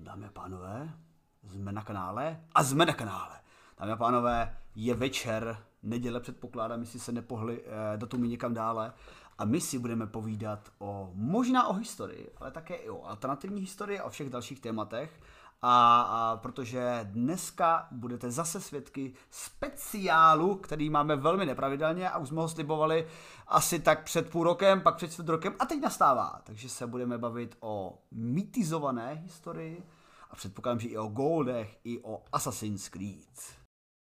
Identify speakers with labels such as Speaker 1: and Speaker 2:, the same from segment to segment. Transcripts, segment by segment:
Speaker 1: Dámy a pánové, jsme na kanále a jsme na kanále. Dámy a pánové, je večer, neděle předpokládám, jestli se nepohli datumy někam dále. A my si budeme povídat možná o historii, ale také i o alternativní historii a o všech dalších tématech. A protože dneska budete zase svědky speciálu, který máme velmi nepravidelně a už jsme ho slibovali asi tak před půl rokem, pak před čtvrt rokem a teď nastává. Takže se budeme bavit o mýtizované historii a předpokládám, že i o Goldech, i o Assassin's Creed.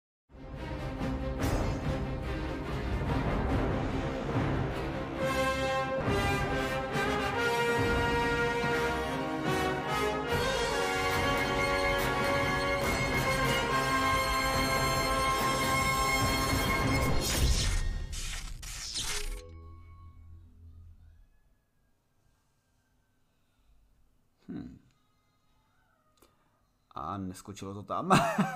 Speaker 1: A neskočilo to tam.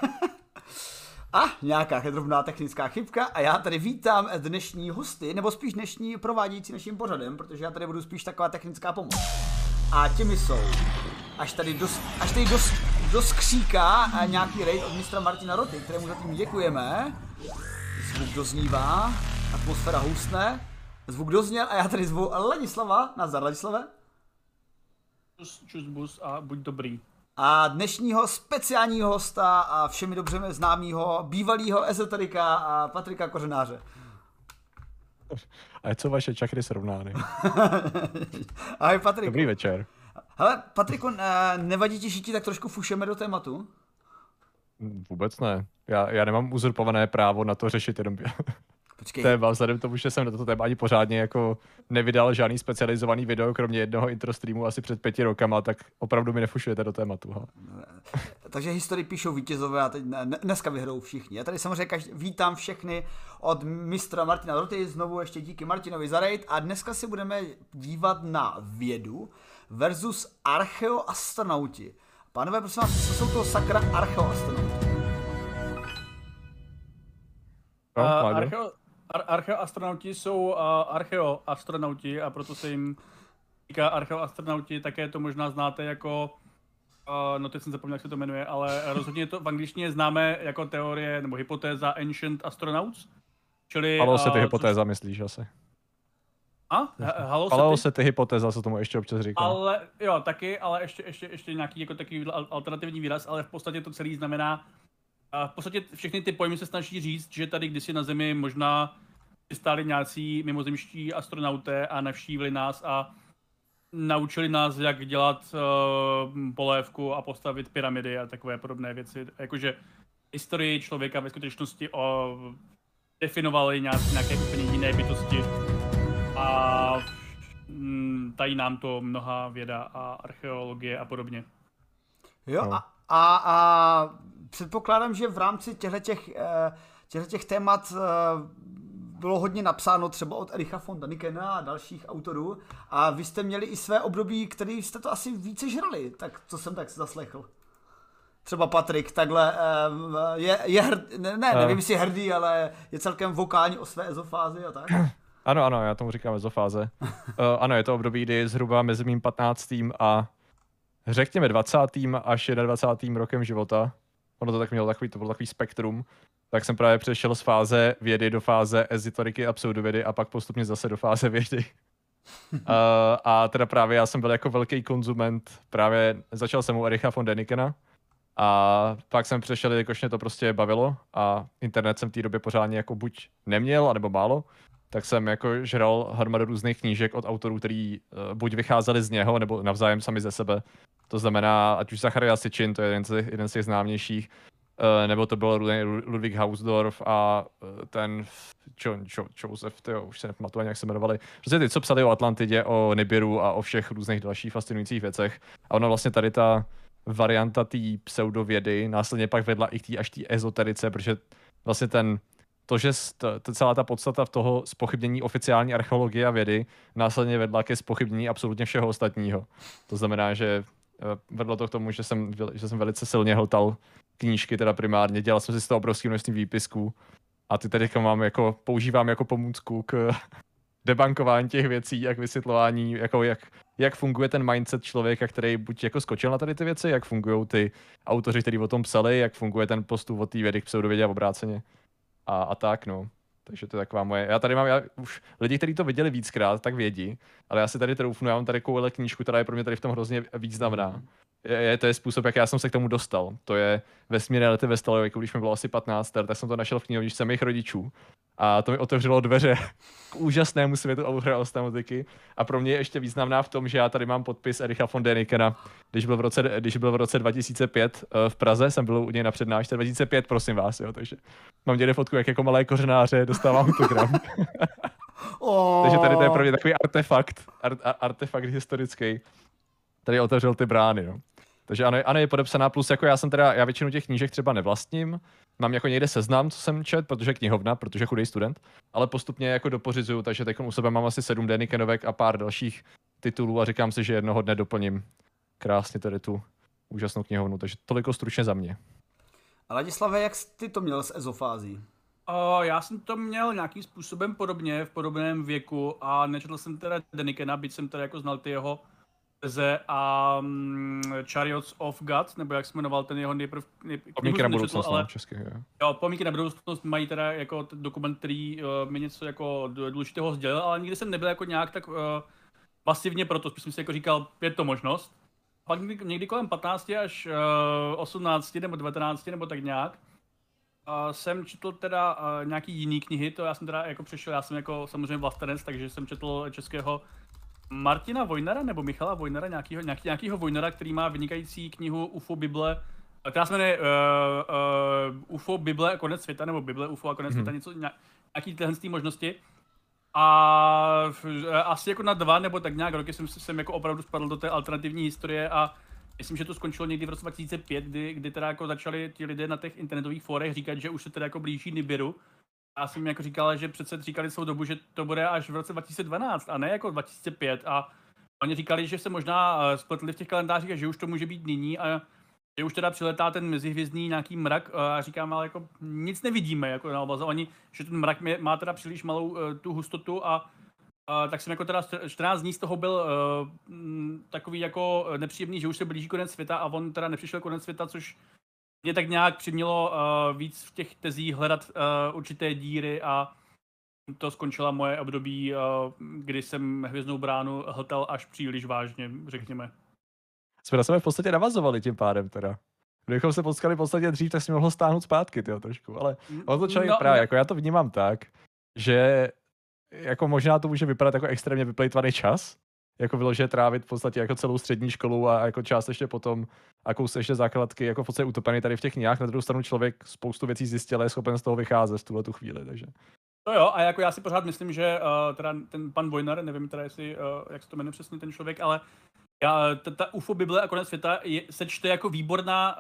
Speaker 1: A nějaká drobná technická chybka a já tady vítám dnešní hosty, nebo spíš dnešní provádějící naším pořadem, protože já tady budu spíš taková technická pomoc. A těmi jsou, až tady doskříká nějaký raid od mistra Martina Roty, kterému zatím děkujeme. Zvuk doznívá, atmosféra houstne, zvuk dozněl a já tady zvu Ladislava. Nazdar, Ladislave.
Speaker 2: Čus bus a buď dobrý.
Speaker 1: A dnešního speciálního hosta a všemi dobře známýho bývalýho ezoterika a Patrika Kořenáře.
Speaker 3: A co vaše čakry srovnány?
Speaker 1: Ahoj Patriku.
Speaker 3: Dobrý večer.
Speaker 1: Hele Patriku, nevadí ti, že ti tak trošku fušeme do tématu?
Speaker 3: Vůbec ne. Já nemám uzurpované právo na to řešit jenom téma, vzhledem tomu, že jsem na toto téma ani pořádně jako nevydal žádný specializovaný video, kromě jednoho intro streamu asi před 5 rokama, tak opravdu mi nefušujete do tématu. Ha?
Speaker 1: Takže historii píšou vítězové a teď dneska vyhrou všichni. Já tady samozřejmě vítám všechny od mistra Martina Roty, znovu ještě díky Martinovi za raid a dneska si budeme dívat na vědu versus archeoastronauti. Pánové, prosím vás, co jsou to sakra archeoastronauti?
Speaker 2: Archeoastronauti jsou archeoastronauti a proto se jim říká archeoastronauti, také to možná znáte jako, no teď jsem zapomněl, jak se to jmenuje, ale rozhodně to v angličtině známe jako teorie nebo hypotéza Ancient Astronauts. Čili,
Speaker 3: Paleosety hypotéza myslíš asi. Paleosety hypotéza se tomu ještě občas říká.
Speaker 2: Ale jo, taky, ale ještě nějaký jako takový alternativní výraz, ale v podstatě to celý znamená, v podstatě všechny ty pojmy se snaží říct, že tady kdysi na Zemi možná stáli nějací mimozemští astronauté a navštívili nás a naučili nás, jak dělat polévku a postavit pyramidy a takové podobné věci. Jakože historii člověka ve skutečnosti definovali nějaké úplně jiné bytosti a tají nám to mnoha věda a archeologie a podobně.
Speaker 1: Jo, no. A předpokládám, že v rámci těchto témat bylo hodně napsáno třeba od Ericha von Danikena a dalších autorů a vy jste měli i své období, který jste to asi více žrali, tak co jsem tak zaslechl. Třeba Patrik takhle nevím, jestli je hrdý, ale je celkem vokální o své ezofázi a tak.
Speaker 3: Ano, já tomu říkám ezofáze. Ano, je to období, kdy zhruba mezi mým 15. a řekněme 20. až 21. rokem života, ono to tak mělo to bylo takový spektrum, tak jsem právě přešel z fáze vědy do fáze ezoteriky a pseudovědy a pak postupně zase do fáze vědy. A teda právě já jsem byl jako velký konzument, právě začal jsem u Ericha von Danikena a pak jsem přešel, jakož mě to prostě bavilo a internet jsem v té době pořádně jako buď neměl, anebo málo, tak jsem jako žral hromadu různých knížek od autorů, který buď vycházeli z něho, nebo navzájem sami ze sebe. To znamená, ať už Zacharia Sitchin, to je jeden z těch známějších, nebo to byl Ludwig Hausdorff a ten Joseph, už se nepamatuji, jak se jmenovali. Prostě ty, co psali o Atlantidě, o Nibiru a o všech různých dalších fascinujících věcech. A ono vlastně tady ta varianta té pseudovědy následně pak vedla i k té až té ezoterice, protože vlastně že celá ta podstata v toho zpochybnění oficiální archeologie a vědy následně vedla ke zpochybnění absolutně všeho ostatního. To znamená, že vedlo to k tomu, že jsem velice silně hltal knížky, teda primárně, dělal jsem si z toho obrovský množství výpisků a ty tady používám jako pomůcku k debankování těch věcí a k vysvětlování, jako jak jak funguje ten mindset člověka, který buď jako skočil na tady ty věci, jak fungují ty autoři, kteří o tom psali, jak funguje ten postup od té vědy k pseudovědě a obráceně. A tak, no. Takže to je taková moje. Já tady mám už lidi, kteří to viděli víckrát, tak vědí, ale já si tady troufnu, já mám tady takovou knížku, která je pro mě tady v tom hrozně významná. To je způsob, jak já jsem se k tomu dostal. To je Vesmír reality ve stalověku, když mi bylo asi 15 let, tak jsem to našel v knihovničce mých rodičů. A to mi otevřelo dveře k úžasnému světu automatiky. A pro mě je ještě významná v tom, že já tady mám podpis Ericha von Dänikena, když byl v roce 2005 v Praze, jsem byl u něj na přednášce 2005, prosím vás, jo, takže mám někde fotku, jak jako malé kořenáře dostávám autogram. Takže tady to je pro mě takový artefakt historický, který otevřel ty brány, no. Takže ano, je podepsaná, plus jako já většinu těch knížek třeba nevlastním, mám jako někde seznam, co jsem čet, protože knihovna, protože chudej student, ale postupně jako dopořizuju, takže teď u sebe mám asi 7 Dänikenovek a pár dalších titulů a říkám si, že jednoho dne doplním krásně tady tu úžasnou knihovnu, takže toliko stručně za mě.
Speaker 1: A Ladislave, jak ty to měl s ezofází?
Speaker 2: Já jsem to měl nějakým způsobem podobně, v podobném věku a nečetl jsem teda Dänikena, byť jsem teda jako znal ty jeho teze a Chariots of God, nebo jak se jmenoval ten jeho
Speaker 3: Pomníky na budoucnost, ale česky,
Speaker 2: jo, Pomníky na budoucnost mají teda jako dokument, který mi něco jako důležitého sdělil, ale nikdy jsem nebyl jako nějak tak pasivně proto, spíš jsem si jako říkal, je to možnost. Pak někdy kolem 15 až 18 nebo 19 nebo tak nějak jsem četl teda nějaký jiný knihy, to já jsem teda jako přešel, já jsem jako samozřejmě vlastenec, takže jsem četl českého Martina Vojnara nebo Michala Vojnara, nějakýho Vojnara, který má vynikající knihu UFO Bible, která se jmenuje UFO Bible a konec světa, nebo Bible UFO a konec světa, nějaký tyhle možnosti. A asi jako na 2 nebo tak nějak roky jsem jako opravdu spadl do té alternativní historie a myslím, že to skončilo někdy v roce 2005, kdy teda jako začali ti lidé na těch internetových fórech říkat, že už se teda jako blíží Nibiru. Já jsem jim jako říkal, že přece říkali svou dobu, že to bude až v roce 2012 a ne jako 2005 a oni říkali, že se možná spletli v těch kalendářích a že už to může být nyní a že už teda přiletá ten mezihvězdný nějaký mrak a říkám, ale jako nic nevidíme jako na obaze. Oni, že ten mrak má teda příliš malou tu hustotu a tak jsem jako teda 14 dní z toho byl takový jako nepříjemný, že už se blíží konec světa a on teda nepřišel konec světa, což mě tak nějak přimělo víc v těch tezích hledat určité díry a to skončila moje období, kdy jsem Hvězdnou bránu hltal až příliš vážně, řekněme.
Speaker 3: Jsme na sebe v podstatě navazovali tím pádem teda. Kdybychom se potkali v podstatě dřív, tak si mohlo stáhnout zpátky, tyjo, trošku, ale on to člověk právě, jako já to vnímám tak, že jako možná to může vypadat jako extrémně vyplejtvaný čas, jako vyloženě trávit v podstatě jako celou střední školu a jako část ještě potom a kus ještě základky jako v podstatě utopený tady v těch knihách. Na druhou stranu člověk spoustu věcí zjistil a je schopen z toho vycházet v tuhle tu chvíli, takže.
Speaker 2: To jo, a jako já si pořád myslím, že teda ten pan Vojnar, nevím teda jestli, jak se to jmenuje přesně ten člověk, ale ta UFO Bible a konec světa se čte jako výborná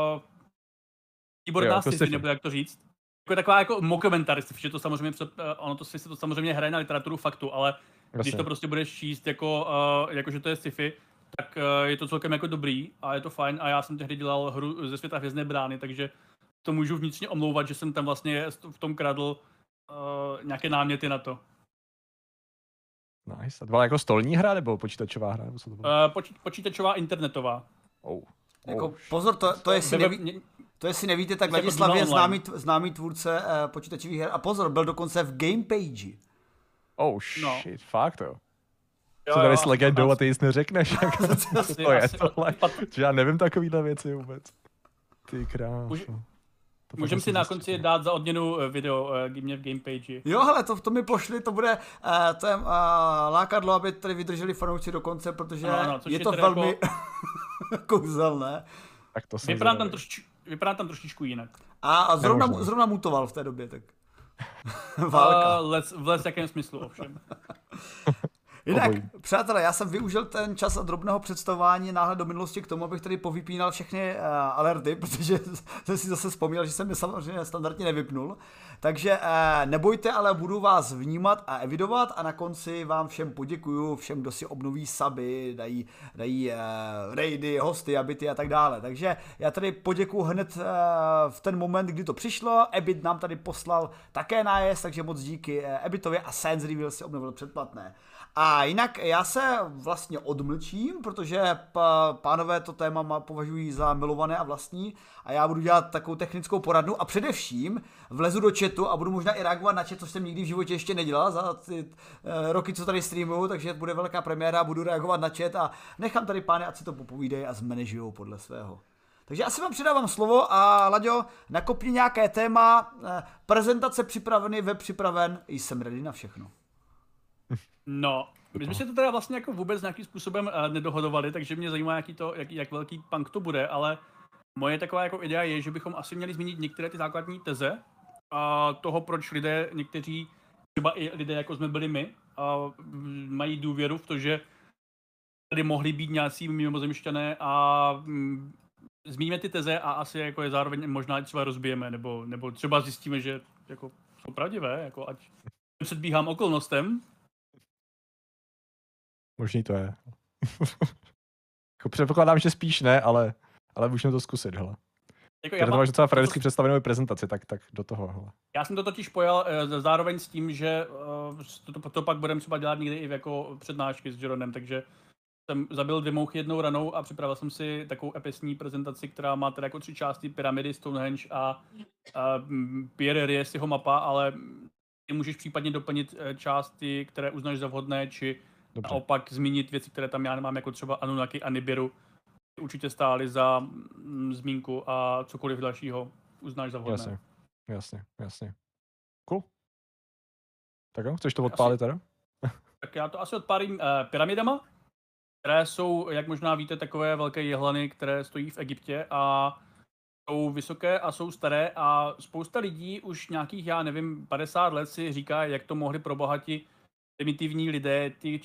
Speaker 2: sci-fi, nebo jak to říct. Jako taková jako mockumentary, že to samozřejmě, ono to si to samozřejmě hraje na literaturu faktu, ale když to prostě budeš číst jako že to je sci-fi, tak je to celkem jako dobrý a je to fajn a já jsem tehdy dělal hru ze světa Hvězdné brány, takže to můžu vnitřně omlouvat, že jsem tam vlastně v tom kradl nějaké náměty na to.
Speaker 3: Nice. A to byla jako stolní hra nebo počítačová hra? Nebo co to bylo?
Speaker 2: Počítačová internetová.
Speaker 1: Jako, pozor, to jestli nevíte, tak Ladislav je známý tvůrce počítačových her a pozor, byl dokonce v Gamepage.
Speaker 3: Oh shit, fakt jo. Co tady s legendou a ty jsi neřekneš, jak to je tohle. Že já nevím takovýhle věci vůbec. Ty kráso.
Speaker 2: Můžeme si na konci dát za odměnu video mě v Gamepage.
Speaker 1: Jo, hele, to mi pošli, to bude lákadlo, aby tady vydrželi fanoušci do konce, protože je to velmi jako kouzelné.
Speaker 3: Tak to
Speaker 2: vypadá tam trošičku jinak.
Speaker 1: A zrovna mutoval v té době, tak. Válka.
Speaker 2: V jakém smyslu ovšem.
Speaker 1: Jinak, přátelé, já jsem využil ten čas a drobného představování náhled do minulosti k tomu, abych tady povypínal všechny alerty, protože jsem si zase vzpomněl, že jsem je samozřejmě standardně nevypnul. Takže nebojte, ale budu vás vnímat a evidovat a na konci vám všem poděkuju, všem, kdo si obnoví suby, dají raidy, hosty, abity a tak dále. Takže já tady poděkuju hned v ten moment, kdy to přišlo. Ebit nám tady poslal také nájezd, takže moc díky Ebitovi a Sans Reveal si obnovil předplatné. A jinak já se vlastně odmlčím, protože pánové to téma považují za milované a vlastní a já budu dělat takovou technickou poradnu a především vlezu do chatu a budu možná i reagovat na chat, což jsem nikdy v životě ještě nedělal za ty roky, co tady streamuju, takže bude velká premiéra, budu reagovat na chat a nechám tady pány, ať si to popovídají a zmanéžujou podle svého. Takže asi vám předávám slovo a Laďo, nakopni nějaké téma, prezentace připravený, web připraven, jsem ready na všechno.
Speaker 2: No, my jsme se to teda vlastně jako vůbec nějakým způsobem nedohodovali, takže mě zajímá, jak velký punk to bude, ale moje taková jako idea je, že bychom asi měli zmínit některé ty základní teze a toho, proč lidé, někteří, třeba i lidé, jako jsme byli my, mají důvěru v to, že tady mohli být nějací mimozemšťané a zmíníme ty teze a asi jako je zároveň možná třeba rozbijeme, nebo třeba zjistíme, že jako jsou pravdivé, jako ať předbíhám okolnostem.
Speaker 3: Možný to je. Jako předpokládám, že spíš ne, ale můžeme to zkusit, hele.
Speaker 2: Jako
Speaker 3: já to máš docela frajensky představenou prezentaci, tak do toho, hele.
Speaker 2: Já jsem to totiž pojal zároveň s tím, že to pak budeme třeba dělat někdy i jako přednášky s Jeronem, takže jsem zabil 2 mouchy jednou ranou a připravil jsem si takovou epicní prezentaci, která má teda jako 3 části, pyramidy, Stonehenge a Pierre Riesiho mapa, ale ty můžeš případně doplnit části, které uznáš za vhodné, či naopak zmínit věci, které tam já nemám, jako třeba Anunnaki a Nibiru. Určitě stály za zmínku a cokoliv dalšího uznáš za vhodné.
Speaker 3: Jasně. Cool. Tak jo, chceš to odpálit teda?
Speaker 2: Tak já to asi odpálím pyramidama, které jsou, jak možná víte, takové velké jehlany, které stojí v Egyptě a jsou vysoké a jsou staré a spousta lidí už nějakých, já nevím, 50 let si říká, jak to mohli pro bohatí primitivní lidé ty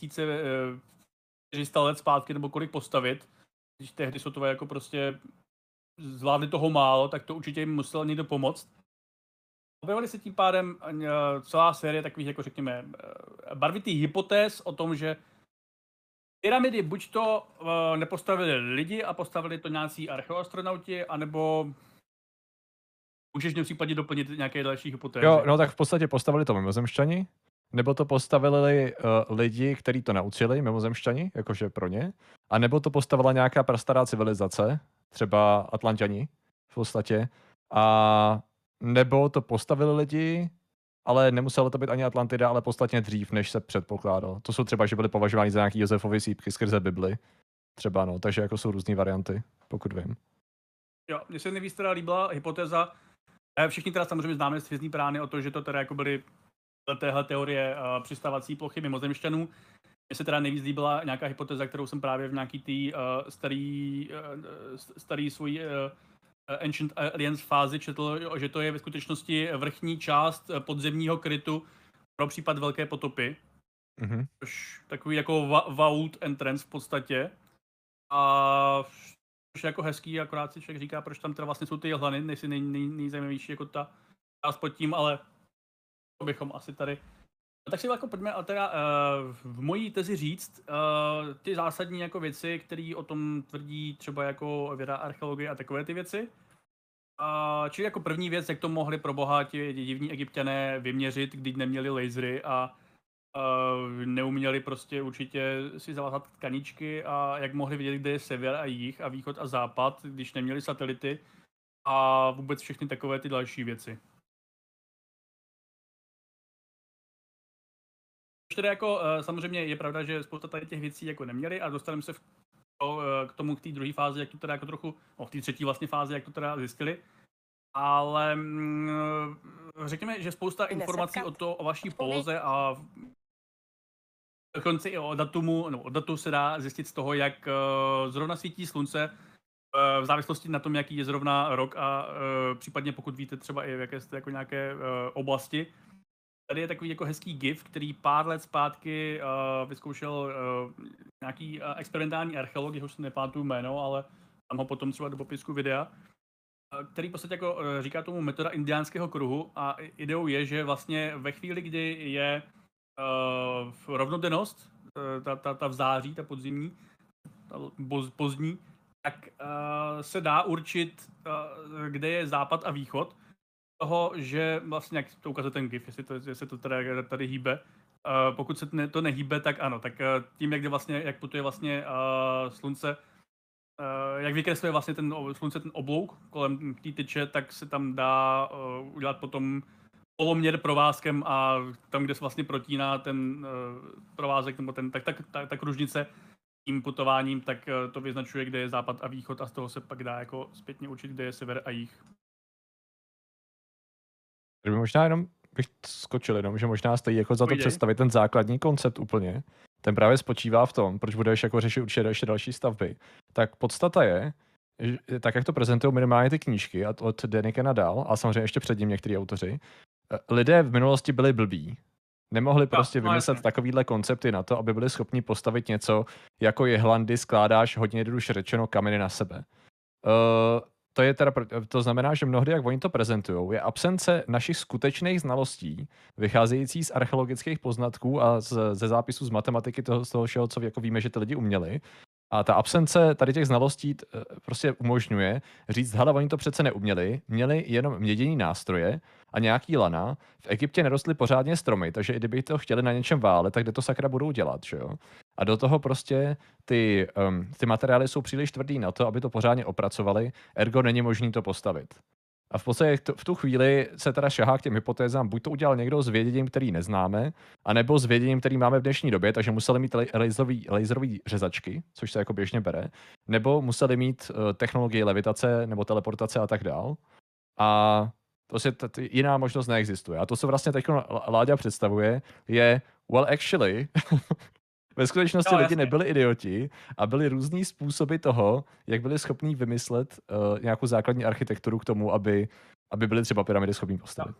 Speaker 2: 4400 let zpátky nebo kolik postavit. Když tehdy Sotové jako prostě zvládli toho málo, tak to určitě jim musel někdo pomoct. Objevily se tím pádem celá série takových, jako řekněme, barvitých hypotéz o tom, že pyramidy buď to nepostavili lidi a postavili to nějací archeoastronauti, anebo můžeš v případě doplnit nějaké další hypotézy.
Speaker 3: Jo, no tak v podstatě postavili to mimozemšťani, nebo to postavili lidi, kteří to naučili, mimozemšťani, jakože pro ně, a nebo to postavila nějaká prastará civilizace, třeba Atlanťani v podstatě, a nebo to postavili lidi, ale nemuselo to být ani Atlantida, ale podstatně dřív, než se předpokládalo. To jsou třeba, že byly považováni za nějaký Josefovy sípky skrze Bibli. Třeba no, takže jako jsou různý varianty, pokud vím.
Speaker 2: Jo, mně se nejvíc teda líbila hypotéza, všichni teda samozřejmě známe z Hvězdný brány o to, že to teda jako byly téhle teorie přistávací plochy mimozemšťanů. Mně se teda nejvíc líbila nějaká hypotéza, kterou jsem právě v nějaký tý starý svůj Ancient Aliens fázi četl, že to je ve skutečnosti vrchní část podzemního krytu pro případ velké potopy.
Speaker 3: Mm-hmm.
Speaker 2: Takový jako vault entrance v podstatě. A což je jako hezký, akorát si člověk říká, proč tam teda vlastně jsou ty jehlany, nejzajímavější jako ta část pod tím, ale to bychom asi tady. Tak si jako pojďme ale teda v mojí tezi říct ty zásadní jako věci, které o tom tvrdí třeba jako věda archeologie a takové ty věci. Čili jako první věc, jak to mohli pro boha ti divní Egypťané vyměřit, když neměli lasery a neuměli prostě určitě si zavázat tkaničky a jak mohli vidět, kde je sever a jih a východ a západ, když neměli satelity a vůbec všechny takové ty další věci. Tedy jako samozřejmě je pravda, že spousta tady těch věcí jako neměli a dostaneme se k tomu k té druhé fázi, jak to teda jako trochu, v té třetí vlastně fázi, jak to teda zjistili. Ale řekněme, že spousta informací o vaší poloze a dokonce i o datu se dá zjistit z toho, jak zrovna svítí slunce v závislosti na tom, jaký je zrovna rok a případně pokud víte třeba i v jaké jste jako nějaké oblasti. Tady je takový jako hezký gif, který pár let zpátky vyzkoušel nějaký experimentální archeolog, jehož si nepamatuju jméno, ale tam ho potom třeba do popisku videa, který v podstatě jako říká tomu metoda indiánského kruhu a ideou je, že vlastně ve chvíli, kdy je rovnodennost, ta v září, ta podzimní, ta pozdní, tak se dá určit, kde je západ a východ, toho, že vlastně, jak to ukazuje ten gif, jestli to teda tady hýbe, pokud se to nehýbe, tak ano. Tak tím, jak putuje vlastně slunce, jak vykresluje vlastně ten slunce ten oblouk kolem té tyče, tak se tam dá udělat potom poloměr provázkem a tam, kde se vlastně protíná ten provázek nebo ta kružnice tím putováním, tak to vyznačuje, kde je západ a východ a z toho se pak dá jako zpětně určit, kde je sever a jih.
Speaker 3: Možná jenom bych skočil jenom, že možná stojí jako za to představit ten základní koncept úplně. Ten právě spočívá v tom, proč budeš jako řešit určitě ještě další stavby. Tak podstata je, že, tak jak to prezentují minimálně ty knížky a od Denikena dál, a samozřejmě ještě před ním některý autoři, lidé v minulosti byli blbí. Nemohli prostě vymyslet takovýhle koncepty na to, aby byli schopni postavit něco, jako jehlandy skládáš hodně jednoduše řečeno kameny na sebe. To znamená, že mnohdy, jak oni to prezentují, je absence našich skutečných znalostí, vycházející z archeologických poznatků a ze zápisů z matematiky z toho všeho, co jako víme, že ty lidi uměli. A ta absence tady těch znalostí prostě umožňuje říct, hele, oni to přece neuměli, měli jenom mědění nástroje a nějaký lana. V Egyptě nerostly pořádně stromy, takže i kdyby to chtěli na něčem válet, tak kde to sakra budou dělat, že jo? A do toho prostě ty materiály jsou příliš tvrdý na to, aby to pořádně opracovali, ergo není možný to postavit. A v podstatě v tu chvíli se teda šahá k těm hypotézám, buď to udělal někdo s věděním, který neznáme, anebo s věděním, který máme v dnešní době, takže museli mít laserový řezačky, což se jako běžně bere, nebo museli mít technologii levitace nebo teleportace a tak dál. A prostě jiná možnost neexistuje. A to, co vlastně teď Láďa představuje, je, well actually, ve skutečnosti lidi nebyli idioti a byly různý způsoby toho, jak byli schopní vymyslet nějakou základní architekturu k tomu, aby byly třeba pyramidy schopní postavit.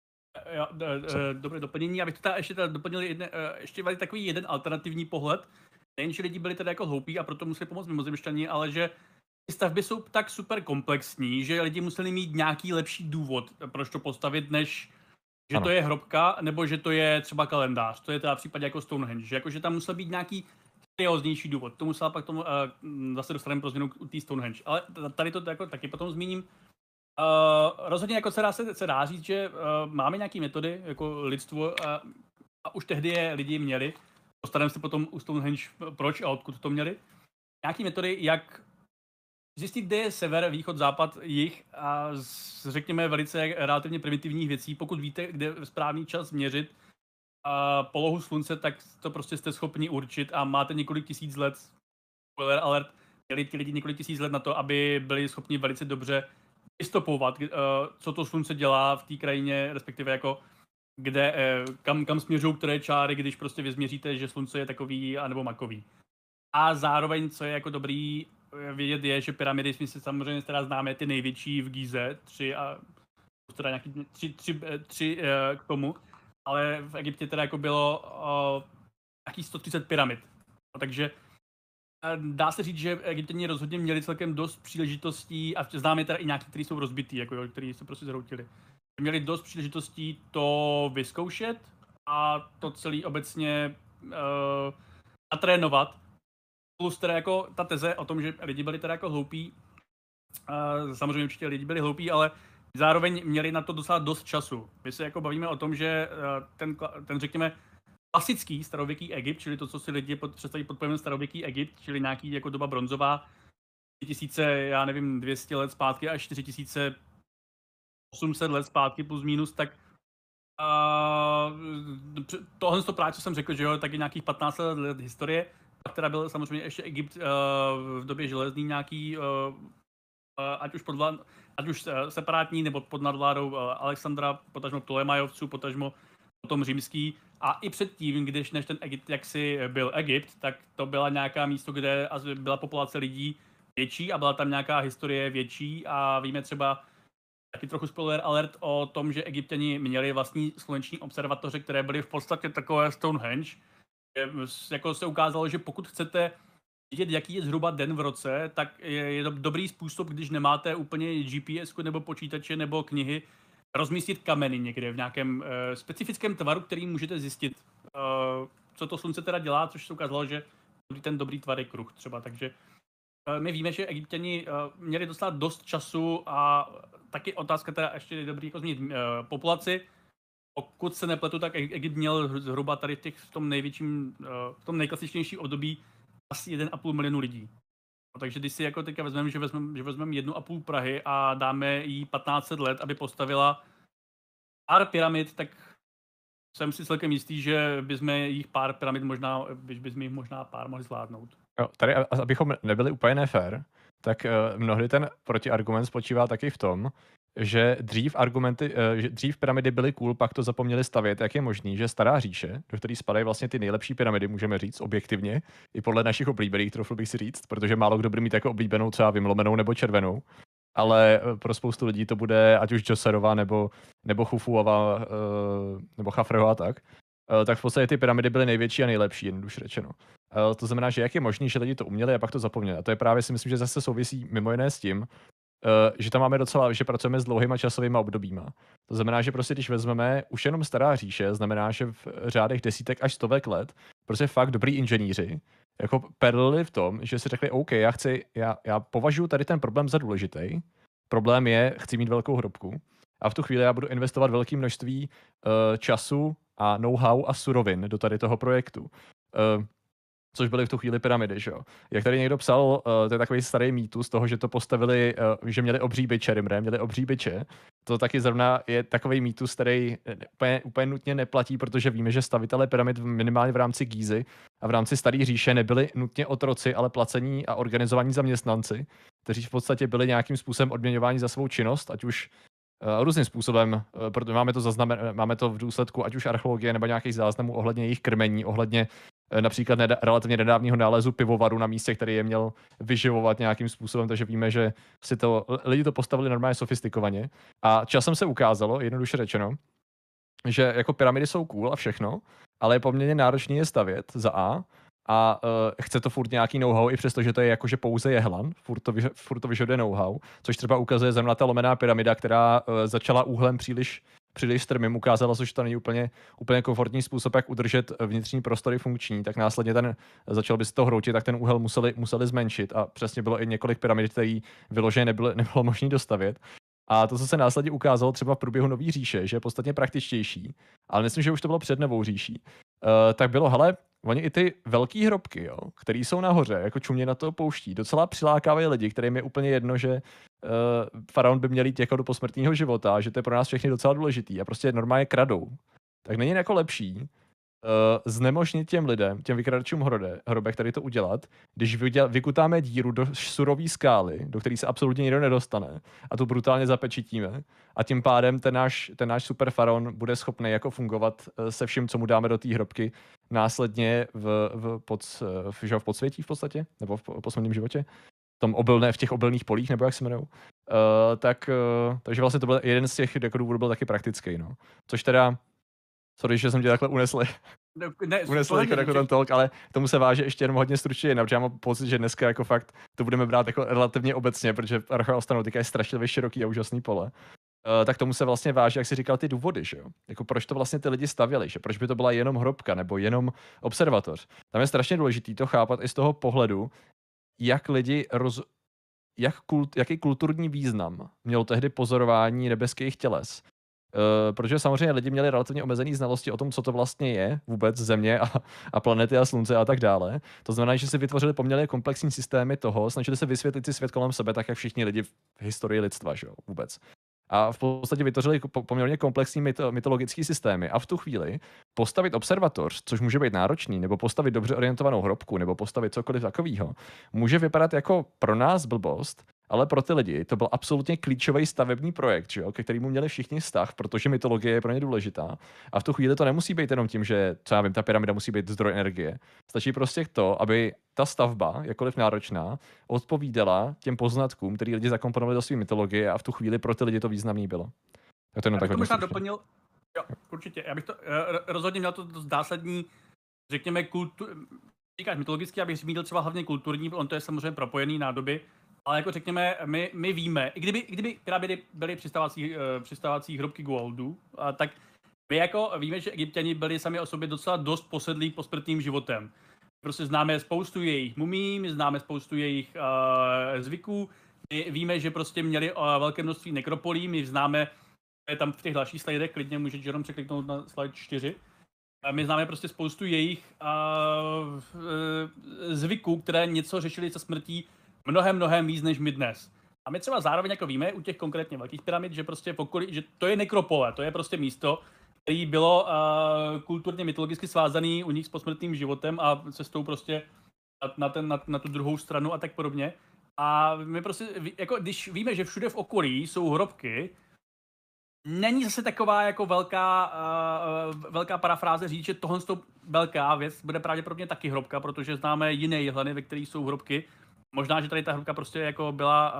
Speaker 2: Dobré doplnění, abych to ještě doplnil ještě takový jeden alternativní pohled. Nejen, že lidi byli teda jako hloupí a proto museli pomoct mimozemšťani, ale že ty stavby jsou tak super komplexní, že lidi museli mít nějaký lepší důvod, proč to postavit, než že to je hrobka, nebo že to je třeba kalendář. To je teda v případě jako Stonehenge, že, jako, že tam musel být nějaký serióznější důvod. To musela pak tomu zase dostaneme pro změnu u té Stonehenge. Ale tady to jako taky potom zmíním. Rozhodně jako se dá říct, že máme nějaké metody jako lidstvo a už tehdy je lidi měli. Dostaneme se potom u Stonehenge proč a odkud to měli. Nějaké metody, jak zjistit, kde je sever, východ, západ, jih a řekněme velice relativně primitivních věcí. Pokud víte, kde v správný čas měřit polohu slunce, tak to prostě jste schopni určit a máte několik tisíc let, spoiler alert, měli ti lidi několik tisíc let na to, aby byli schopni velice dobře vystopovat, co to slunce dělá v té krajině, respektive jako kde, kam směřují které čáry, když prostě vyzměříte, že slunce je takový anebo makový. A zároveň, co je jako dobrý vědět, je, že pyramidy, my si samozřejmě teda známe ty největší v Gíze, teda nějaký tři k tomu, ale v Egyptě teda jako bylo nějaký 130 pyramid. Takže dá se říct, že Egyptěni rozhodně měli celkem dost příležitostí, a známe teda i nějaký, kteří jsou rozbitý, jako kteří se prostě zhroutili. Měli dost příležitostí to vyzkoušet a to celý obecně natrénovat. Plus teda jako ta teze o tom, že lidi byli teda jako hloupí, samozřejmě určitě lidi byli hloupí, ale zároveň měli na to docela dost času. My se jako bavíme o tom, že ten řekněme klasický starověký Egypt, čili to, co si lidi představí pod pojmem starověký Egypt, čili nějaký jako doba bronzová, 200 let zpátky až 4800 let zpátky plus minus, tak tohle právě, co jsem řekl, že jo, taky nějakých 15 let historie, která byl samozřejmě ještě Egypt v době železný nějaký, ať už separátní nebo pod nadvládou Alexandra, potažmo Ptolemajovců, potažmo potom římský. A i předtím, než ten Egypt jaksi byl Egypt, tak to byla nějaká místo, kde byla populace lidí větší a byla tam nějaká historie větší a víme třeba taky trochu spoiler alert o tom, že Egypťani měli vlastní sluneční observatoře, které byly v podstatě takové Stonehenge. Jako se ukázalo, že pokud chcete vidět, jaký je zhruba den v roce, tak je to dobrý způsob, když nemáte úplně GPS nebo počítače nebo knihy, rozmístit kameny někde v nějakém specifickém tvaru, který můžete zjistit, co to slunce teda dělá, což se ukázalo, že ten dobrý tvar je kruh třeba, takže my víme, že Egypťani měli dostat dost času a taky otázka teda ještě je dobrý jako změnit populaci. pokud se nepletu, tak Egypt měl zhruba tady v tom největším, v tom nejklasičnější období asi 1,5 milionu lidí. No, takže když si jako teďka vezmeme, že vezmeme 1,5 Prahy a dáme jí 1500 let, aby postavila pár pyramid, tak jsem si celkem jistý, že bychom jich pár pyramid možná pár mohli zvládnout.
Speaker 3: Jo, tady, abychom nebyli úplně nefér, tak mnohdy ten protiargument spočívá taky v tom, že dřív pyramidy byly cool, pak to zapomněli stavět. Jak je možný, že Stará říše, do které spadají vlastně ty nejlepší pyramidy, můžeme říct objektivně, i podle našich oblíbených, troufl bych si říct, protože málo kdo bude mít jako oblíbenou třeba vymlomenou nebo červenou, ale pro spoustu lidí to bude ať už Džoserova nebo Chufuova nebo Chafreho a tak v podstatě ty pyramidy byly největší a nejlepší, jednoduše řečeno. To znamená, že jak je možný, že lidi to uměli a pak to zapomněli. A to je právě si myslím, že zase souvisí mimo jiné s tím, že tam máme docela, že pracujeme s dlouhýma časovými obdobíma. To znamená, že prostě když vezmeme už jenom Stará říše, znamená, že v řádech desítek až stovek let prostě fakt dobrý inženýři jako perlili v tom, že si řekli, OK, já považuji tady ten problém za důležitý. Problém je, chci mít velkou hrobku a v tu chvíli já budu investovat velké množství času a know-how a surovin do tady toho projektu. Což byly v tu chvíli pyramidy, že jo. Jak tady někdo psal, to je takový starý mýtus toho, že to postavili, že měli obří biče, měli obří biče. To taky zrovna je takový mýtus, který úplně nutně neplatí, protože víme, že stavitelé pyramid minimálně v rámci Gízy a v rámci Staré říše nebyli nutně otroci, ale placení a organizovaní zaměstnanci, kteří v podstatě byli nějakým způsobem odměňováni za svou činnost, ať už různým způsobem, protože máme to v důsledku ať už archeologie nebo nějakých záznamů ohledně jejich krmení, ohledně například relativně nedávného nálezu pivovaru na místě, který je měl vyživovat nějakým způsobem, takže víme, že lidi to postavili normálně sofistikovaně. A časem se ukázalo, jednoduše řečeno, že jako pyramidy jsou cool a všechno, ale je poměrně náročný je stavět za a chce to furt nějaký know-how, i přesto, že to je jakože pouze jehlan, furt to vyžaduje know-how, což třeba ukazuje zrovna ta lomená pyramida, která začala úhlem příliš strmým, ukázalo se, že to není úplně komfortní způsob, jak udržet vnitřní prostory funkční, tak následně začal by se to hroutit, tak ten úhel museli zmenšit a přesně bylo i několik pyramid, který vyloženě nebylo možné dostavět. A to, co se následně ukázalo třeba v průběhu Nový říše, že je podstatně praktičtější, ale myslím, že už to bylo před Novou říší, tak bylo, hele, oni i ty velký hrobky, jo, které jsou nahoře, jako čumě na to pouští, docela přilákávají lidi, kterým je úplně jedno, že faraon by měl jít jako do posmrtného života, že to je pro nás všechny docela důležitý a prostě normálně kradou. Tak není jako lepší znemožnit těm lidem, těm vykradačům hrobek tady to udělat, když vykutáme díru do surové skály, do které se absolutně nikdo nedostane a tu brutálně zapečitíme a tím pádem ten náš super faraon bude schopný jako fungovat se vším, co mu dáme do té hrobky následně v podsvětí v podstatě, nebo v posmrtném životě, v těch obilných polích, nebo jak se jmenujou. Takže vlastně to byl jeden z těch důvodů, byl taky praktický, no. Což teda sorry, že jsem tě takhle unesl jako ten talk, ale tomu se váže ještě jenom hodně stručně, protože já mám pocit, že dneska jako fakt to budeme brát jako relativně obecně, protože archeoastronautika je strašlivě široký a úžasný pole. Tak tomu se vlastně váže, jak jsi říkal, ty důvody, že jo? Jako proč to vlastně ty lidi stavěli, že proč by to byla jenom hrobka nebo jenom observatoř. Tam je strašně důležitý to chápat i z toho pohledu, jak lidi jaký kulturní význam mělo tehdy pozorování nebeských těles. Protože samozřejmě lidi měli relativně omezené znalosti o tom, co to vlastně je vůbec Země a planety a Slunce a tak dále. To znamená, že si vytvořili poměrně komplexní systémy toho, snažili se vysvětlit si svět kolem sebe, tak jak všichni lidi v historii lidstva, že jo, vůbec. A v podstatě vytvořili poměrně komplexní mytologické systémy. A v tu chvíli postavit observatoř, což může být náročný, nebo postavit dobře orientovanou hrobku, nebo postavit cokoliv takového, může vypadat jako pro nás blbost, ale pro ty lidi to byl absolutně klíčový stavební projekt, že jo, ke kterému měli všichni vztah, protože mytologie je pro ně důležitá. A v tu chvíli to nemusí být jenom tím, že třeba vím, ta pyramida musí být zdroj energie. Stačí prostě to, aby ta stavba, jakkoliv náročná, odpovídala těm poznatkům, který lidi zakomponovali do své mytologie a v tu chvíli pro ty lidi to významný bylo. Tak to jenom tak hodně
Speaker 2: doplnil. Jo, určitě. Já bych to rozhodně měl to zásadní, řekněme, říkáš mytologicky, abych zmínil třeba hlavně kulturní, on to je samozřejmě propojený nádoby. Ale jako řekněme, my víme, i kdyby pyramidy byly přistávací hrobky Goa'uldu, tak my jako víme, že Egypťani byli sami o sobě docela dost posedlí posmrtným životem. Prostě známe spoustu jejich mumí, my známe spoustu jejich zvyků, my víme, že prostě měli velké množství nekropolí, my známe je tam v těch dalších slidech, klidně můžete jenom překliknout na slide 4. A my známe prostě spoustu jejich zvyků, které něco řešili se smrtí mnohem víc než my dnes. A my třeba zároveň jako víme u těch konkrétně velkých pyramid, že prostě v okolí, že to je nekropole, to je prostě místo, který bylo kulturně mytologicky svázaný u nich s posmrtným životem a cestou prostě na tu druhou stranu a tak podobně. A my prostě, jako když víme, že všude v okolí jsou hrobky, není zase taková jako velká parafráze říct, že tohle velká věc bude pravděpodobně taky hrobka, protože známe jiné jehleny, ve kterých jsou hrobky. Možná, že tady ta hrobka prostě jako byla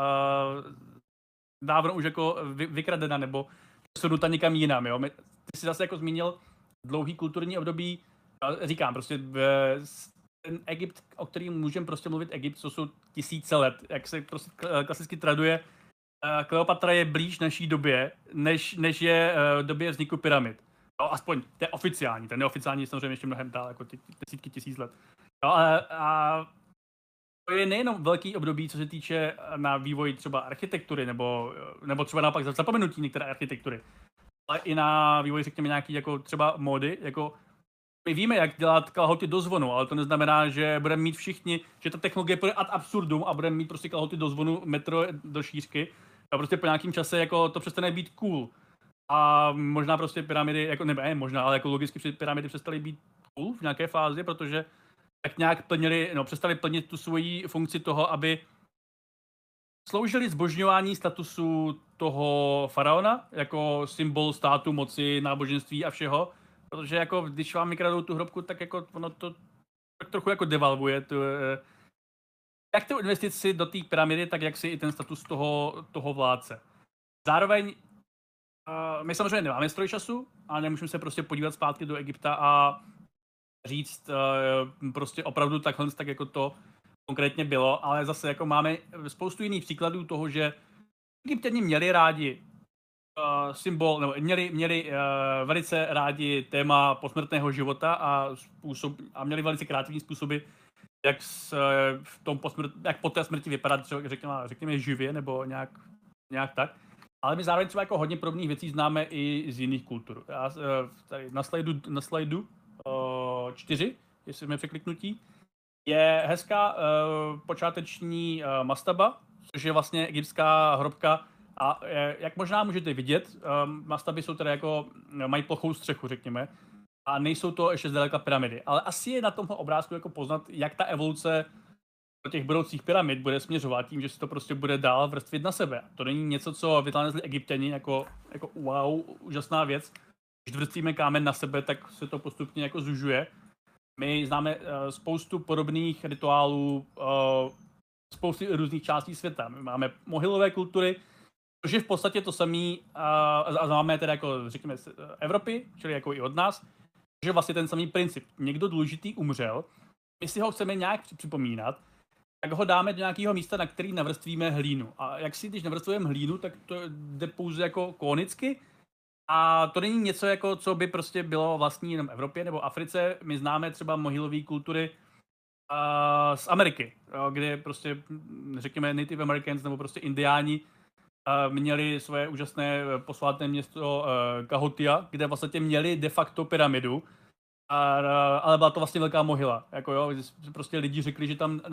Speaker 2: dávno už jako vykradena nebo přesunuta někam jinam. Jo? Ty jsi zase jako zmínil dlouhý kulturní období. Říkám, prostě ten Egypt, o kterým můžeme prostě mluvit Egypt, co jsou tisíce let, jak se prostě klasicky traduje, Kleopatra je blíž naší době, než je době vzniku pyramid. No, aspoň to je oficiální, ten neoficiální je samozřejmě ještě mnohem dál, jako desítky tisíc let. No, a to je nejenom velký období, co se týče na vývoj třeba architektury, nebo třeba naopak zapomenutí některé architektury, ale i na vývoj, řekněme, nějaký jako třeba módy, jako my víme, jak dělat kalhoty do zvonu, ale to neznamená, že budeme mít všichni, že ta technologie půjde ad absurdum a budeme mít prostě kalhoty do zvonu metro do šířky. A prostě po nějakém čase jako to přestane být cool. A možná prostě pyramidy, jako možná, ale jako logicky pyramidy přestaly být cool v nějaké fázi, protože tak nějak přestali plnit tu svoji funkci toho, aby sloužili zbožňování statusu toho faraona jako symbol státu, moci, náboženství a všeho. Protože jako když vám vykradou tu hrobku, tak jako ono to tak trochu jako devalvuje jak tu investici do té pyramidy, tak jak si i ten status toho vládce. Zároveň my samozřejmě nemáme stroj času a nemůžeme se prostě podívat zpátky do Egypta a říct prostě opravdu takhle, tak jako to konkrétně bylo, ale zase jako máme spoustu jiných příkladů toho, že Egypťani měli rádi symbol, nebo měli velice rádi téma posmrtného života a měli velice kreativní způsoby, jak jak po té smrti vypadat, třeba řekněme živě, nebo nějak tak. Ale my zároveň třeba jako hodně podobných věcí známe i z jiných kultur. Já tady na slajdu 4, jestli jsme překliknutí, je hezká počáteční mastaba, což je vlastně egyptská hrobka. A jak možná můžete vidět, mastaby jsou teda jako, mají plochou střechu, řekněme, a nejsou to ještě zdaleka pyramidy. Ale asi je na tomhle obrázku jako poznat, jak ta evoluce do těch budoucích pyramid bude směřovat tím, že se to prostě bude dál vrstvit na sebe. To není něco, co vytvořili Egypťani jako wow, úžasná věc. Když vrstvíme kámen na sebe, tak se to postupně jako zužuje. My známe spoustu podobných rituálů, spousty různých částí světa. My máme mohylové kultury, což je v podstatě to samé, a máme teda jako, řekněme, Evropy, čili jako i od nás, že vlastně ten samý princip. Někdo důležitý umřel, my si ho chceme nějak připomínat, tak ho dáme do nějakého místa, na který navrstvíme hlínu. A jak si, když navrstvujeme hlínu, tak to jde pouze jako konicky. A to není něco, jako, co by prostě bylo vlastní jenom Evropě nebo Africe. My známe třeba mohylové kultury z Ameriky, kde prostě, řekněme, Native Americans nebo prostě Indiáni měli svoje úžasné posvátné město Cahotia, kde vlastně měli de facto pyramidu, ale byla to vlastně velká mohyla. Jako jo, prostě lidi řekli, že tam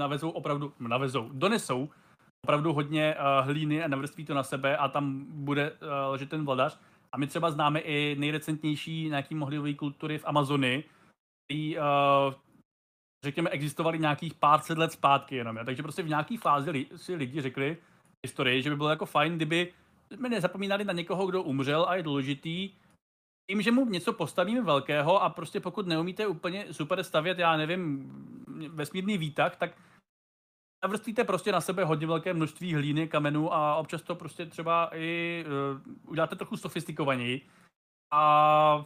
Speaker 2: donesou opravdu hodně hlíny a navrství to na sebe a tam bude ležet ten vladař. A my třeba známe i nejrecentnější nějaký mohylové kultury v Amazonii, který, řekněme, existovaly nějakých pár set let zpátky jenom. Ja? Takže prostě v nějaký fázi si lidi řekli v historii, že by bylo jako fajn, kdyby jsme nezapomínali na někoho, kdo umřel a je důležitý, tím, že mu něco postavíme velkého a prostě pokud neumíte úplně super stavět, já nevím, vesmírný výtah, tak navrstvíte prostě na sebe hodně velké množství hlíny, kamenů a občas to prostě třeba i uděláte trochu sofistikovaněji. A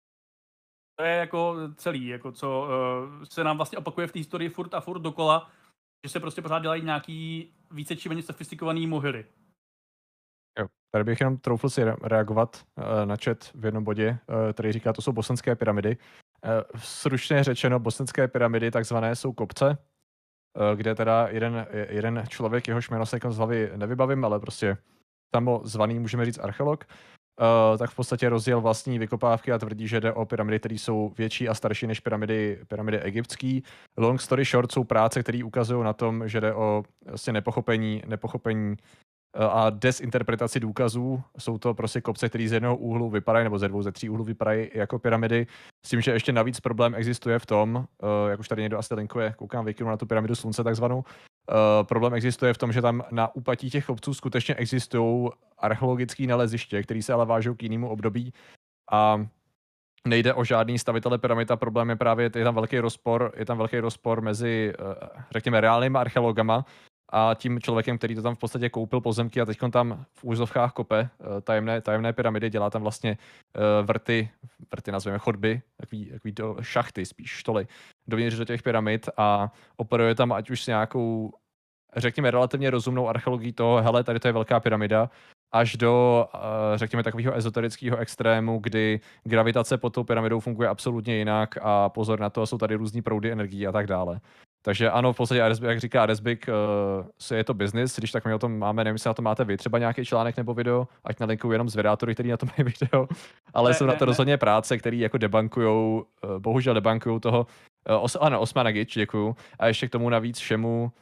Speaker 2: to je jako celý, jako co se nám vlastně opakuje v té historii furt a furt dokola, že se prostě pořád dělají nějaký více či méně sofistikovaný mohyly.
Speaker 3: Jo, tady bych jenom troufl si reagovat na chat v jednom bodě, který říká, to jsou bosenské pyramidy. Stručně řečeno, bosenské pyramidy takzvané jsou kopce, kde teda jeden člověk, jehož jméno se z hlavy nevybavím, ale prostě tam zvaný můžeme říct archeolog, tak v podstatě rozjel vlastní vykopávky a tvrdí, že jde o pyramidy, které jsou větší a starší než pyramidy egyptské. Long story short jsou práce, které ukazují na tom, že jde o vlastně nepochopení a desinterpretaci důkazů. Jsou to prostě kopce, které z jednoho úhlu vypadají, nebo ze dvou, ze tří úhlů vypadají jako pyramidy. S tím, že ještě navíc problém existuje v tom, jak už tady někdo asi linkuje, koukám, vykinu na tu pyramidu slunce takzvanou, problém existuje v tom, že tam na úpatí těch kopců skutečně existují archeologické naleziště, které se ale vážou k jinému období a nejde o žádný stavitele pyramid a problém je právě, je tam velký rozpor mezi, řekněme, reálnými archeologama a tím člověkem, který to tam v podstatě koupil pozemky a teď tam v úzovkách kope tajemné pyramidy, dělá tam vlastně vrty nazveme chodby, takový šachty, spíš štoly, dovnitř do těch pyramid a operuje tam ať už s nějakou, řekněme, relativně rozumnou archeologií toho, hele, tady to je velká pyramida, až do, řekněme, takového ezoterického extrému, kdy gravitace pod tou pyramidou funguje absolutně jinak a pozor na to, jsou tady různý proudy energií a tak dále. Takže ano, v podstatě, jak říká Aresbik, je to business, když tak my o tom máme, nevím, jestli na to máte vy třeba nějaký článek nebo video, ať nalinku jenom zvědátory, který na to mají video, ale jsou na to rozhodně práce, které jako bohužel debankujou toho. Ano, Osman Gič, děkuju. A ještě k tomu navíc všemu,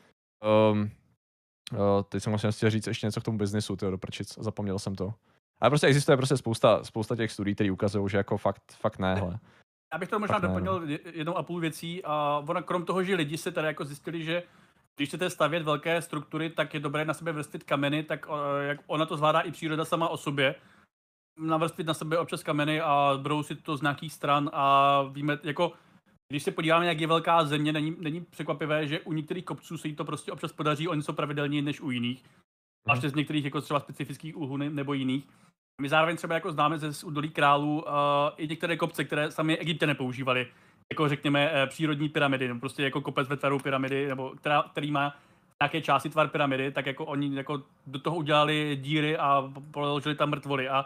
Speaker 3: teď jsem vlastně chtěl říct ještě něco k tomu biznisu, tyjo, doprčic, zapomněl jsem to. Ale prostě existuje spousta těch studií, které ukazují, že jako fakt ne, hele.
Speaker 2: Já bych to možná doplnil jednou a půl věcí a ona krom toho, že lidi se tady jako zjistili, že když chcete stavět velké struktury, tak je dobré na sebe vrstvit kameny, tak jak ona to zvládá i příroda sama o sobě. Navrstvit na sebe občas kameny a brousit to z nějakých stran a víme, jako když se podíváme, jak je velká země, není překvapivé, že u některých kopců se jí to prostě občas podaří o něco pravidelněji než u jiných. Až z některých jako třeba specifických úhlů nebo jiných. My zároveň třeba jako známe ze údolí králů i některé kopce, které sami Egypťané používali, jako řekněme přírodní pyramidy, nebo prostě jako kopec ve tvaru pyramidy, nebo který má nějaké části tvar pyramidy, tak jako oni jako do toho udělali díry a položili tam mrtvoly a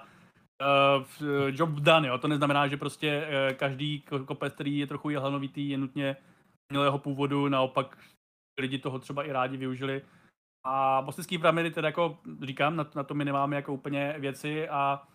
Speaker 2: job done, jo. To neznamená, že prostě každý kopec, který je trochu jehlenovitý, je nutně mělého původu, naopak lidi toho třeba i rádi využili. A bosnické pyramidy, teda jako říkám, na to my nemáme jako úplně věci,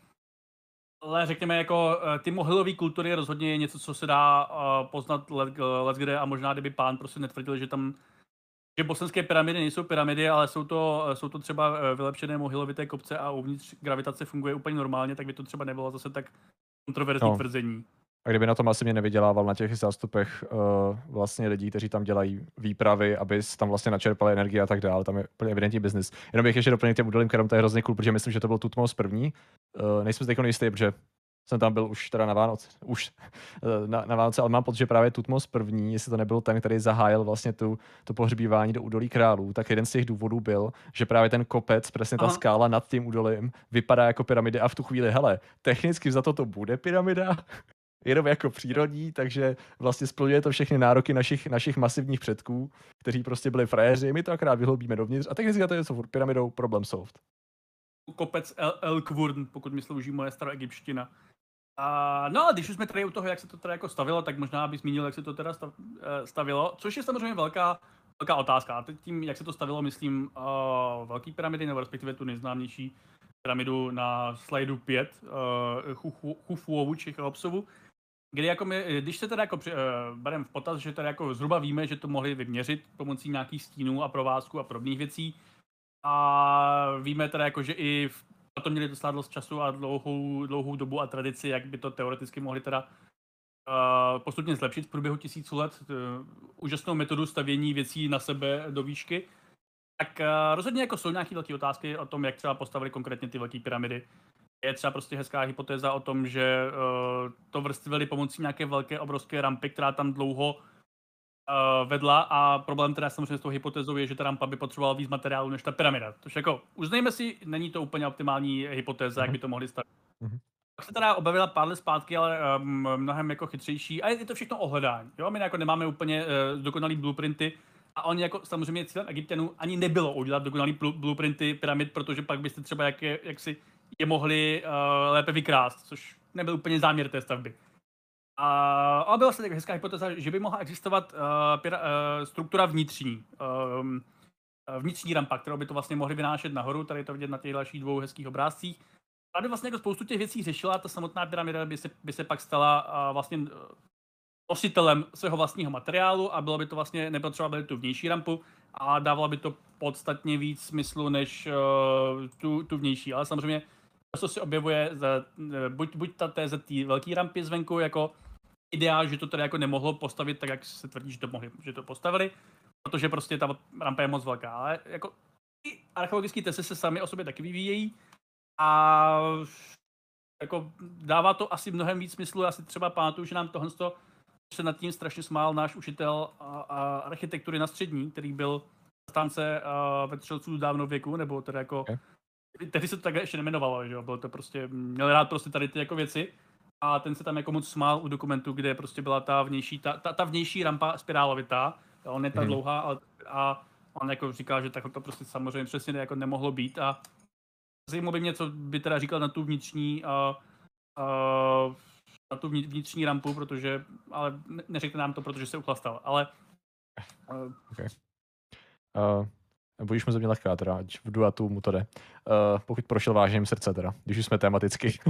Speaker 2: ale řekněme jako ty mohylové kultury rozhodně je něco, co se dá poznat leckde a možná kdyby pán prostě netvrdil, že bosenské pyramidy nejsou pyramidy, ale jsou to třeba vylepšené mohylovité kopce a uvnitř gravitace funguje úplně normálně, tak by to třeba nebylo zase tak kontroverzní tvrzení.
Speaker 3: A kdyby na tom asi mě nevydělával na těch zástupech vlastně lidí, kteří tam dělají výpravy, aby tam vlastně načerpali energii a tak dále, tam je úplně evidentní business. Jenom bych ještě doplnil těm údolím, kterým to je hrozně cool, protože myslím, že to byl Tutmos první. Nejsem si jistý, protože jsem tam byl už teda na Vánoce, na Vánoce, ale mám pocit, že právě Tutmos první, jestli to nebyl ten, který zahájil vlastně to pohřbívání do údolí králů, tak jeden z těch důvodů byl, že právě ten kopec, přesně ta skála nad tím údolím, vypadá jako pyramidy a v tu chvíli, hele, technicky za to bude pyramida, jenom jako přírodní, takže vlastně splňuje to všechny nároky našich masivních předků, kteří prostě byli frajeři, my to akorát vyhloubíme dovnitř a technicky to je co pyramidou problem solved.
Speaker 2: Kopec El Kvurn, pokud mi slouží moje staroegyptština. No a když už jsme tady u toho, jak se to teda jako stavilo, tak možná bych zmínil, jak se to teda stavilo, což je samozřejmě velká otázka. A teď tím, jak se to stavilo, myslím velký pyramidy, nebo respektive tu nejznámější pyramidu na slajdu 5, Chufuovu či Cheopsovu, kdy jako když se teda jako bereme v potaz, že teda jako zhruba víme, že to mohli vyměřit pomocí nějakých stínů a provázků a podobných věcí. A víme teda jako, že i na to měli dostat dost času a dlouhou dobu a tradici, jak by to teoreticky mohli teda postupně zlepšit v průběhu 1000 let. Úžasnou metodu stavění věcí na sebe do výšky. Tak rozhodně jako jsou nějaké velké otázky o tom, jak třeba postavili konkrétně ty velké pyramidy. Je třeba prostě hezká hypotéza o tom, že to vrstvili pomocí nějaké velké obrovské rampy, která tam dlouho vedla a problém teda samozřejmě s tou hypotézou je, že ta rampa by potřebovala víc materiálu než ta pyramida. Tož jako uznejme si, není to úplně optimální hypotéza, jak by to mohli stavit. Pak se teda objevila pár let zpátky, ale mnohem jako chytřejší a je to všechno ohledání. Jo? My jako nemáme úplně dokonalý blueprinty a oni jako samozřejmě cílem Egypťanů ani nebylo udělat dokonalý blueprinty pyramid, protože pak byste třeba jak si je mohli lépe vykrást, což nebyl úplně záměr té stavby. A byla se tak hezká hypotéza, že by mohla existovat struktura vnitřní rampa, kterou by to vlastně mohli vynášet nahoru, tady je to vidět na těch dalších dvou hezkých obrázcích. Tady vlastně jako spoustu těch věcí řešila, ta samotná pyramida by se pak stala vlastně nositelem svého vlastního materiálu a bylo by to vlastně, nepotřebovala by tu vnější rampu a dávala by to podstatně víc smyslu než tu vnější, ale samozřejmě to se objevuje buď ta téze té velké rampy zvenku jako ideál, že to tady jako nemohlo postavit tak, jak se tvrdí, že to postavili, protože prostě ta rampa je moc velká, ale jako i archeologické testy se sami o sobě taky vyvíjejí a jako dává to asi mnohem víc smyslu. Já si třeba pamatuju, že nám tohle se nad tím strašně smál náš učitel architektury na střední, který byl zastánce vetřelců dávno věku, nebo teda jako tehdy se to takhle ještě nejmenovalo, že jo, bylo to prostě, měl rád prostě tady ty jako věci a ten se tam jako moc smál u dokumentu, kde prostě byla ta vnější, ta vnější rampa spirálovitá, on je tak dlouhá a on jako říkal, že tak to prostě samozřejmě přesně jako nemohlo být a zajímalo by mě, co by teda říkal na tu vnitřní vnitřní rampu, protože, ale neřekne nám to, protože se uchlastal, ale
Speaker 3: Okay. Budíš mu země lehká, teda, ať v duatu mu to jde. Pokud prošel vážením srdce, teda, když už jsme tematicky.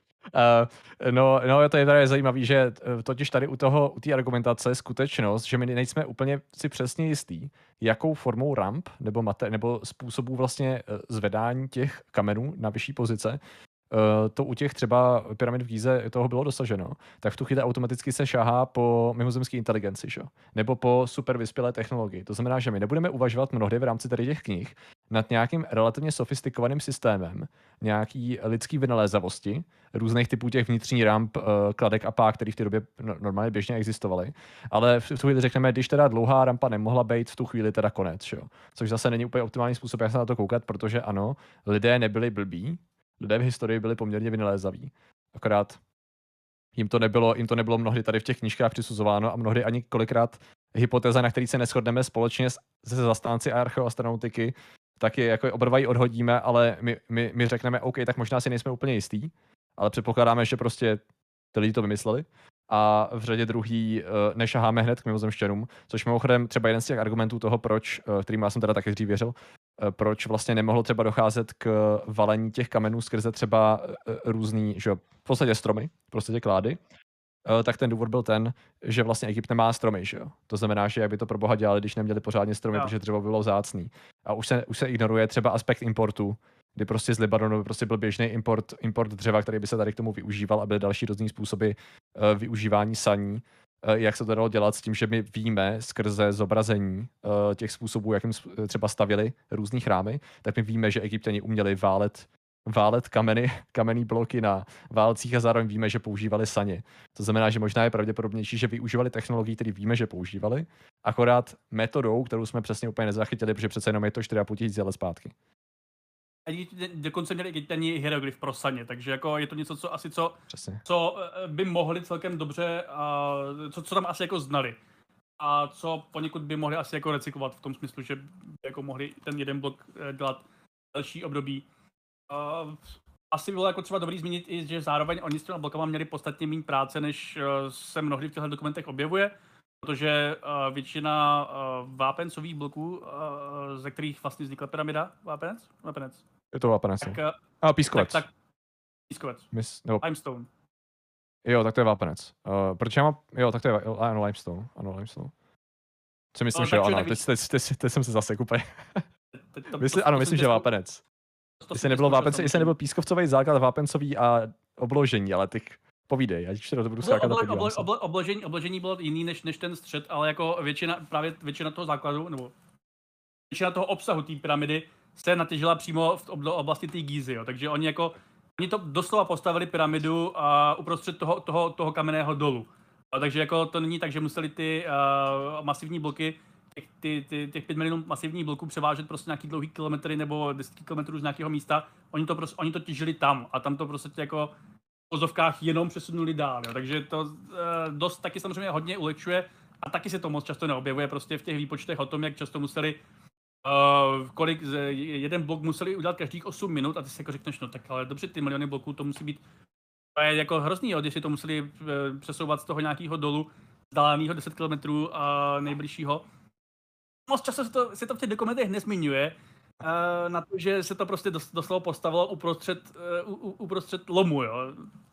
Speaker 3: No, to je tady zajímavé, že totiž tady u té argumentace skutečnost, že my nejsme úplně si přesně jistý, jakou formou ramp nebo způsobů vlastně zvedání těch kamenů na vyšší pozice, to u těch třeba pyramid v Gíze toho bylo dosaženo, tak v tu chvíli automaticky se šahá po mimozemské inteligenci, že? Nebo po super vyspělé technologii. To znamená, že my nebudeme uvažovat mnohdy v rámci tady těch knih nad nějakým relativně sofistikovaným systémem, nějaký lidský vynalézavosti, různých typů těch vnitřní ramp, kladek a pák, které v té době normálně běžně existovaly. Ale v tu chvíli řekneme, když teda dlouhá rampa nemohla být, v tu chvíli teda konec, že? Což zase není úplně optimální způsob, jak se na to koukat, protože ano, lidé nebyli blbí, lidé v historii byli poměrně vynalézaví. Akorát jim to nebylo mnohdy tady v těch knížkách přisuzováno a mnohdy ani kolikrát hypotéza, na který se neshodneme společně se zastánci archeoastronautiky, tak je jako oba dva odhodíme, ale my řekneme, OK, tak možná si nejsme úplně jistý, ale předpokládáme, že prostě ty lidi to vymysleli a v řadě druhý nešaháme hned k mimozemšťanům, což mimochodem třeba jeden z těch argumentů toho, proč, kterým já jsem teda taky dřív věřil, proč vlastně nemohlo třeba docházet k valení těch kamenů skrze třeba různý, že v podstatě stromy, v podstatě klády, tak ten důvod byl ten, že vlastně Egypt nemá stromy, že jo. To znamená, že jak by to pro boha dělali, když neměli pořádně stromy, protože dřevo bylo vzácný. A už se ignoruje třeba aspekt importu, kdy prostě z Libanonu by prostě byl běžný import dřeva, který by se tady k tomu využíval a byly další různý způsoby využívání saní. Jak se to dalo dělat s tím, že my víme skrze zobrazení těch způsobů, jakým třeba stavěli různý chrámy, tak my víme, že Egypťani uměli válet kamenný bloky na válcích a zároveň víme, že používali saně. To znamená, že možná je pravděpodobnější, že využívali technologii, které víme, že používali, akorát metodou, kterou jsme přesně úplně nezachytili, protože přece jenom je to 4,5 tisíce let zpátky.
Speaker 2: A dokonce měli Egypťani hieroglyf pro saně, takže jako je to něco, co by mohli celkem dobře, co tam asi jako znali. A co poněkud by mohli asi jako recyklovat v tom smyslu, že by jako mohli ten jeden blok dělat další období. Asi bylo jako třeba dobrý zmínit i, že zároveň oni s těma blokama měli podstatně méně práce, než se mnohdy v těchto dokumentech objevuje, protože většina vápencových bloků, ze kterých vlastně vznikla pyramida, vápenec.
Speaker 3: Je to vápenec. A pískovec.
Speaker 2: Tak pískovec. Limestone.
Speaker 3: Jo, tak to je vápenec. Proč já mám... Jo, tak to je limestone. Ano, limestone. Co myslím, že jo, ano. Teď jsem se zasek úplně. Myslím, že vápenec. Jestli nebyl pískovcový základ, vápencový a obložení, ale ty povídej, já to budu skákat a podívám se.
Speaker 2: Obložení bylo jiný než ten střed, ale jako většina toho základu, nebo většina toho obsahu té pyramidy se natěžila přímo v oblasti té Gízy, jo. Takže oni to doslova postavili pyramidu uprostřed toho kamenného dolu. Takže jako to není tak, že museli ty masivní bloky, těch 5 milionů masivních bloků převážet prostě nějaký dlouhý kilometry nebo 10 kilometrů z nějakého místa. Oni to těžili tam a tam to prostě jako v vozovkách jenom přesunuli dál. Jo. Takže to dost taky samozřejmě hodně ulehčuje a taky se to moc často neobjevuje prostě v těch výpočtech o tom, jak často museli jeden blok museli udělat každých 8 minut a ty si jako řekneš, no tak ale dobře, ty miliony bloků, to musí být to je jako hrozný, jo, když si to museli přesouvat z toho nějakého dolu vzdáleného 10 km nejbližšího. Moc často se to v těch dokumentech nezmiňuje, na to, že se to prostě doslova postavilo uprostřed lomu, jo.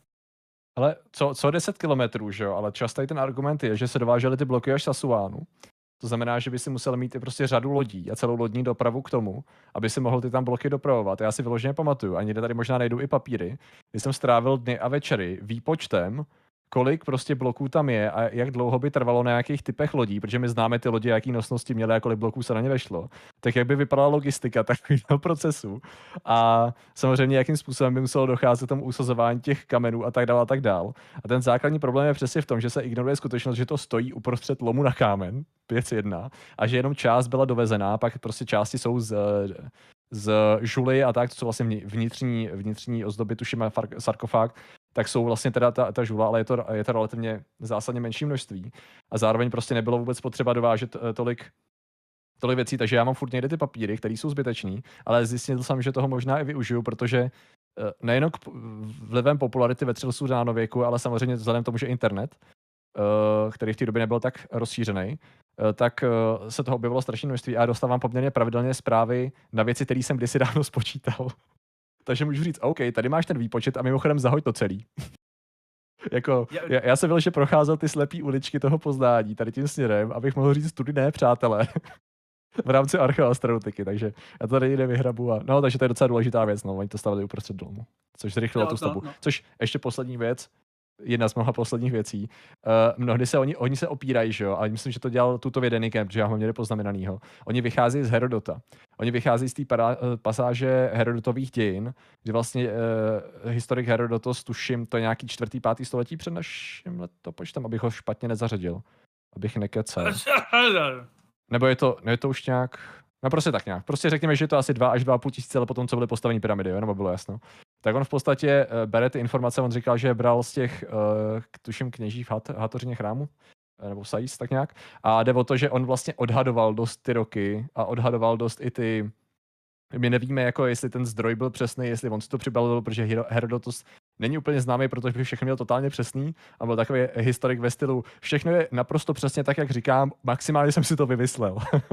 Speaker 3: Ale co 10 kilometrů, že jo? Ale častý ten argument je, že se dovážely ty bloky až z Asuánu. To znamená, že by si musel mít i prostě řadu lodí a celou lodní dopravu k tomu, aby si mohl ty tam bloky dopravovat. Já si vyloženě pamatuju, a někde tady možná najdu i papíry, kdy jsem strávil dny a večery výpočtem, kolik prostě bloků tam je a jak dlouho by trvalo na jakých typech lodí, protože my známe ty lodě, jaký nosnosti měly a kolik bloků se na ně vešlo, tak jak by vypadala logistika takového procesu a samozřejmě jakým způsobem by muselo docházet k tomu usazování těch kamenů a tak dále a tak dál. A ten základní problém je přesně v tom, že se ignoruje skutečnost, že to stojí uprostřed lomu na kámen, věc 1, a že jenom část byla dovezená, pak prostě části jsou z žuly a tak, to jsou vlastně vnitřní ozdoby, tuším sarkofág, tak jsou vlastně teda ta žula, ale je to relativně zásadně menší množství. A zároveň prostě nebylo vůbec potřeba dovážet tolik věcí, takže já mám furt někde ty papíry, které jsou zbytečný, ale zjistil jsem, že toho možná i využiju, protože nejen vlivem popularity ve středověku, ale samozřejmě vzhledem k tomu, že internet, který v té době nebyl tak rozšířený, tak se toho objevilo strašné množství a já dostávám poměrně pravidelně zprávy na věci, které jsem kdysi dávno spočítal. Takže můžu říct, OK, tady máš ten výpočet a mimochodem zahoď to celý. Jako, já jsem byl, že procházel ty slepý uličky toho poznání tady tím směrem, abych mohl říct tudy ne, přátelé, v rámci archeoastronautiky, takže já to tady nevyhrabu. No, takže to je docela důležitá věc, no, oni to stavili uprostřed domu, což zrychlilo tu stavbu. Což ještě poslední věc, jedna z mnoha posledních věcí. Mnohdy se oni se opírají, že jo, ale myslím, že to dělal tuto vědeníkem, protože já ho měli poznamenanýho. Oni vychází z Herodota. Oni vychází z té pasáže Herodotových dějin, kdy vlastně historik Herodotos, tuším, to je nějaký 4. 5. století před naším letopočtem, abych ho špatně nezařadil. Abych nekecel. Nebo je to už nějak... No prostě tak nějak. Prostě řekněme, že je to asi 2 až 2,5 tisíce let potom, co byly postaveny pyramidy, jo? Nebo bylo jasno. Tak on v podstatě bere ty informace, on říkal, že je bral z těch, tuším, kněží v Hatořině chrámu, nebo Sais, tak nějak. A jde o to, že on vlastně odhadoval dost ty roky a odhadoval dost i ty... My nevíme, jako jestli ten zdroj byl přesný, jestli on si to přibalil, protože Herodotus není úplně známý, protože by všechno měl totálně přesný a byl takový historik ve stylu, všechno je naprosto přesně tak, jak říkám, maximálně jsem si to vymyslel.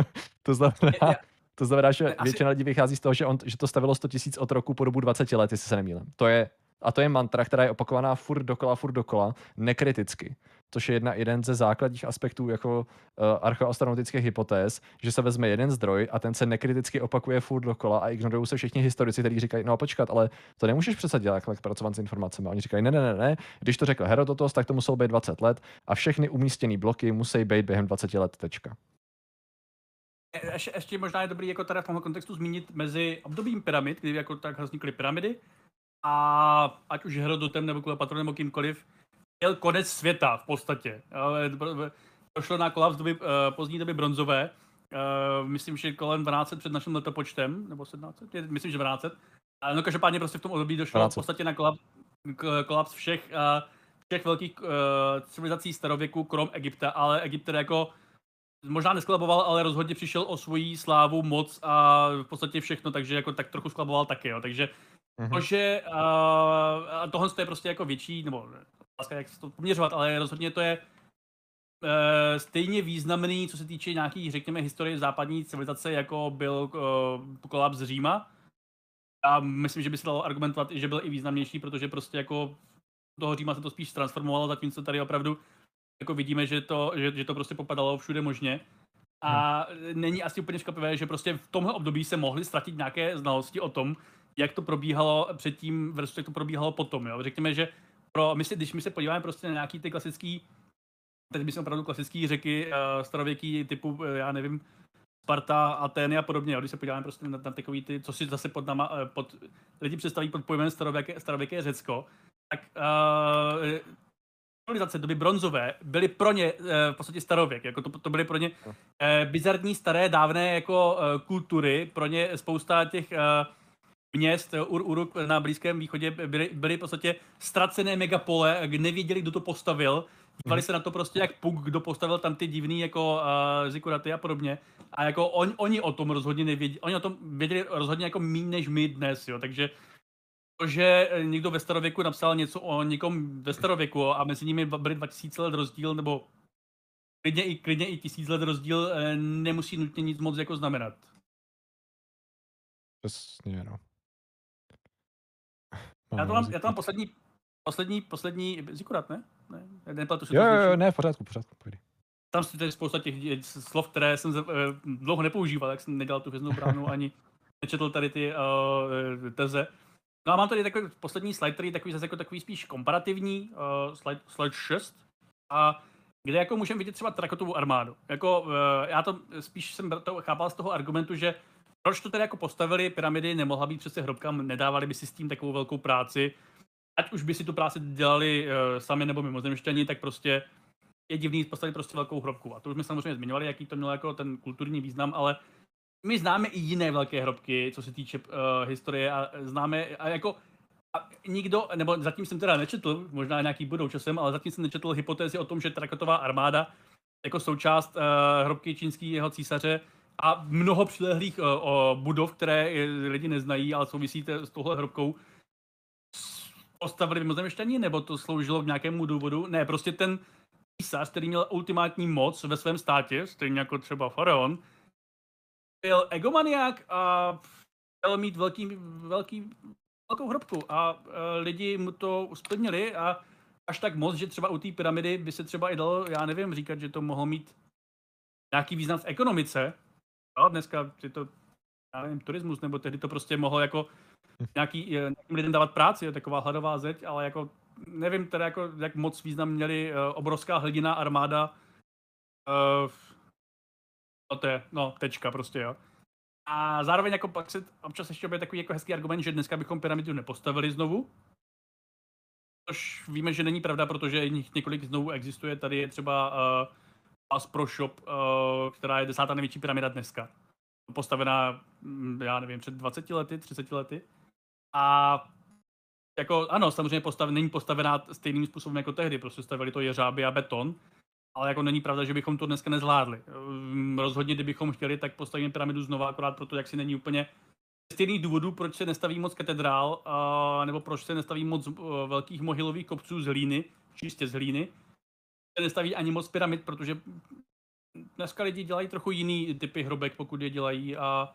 Speaker 3: To znamená, že většina lidí vychází z toho, že to stavilo 100 000 od roku po dobu 20 let, jestli se nemýlím. To je mantra, která je opakovaná furt dokola, nekriticky. Což je jeden ze základních aspektů jako archeoastronautických hypotéz, že se vezme jeden zdroj a ten se nekriticky opakuje furt dokola a ignorují se všichni historici, kteří říkají, no počkat, ale to nemůžeš přece dělat, jak pracovat s informacemi. A oni říkají, ne, když to řekl Herodotos, tak to muselo být 20 let a všechny umístěné bloky musí být během 20 let, tečka.
Speaker 2: Ještě možná je dobrý jako tady v tomhle kontextu zmínit mezi obdobím pyramid, kdy jako tak vznikly pyramidy, a ať už Herodotem nebo Kleopatrou nebo kýmkoliv, byl konec světa v podstatě. Došlo na kolaps pozdní doby bronzové, myslím, že kolem 12 před naším letopočtem, nebo 17, myslím, že 12. No každopádně prostě v tom období došlo 12. v podstatě na kolaps všech velkých civilizací starověku, krom Egypta, ale Egypt tedy jako možná nesklaboval, ale rozhodně přišel o svoji slávu, moc a v podstatě všechno, takže jako tak trochu sklaboval taky, jo. Takže že tohle je prostě jako větší, nebo jak se to poměřovat, ale rozhodně to je stejně významný, co se týče nějakých, řekněme, historie západní civilizace, jako byl kolaps Říma. A myslím, že by se dalo argumentovat, že byl i významnější, protože prostě jako toho Říma se to spíš transformovalo, zatímco tady opravdu jako vidíme, že to prostě popadalo všude možně. A není asi úplně překvapivé, že prostě v tomhle období se mohly ztratit nějaké znalosti o tom, jak to probíhalo předtím versus jak to probíhalo potom. Jo? Řekněme, že když my se podíváme prostě na nějaký ty klasický, teď myslím opravdu klasický řeky starověký typu, já nevím, Sparta, Atény a podobně, jo? Když se podíváme prostě na takový ty, co si zase lidi představí pod pojmem starověké Řecko, tak civilizace doby bronzové byly pro ně v podstatě starověk, jako to byly pro ně bizarní staré dávné jako kultury, pro ně spousta těch měst Uruk na Blízkém východě byly v podstatě ztracené megapole, nevěděli, kdo to postavil, dívali se na to prostě jak Puk, kdo postavil tam ty divný jako zikuraty a podobně. A jako oni o tom rozhodně nevěděli, oni o tom věděli rozhodně jako méně než my dnes, jo, takže to, že někdo ve starověku napsal něco o někom ve starověku a mezi nimi byly 2000 let rozdíl, nebo klidně i 1000 let rozdíl, nemusí nutně nic moc jako znamenat.
Speaker 3: Přesně, no.
Speaker 2: Já to mám poslední zikurat, ne? Nepletu si to
Speaker 3: Jo, ne, v pořádku, pojď.
Speaker 2: Tam si tady spousta těch slov, které jsem dlouho nepoužíval, jak jsem nedělal tu hvězdnou bránu, ani nečetl tady ty teze. No a mám tady takový poslední slide, který je takový zase jako takový spíš komparativní, slide 6, a kde jako můžeme vidět třeba Trakotovu armádu. Jako, já to spíš jsem to chápal z toho argumentu, že proč to tedy jako postavili, pyramidy nemohla být přece hrobka, nedávali by si s tím takovou velkou práci. Ať už by si tu práci dělali sami nebo mimozemšťani, tak prostě je divný postavit prostě velkou hrobku. A to už jsme samozřejmě zmiňovali, jaký to mělo jako ten kulturní význam, ale my známe i jiné velké hrobky, co se týče historie, a známe a jako a nikdo, nebo zatím jsem teda nečetl, možná nějaký budou časem, ale zatím jsem nečetl hypotézy o tom, že Trakotová armáda jako součást hrobky čínského císaře a mnoho přilehlých budov, které lidi neznají, ale souvisí s touhle hrobkou, postavili mimozemšťani, nebo to sloužilo k nějakému důvodu? Ne, prostě ten císař, který měl ultimátní moc ve svém státě, stejně jako třeba faraon, byl egomaniák a chtěl mít velkou hrobku a lidi mu to splnili a až tak moc, že třeba u té pyramidy by se třeba i dalo, já nevím, říkat, že to mohlo mít nějaký význam v ekonomice. No, dneska je to, já nevím, turismus, nebo tehdy to prostě mohlo jako nějakým lidem dávat práci, je taková hladová zeď, ale jako nevím teda jako, jak moc význam měli obrovská hliněná armáda. Tečka prostě, jo. A zároveň jako pak se občas ještě objeví takový jako hezký argument, že dneska bychom pyramidu nepostavili znovu. Což víme, že není pravda, protože jich několik znovu existuje. Tady je třeba Pro Shop, která je 10. největší pyramida dneska. Postavená, já nevím, před 20 lety, 30 lety. A jako ano, samozřejmě není postavená stejným způsobem jako tehdy, prostě stavili to jeřáby a beton, ale jako není pravda, že bychom to dneska nezvládli. Rozhodně, kdybychom chtěli, tak postavíme pyramidu znova, akorát proto, jak si není úplně stejný důvodů, proč se nestaví moc katedrál, nebo proč se nestaví moc velkých mohylových kopců z hlíny, čistě z hlíny. Se nestaví ani moc pyramid, protože dneska lidi dělají trochu jiný typy hrobek, pokud je dělají, a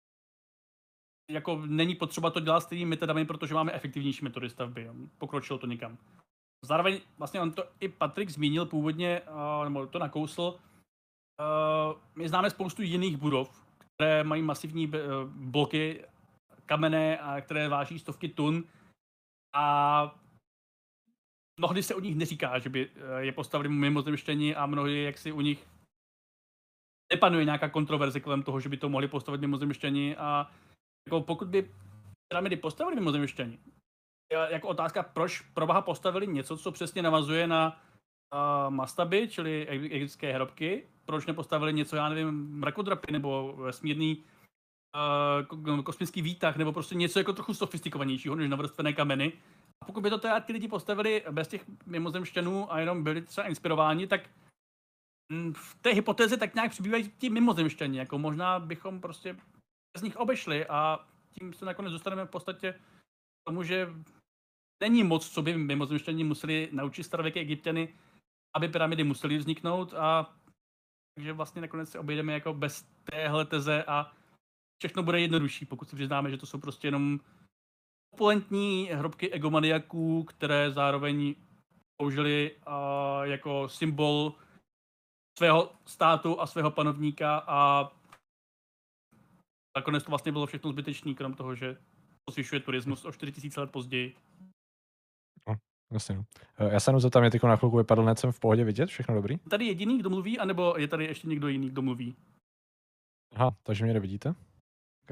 Speaker 2: jako není potřeba to dělat stejnými metodami, protože máme efektivnější metody stavby. Pokročilo to někam. Zároveň vlastně on to i Patrik zmínil původně, nebo to nakousl. My známe spoustu jiných budov, které mají masivní bloky kamenné a které váží stovky tun. A mnohdy se o nich neříká, že by je postavili mimozemšťani, a mnohdy jaksi u nich nepanuje nějaká kontroverze kolem toho, že by to mohli postavit mimozemšťani. A jako pokud by pyramidy postavili mimozemšťani, jako otázka, proč proboha postavili něco, co přesně navazuje na mastaby, čili egyptské hrobky, proč nepostavili něco, já nevím, mrakodrapy nebo vesmírný kosmický výtah, nebo prostě něco jako trochu sofistikovanějšího než navrstvené kameny. A pokud by to teda ty lidi postavili bez těch mimozemšťanů a jenom byli třeba inspirováni, tak v té hypotéze tak nějak přibývají ti mimozemšťani, jako možná bychom prostě z nich obešli a tím se nakonec dostaneme v podstatě k tomu, že není moc, co by mimozemšťani museli naučit starověké Egypťany, aby pyramidy musely vzniknout, a takže vlastně nakonec se obejdeme jako bez téhle teze a všechno bude jednodušší, pokud si přiznáme, že to jsou prostě jenom opulentní hrobky egomaniaků, které zároveň použili jako symbol svého státu a svého panovníka, a nakonec to vlastně bylo všechno zbytečný, krom toho, že posvěšuje turismus o 4000 let později.
Speaker 3: Jasně, no. Já se jenom zeptám, mě na chvilku vypadl, net jsem v pohodě vidět, všechno dobrý?
Speaker 2: Tady jediný, kdo mluví, anebo je tady ještě někdo jiný, kdo mluví?
Speaker 3: Aha, takže mě nevidíte? Okay.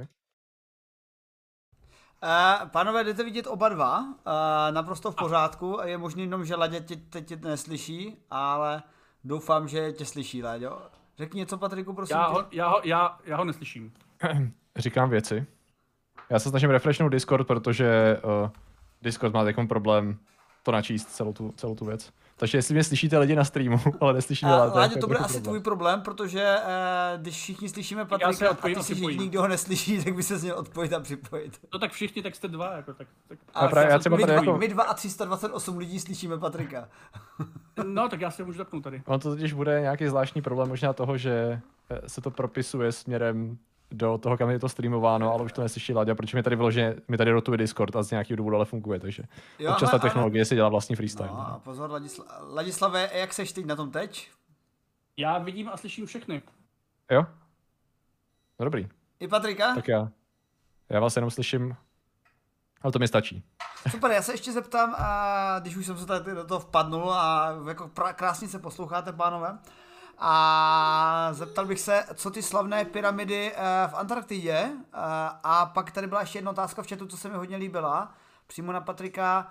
Speaker 1: Pánové, jdete vidět oba dva, naprosto v pořádku, je možný jenom, že Ladě tě neslyší, ale doufám, že tě slyší, Láďo. Řekni něco, Patriku, prosím.
Speaker 2: Já ho neslyším.
Speaker 3: Říkám věci. Já se snažím refreshnout Discord, protože Discord má takový problém to načíst celou tu věc. Takže jestli mě slyšíte lidi na streamu, ale neslyšíte
Speaker 1: Láďo, to bude asi tvůj problém, protože když všichni slyšíme Patrika a ty jsi jediný, kdo ho neslyší, tak by se měl odpojit a připojit.
Speaker 2: No tak všichni, tak jste dva, jako tak.
Speaker 1: My dva a 328 lidí slyšíme Patrika.
Speaker 2: No tak já se můžu zapnout tady.
Speaker 3: On to totiž bude nějaký zvláštní problém možná toho, že se to propisuje směrem do toho, kam je to streamováno, ale už to neslyší Láďa, protože mi tady rotuje Discord a z nějakého důvodu ale funguje, takže občas ta technologie si dělá vlastní freestyle.
Speaker 1: No a pozor, Ladislave, jak seš teď na tom teď?
Speaker 2: Já vidím a slyším všechny.
Speaker 3: Jo? No dobrý.
Speaker 1: I Patrika?
Speaker 3: Tak já vás jenom slyším, ale to mi stačí.
Speaker 1: Super, já se ještě zeptám, když už jsem se tady do toho vpadnul a jako krásně se posloucháte, pánové. A zeptal bych se, co ty slavné pyramidy v Antarktidě. A pak tady byla ještě jedna otázka v chatu, co se mi hodně líbila. Přímo na Patrika.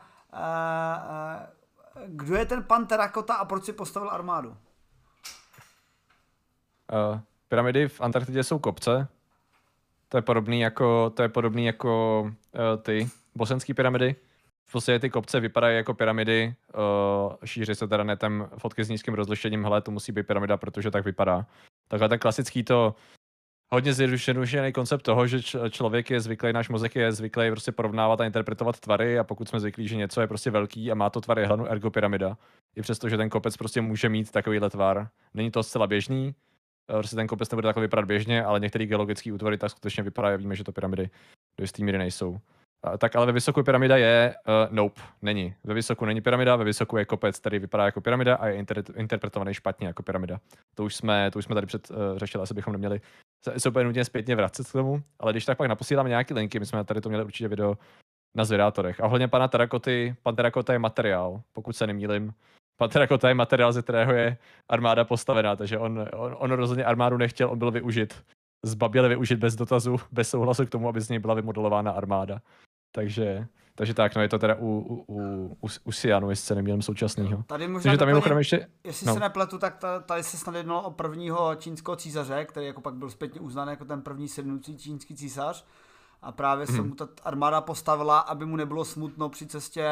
Speaker 1: Kdo je ten pan Terakota a proč si postavil armádu?
Speaker 3: Pyramidy v Antarktidě jsou kopce. To je podobný jako ty bosenské pyramidy. V podstatě ty kopce vypadají jako pyramidy, šíří se teda netem fotky s nízkým rozlišením, hele, to musí být pyramida, protože tak vypadá. Takhle ten klasický to hodně zjednodušený koncept toho, že člověk je zvyklý, náš mozek je zvyklý prostě porovnávat a interpretovat tvary a pokud jsme zvyklí, že něco je prostě velký a má to tvar jehlanu, ergo pyramida. I přesto, že ten kopec prostě může mít takovýhle tvar. Není to zcela běžný, prostě ten kopec nebude takhle vypadat běžně, ale některé geologické útvary tak skutečně vypadají a víme, že to pyramidy do jisté míry nejsou. Tak ale ve Vysoku pyramida je, nope, není. Ve Vysoku není pyramida, ve Vysoku je kopec, který vypadá jako pyramida a je interpretovaný špatně jako pyramida. To už jsme tady řešili, asi bychom neměli se úplně nutně zpětně vracet k tomu, ale když tak pak naposíláme nějaký linky, my jsme tady to měli určitě video na zvědátorech. A ohledně pana Terakoty, pan Terakota je materiál, pokud se nemýlim. Pan Terakota je materiál, ze kterého je armáda postavená, takže on rozhodně armádu nechtěl, on byl využit. Zbaběle využit bez dotazu, bez souhlasu k tomu, aby z něj byla vymodelována armáda. Takže tak, no je to teda u Sianu, jestli se nemýlím současného.
Speaker 1: Tady možná
Speaker 3: takže tam mimochodem ještě...
Speaker 1: Jestli se nepletu, tak tady se snad jednalo o prvního čínského císaře, který jako pak byl zpětně uznán jako ten první sednoucí čínský císař. A právě se mu ta armáda postavila, aby mu nebylo smutno při cestě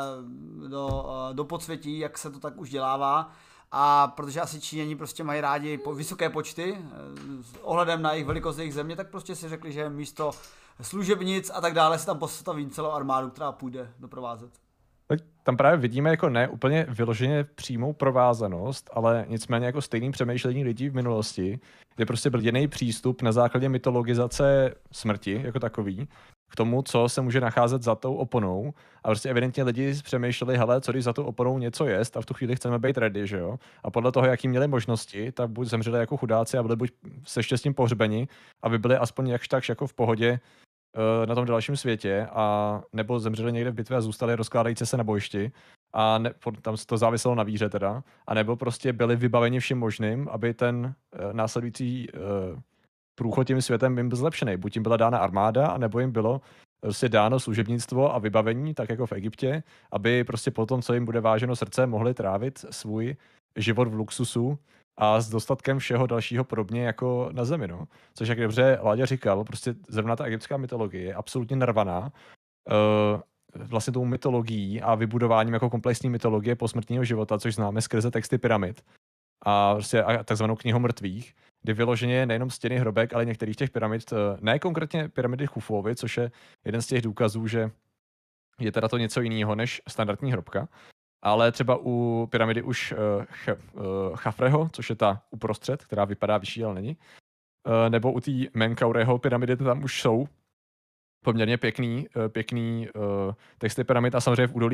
Speaker 1: do podsvětí, jak se to tak už dělává. A protože asi Číňani prostě mají rádi vysoké počty, s ohledem na jejich velikost jejich země, tak prostě si řekli, že místo služebnic a tak dále si tam postaví celou armádu, která půjde doprovázet.
Speaker 3: Tak tam právě vidíme jako ne úplně vyloženě přímou provázanost, ale nicméně jako stejný přemýšlení lidí v minulosti, kde prostě byl jiný přístup na základě mytologizace smrti jako takový, k tomu, co se může nacházet za tou oponou. A prostě evidentně lidi přemýšleli, hele, co když za tou oponou něco jest a v tu chvíli chceme být ready, že jo? A podle toho, jaký měli možnosti, tak buď zemřeli jako chudáci a byli buď se štěstím pohřbeni, aby byli aspoň jakž takž jako v pohodě na tom dalším světě, a nebo zemřeli někde v bitvě a zůstali rozkládající se na bojišti. A tam to záviselo na víře teda. A nebo prostě byli vybaveni vším možným, aby ten následující průchod tím světem jim byl zlepšený. Buď jim byla dána armáda, nebo jim bylo prostě dáno služebnictvo a vybavení, tak jako v Egyptě, aby prostě po tom, co jim bude váženo srdce, mohli trávit svůj život v luxusu a s dostatkem všeho dalšího podobně jako na zemi. No. Což, jak dobře Láďa říkal, prostě zrovna ta egyptská mytologie je absolutně narvaná vlastně tou mytologií a vybudováním jako komplexní mytologie posmrtního života, což známe skrze texty pyramid a prostě takzvanou knihu mrtvých, kdy vyloženě je nejenom stěny hrobek, ale některých těch pyramid, ne konkrétně pyramidy Chufuovy, což je jeden z těch důkazů, že je teda to něco jiného než standardní hrobka, ale třeba u pyramidy už Chafreho, což je ta uprostřed, která vypadá vyšší, ale není, nebo u té Menkaureho pyramidy tam už jsou poměrně pěkný texty pyramid a samozřejmě v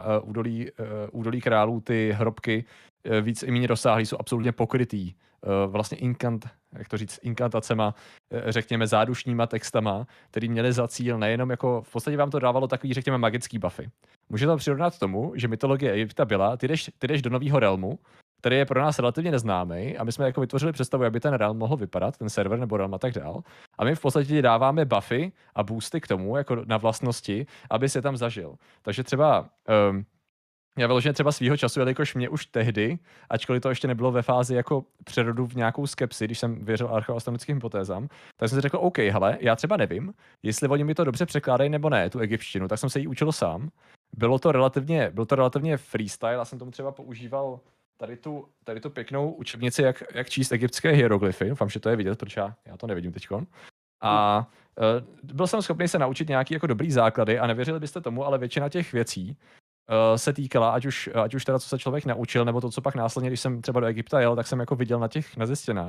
Speaker 3: údolí králů ty hrobky víc i méně rozsáhlý, jsou absolutně pokrytý vlastně inkantacema, řekněme zádušníma textama, který měli za cíl nejenom jako, v podstatě vám to dávalo takový, řekněme, magický buffy. Může to přirovnat tomu, že mytologie Egypta byla, ty jdeš do nového realmu, který je pro nás relativně neznámý a my jsme jako vytvořili představu, aby ten realm mohl vypadat, ten server nebo realm a tak dál. A my v podstatě dáváme buffy a boosty k tomu, jako na vlastnosti, aby se tam zažil. Takže třeba já vyloženě třeba svýho času, jelikož mě už tehdy, ačkoliv to ještě nebylo ve fázi jako přerodu v nějakou skepsi, když jsem věřil archeoastronomickým hypotézám, tak jsem si řekl, OK, hele, já třeba nevím, jestli oni mi to dobře překládají nebo ne, tu egyptštinu, tak jsem se jí učil sám. Byl to relativně freestyle, já jsem tomu třeba používal tady tu pěknou učebnici, jak číst egyptské hieroglyfy. Doufám, že to je vidět, protože já to nevidím teďkon. A byl jsem schopný se naučit nějaký jako dobrý základy a nevěřili byste tomu, ale většina těch věcí se týkala, ať už teda co se člověk naučil, nebo to, co pak následně, když jsem třeba do Egypta jel, tak jsem jako viděl na těch stěnách,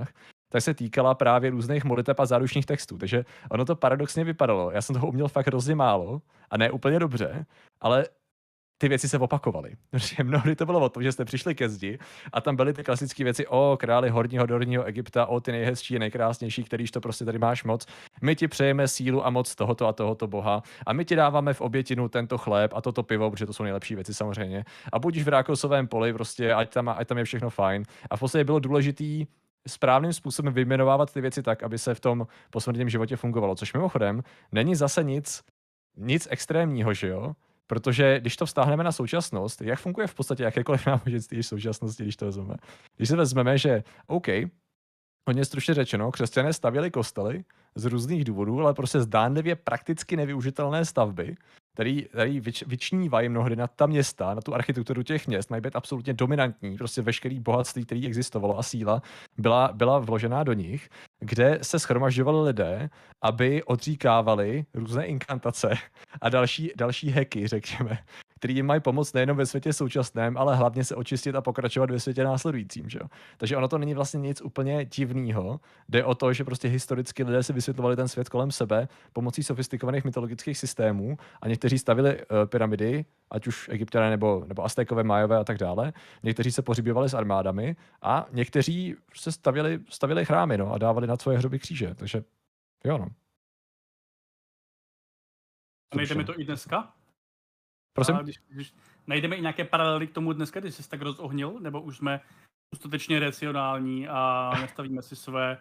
Speaker 3: tak se týkala právě různých modliteb a záručních textů. Takže ono to paradoxně vypadalo. Já jsem toho uměl fakt hrozně málo a ne úplně dobře, ale ty věci se opakovaly. Protože mnohdy to bylo o tom, že jste přišli ke zdi a tam byly ty klasické věci o králi horního, dolního Egypta, o ty nejhezčí, nejkrásnější, kterýž to prostě tady máš moc. My ti přejeme sílu a moc tohoto a tohoto boha a my ti dáváme v obětinu tento chléb a toto pivo, protože to jsou nejlepší věci samozřejmě. A budiš v rákosovém poli, prostě ať tam je všechno fajn. A v podstatě bylo důležitý správným způsobem vyjmenovávat ty věci tak, aby se v tom posmrtném životě fungovalo. Což mimochodem není zase nic extrémního, že jo? Protože když to vztáhneme na současnost, jak funguje v podstatě jakékoliv náboženství v současnosti, když to vezmeme. Když se vezmeme, že OK, hodně stručně řečeno, křesťané stavěli kostely z různých důvodů, ale prostě zdánlivě prakticky nevyužitelné stavby, který vyčnívají mnohdy na ta města, na tu architekturu těch měst, mají být absolutně dominantní, prostě veškerý bohatství, který existovalo a síla byla vložená do nich, kde se shromažďovali lidé, aby odříkávali různé inkantace a další hacky, řekněme, který jim mají pomoct nejenom ve světě současném, ale hlavně se očistit a pokračovat ve světě následujícím. Že? Takže ono to není vlastně nic úplně divného. Jde o to, že prostě historicky lidé si vysvětlovali ten svět kolem sebe pomocí sofistikovaných mytologických systémů a někteří stavili pyramidy, ať už Egypťané nebo Aztékové, Májové a tak dále. Někteří se pohřbívali s armádami a někteří se stavili chrámy, no, a dávali na svoje hroby kříže. Takže jo, no.
Speaker 2: A nejdeme to i dneska?
Speaker 3: Prosím?
Speaker 2: Když najdeme i nějaké paralely k tomu dneska, když jsi tak rozohnil, nebo už jsme dostatečně racionální a nastavíme si své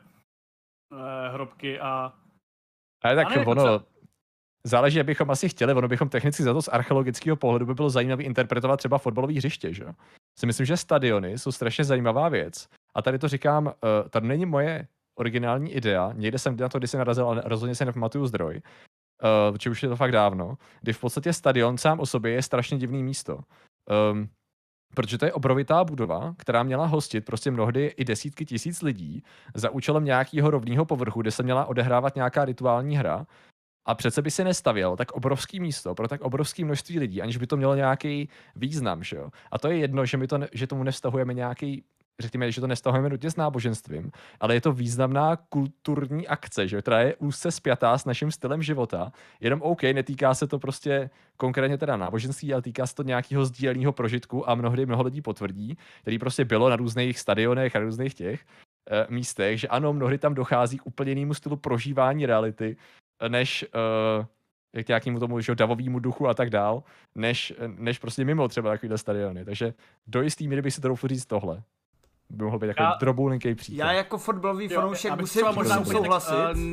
Speaker 2: hrobky a...
Speaker 3: Ale tak ono, záleží, jak bychom asi chtěli, ono bychom technicky za to z archeologického pohledu by bylo zajímavé interpretovat třeba fotbalové hřiště, že? Si myslím, že stadiony jsou strašně zajímavá věc. A tady to říkám, tady není moje originální idea, někde jsem na to kdysi narazil, ale rozhodně se nepamatuju zdroj. Či už je to fakt dávno, kdy v podstatě stadion sám o sobě je strašně divný místo. Protože to je obrovitá budova, která měla hostit prostě mnohdy i desítky tisíc lidí za účelem nějakého rovného povrchu, kde se měla odehrávat nějaká rituální hra. A přece by si nestavěl tak obrovský místo pro tak obrovské množství lidí, aniž by to mělo nějaký význam, že jo? A to je jedno, že tomu nevztahujeme nějaký, řekněme, že to nevztahujeme nutně s náboženstvím, ale je to významná kulturní akce, že, která je úzce spjatá s naším stylem života. Jenom OK, netýká se to prostě konkrétně teda náboženství, ale týká se to nějakého sdíleného prožitku a mnoho lidí potvrdí, který prostě bylo na různých stadionech a různých těch místech, že ano, mnohdy tam dochází k úplně jinému stylu prožívání reality, než k nějakému tomu davovému duchu a tak dál, než prostě mimo třeba takovýhle stadiony. Takže do jistý míry bych si to doufl říct tohle. By mohl být takový droboulinký příklad.
Speaker 1: Já jako fotbalový fanoušek musím
Speaker 2: možná
Speaker 1: souhlasit.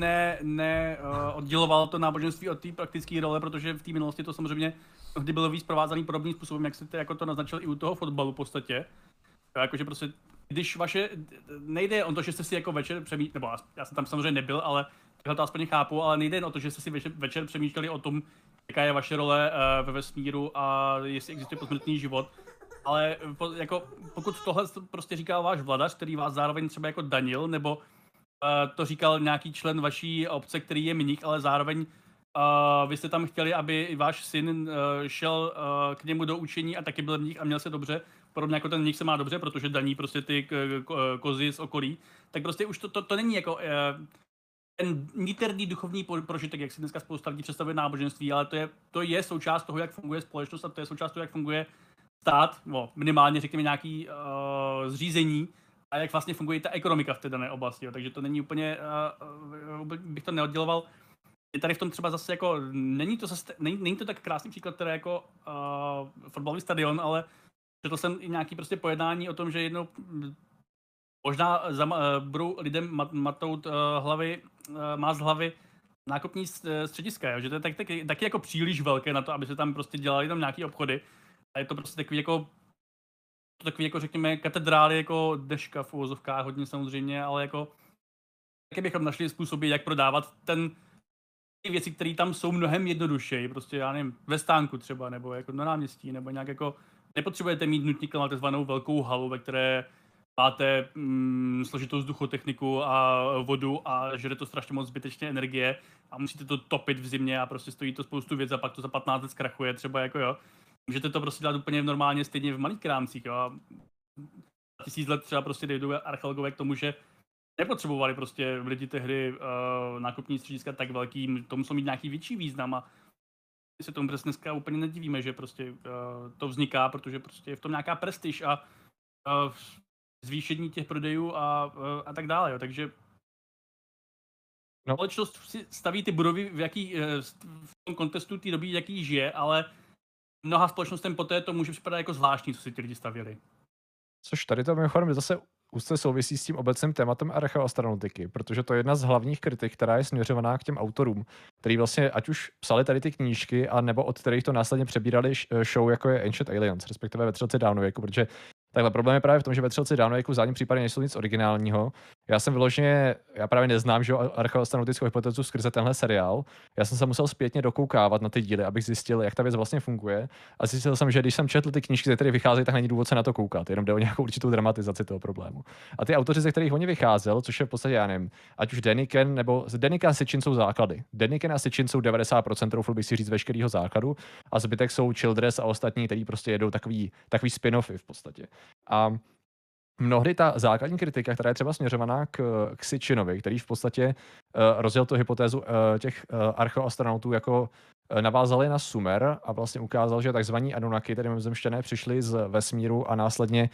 Speaker 2: Odděloval to náboženství od té praktické role, protože v té minulosti to samozřejmě mnohdy bylo víc provázaný podobným způsobem, jak jste jako to naznačil i u toho fotbalu v podstatě. Jakože prostě, když nejde o to, že jste si jako večer přemýšleli, nebo já jsem tam samozřejmě nebyl, ale takhle to aspoň chápu, ale nejde jen o to, že jste si večer přemýšleli o tom, jaká je vaše role ve vesmíru a jestli existuje posmrtný život. Ale jako, pokud tohle prostě říkal váš vladař, který vás zároveň třeba jako danil, nebo to říkal nějaký člen vaší obce, který je mních, ale zároveň vy jste tam chtěli, aby váš syn šel k němu do učení a taky byl mních a měl se dobře, podobně jako ten mních se má dobře, protože daní prostě ty kozy z okolí, tak prostě už to není jako ten niterný duchovní prožitek, jak si dneska spousta lidí představuje náboženství, ale to je součást toho, jak funguje společnost a to je součást toho, jak funguje stát, minimálně řekněme nějaký zřízení a jak vlastně funguje ta ekonomika v té dané oblasti. Jo. Takže to není úplně, bych to neodděloval. Je tady v tom třeba zase jako, není to tak krásný příklad, které jako fotbalový stadion, ale četl jsem i nějaký prostě pojednání o tom, že jednou možná budou lidem matout má z hlavy nákupní střediska, jo? Že to je taky jako příliš velké na to, aby se tam prostě dělali tam nějaký obchody. A je to prostě takový jako řekněme katedrály jako dneška v uvozovkách hodně samozřejmě, ale jako taky bychom našli způsoby, jak prodávat ty věci, které tam jsou mnohem jednodušeji, prostě já nevím, ve stánku třeba, nebo jako na náměstí, nebo nějak jako nepotřebujete mít nutně takzvanou velkou halu, ve které máte složitou vzduchotechniku a vodu a žere to strašně moc zbytečně energie a musíte to topit v zimě a prostě stojí to spoustu věc a pak to za 15 let zkrachuje třeba jako jo. Můžete to prostě dělat úplně normálně stejně v malých krámcích, jo. 1000 let třeba prostě dojdou archeologové k tomu, že nepotřebovali prostě lidi tehdy nákupní střediska tak velký, to muselo mít nějaký větší význam a se tomu přes dneska úplně nedivíme, že prostě to vzniká, protože prostě je v tom nějaká prestiž a zvýšení těch prodejů a tak dále, jo. Takže společnost si staví ty budovy v tom kontextu té doby, jaký žije, ale mnoha společnostem poté to může připadat jako zvláštní, co si ti lidi stavěli.
Speaker 3: Což tady to mimochodem zase úzce souvisí s tím obecným tématem archeoastronautiky, protože to je jedna z hlavních kritik, která je směřovaná k těm autorům, který vlastně ať už psali tady ty knížky, a nebo od kterých to následně přebírali show, jako je Ancient Aliens, respektive Ve třelci dávnověku, protože takhle problém je právě v tom, že Ve třelci dávnověku v zadním případě nejsou nic originálního. Já právě neznám, že archeoastronautickou hypotézu skrze tenhle seriál. Já jsem se musel zpětně dokoukávat na ty díly, abych zjistil, jak ta věc vlastně funguje. A zjistil jsem, že když jsem četl ty knížky, ze kterých vycházejí, tak není důvod se na to koukat, jenom jde o nějakou určitou dramatizaci toho problému. A ty autoři, ze kterých oni vycházel, což je v podstatě, já nevím, ať už Deniken nebo Deniken a Sitchin jsou základy. Deniken a Sitchin jsou 90%, troufl bych si říct, veškerého základu, a zbytek jsou Childress a ostatní, kteří prostě jedou takový spin-offy v podstatě. A mnohdy ta základní kritika, která je třeba směřovaná k Sitchinovi, který v podstatě rozjel tu hypotézu těch archeoastronautů, jako navázali na Sumer a vlastně ukázal, že takzvaní Anunnaki, tedy mimozemšťané, přišli z vesmíru a následně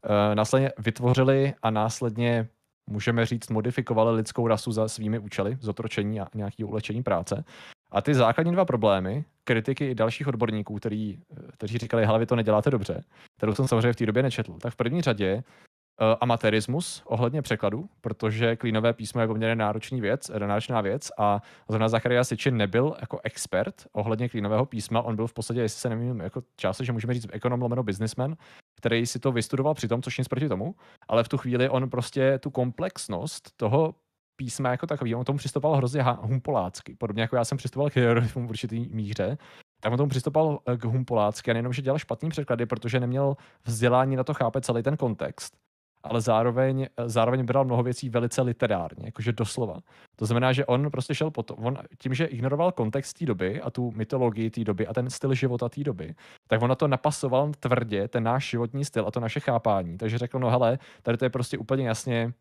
Speaker 3: vytvořili a následně, můžeme říct, modifikovali lidskou rasu za svými účely, zotročení a nějakého ulečení práce. A ty základní dva problémy, kritiky i dalších odborníků, kteří říkali, hele, vy to neděláte dobře, kterou jsem samozřejmě v té době nečetl, tak v první řadě amatérismus ohledně překladu, protože klínové písmo je poměrně náročná věc a zrovna Zacharias Sitchin nebyl jako expert ohledně klínového písma, on byl v podstatě, jestli se nemýlím, jako částečně, že můžeme říct ekonom/businessman, který si to vystudoval při tom, což nic proti tomu, ale v tu chvíli on prostě tu komplexnost toho písma jako takový, on tomu přistupoval hrozně humpolácky, podobně jako já jsem přistupoval k hieroglyfům v určitý míře, tak on tomu přistupoval k humpolácky a nejenom, že dělal špatný překlady, protože neměl vzdělání na to chápat celý ten kontext, ale zároveň bral mnoho věcí velice literárně, jakože doslova. To znamená, že on prostě šel on tím, že ignoroval kontext té doby a tu mytologii té doby a ten styl života té doby, tak on na to napasoval tvrdě ten náš životní styl a to naše chápání. Takže řekl, no hele, tady to je prostě úplně jasně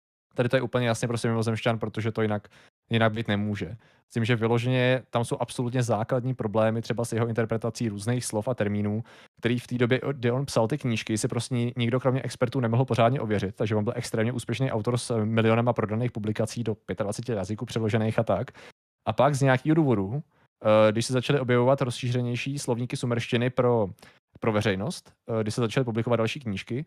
Speaker 3: prostě mimozemšťan, protože to jinak být nemůže. S tím, že vyloženě tam jsou absolutně základní problémy třeba s jeho interpretací různých slov a termínů, který v té době, kdy on psal ty knížky, si prostě nikdo kromě expertů nemohl pořádně ověřit, takže on byl extrémně úspěšný autor s milionama prodaných publikací do 25 jazyků přeložených a tak. A pak z nějakého důvodu, když se začaly objevovat rozšířenější slovníky sumerštiny pro veřejnost, když se začaly publikovat další knížky,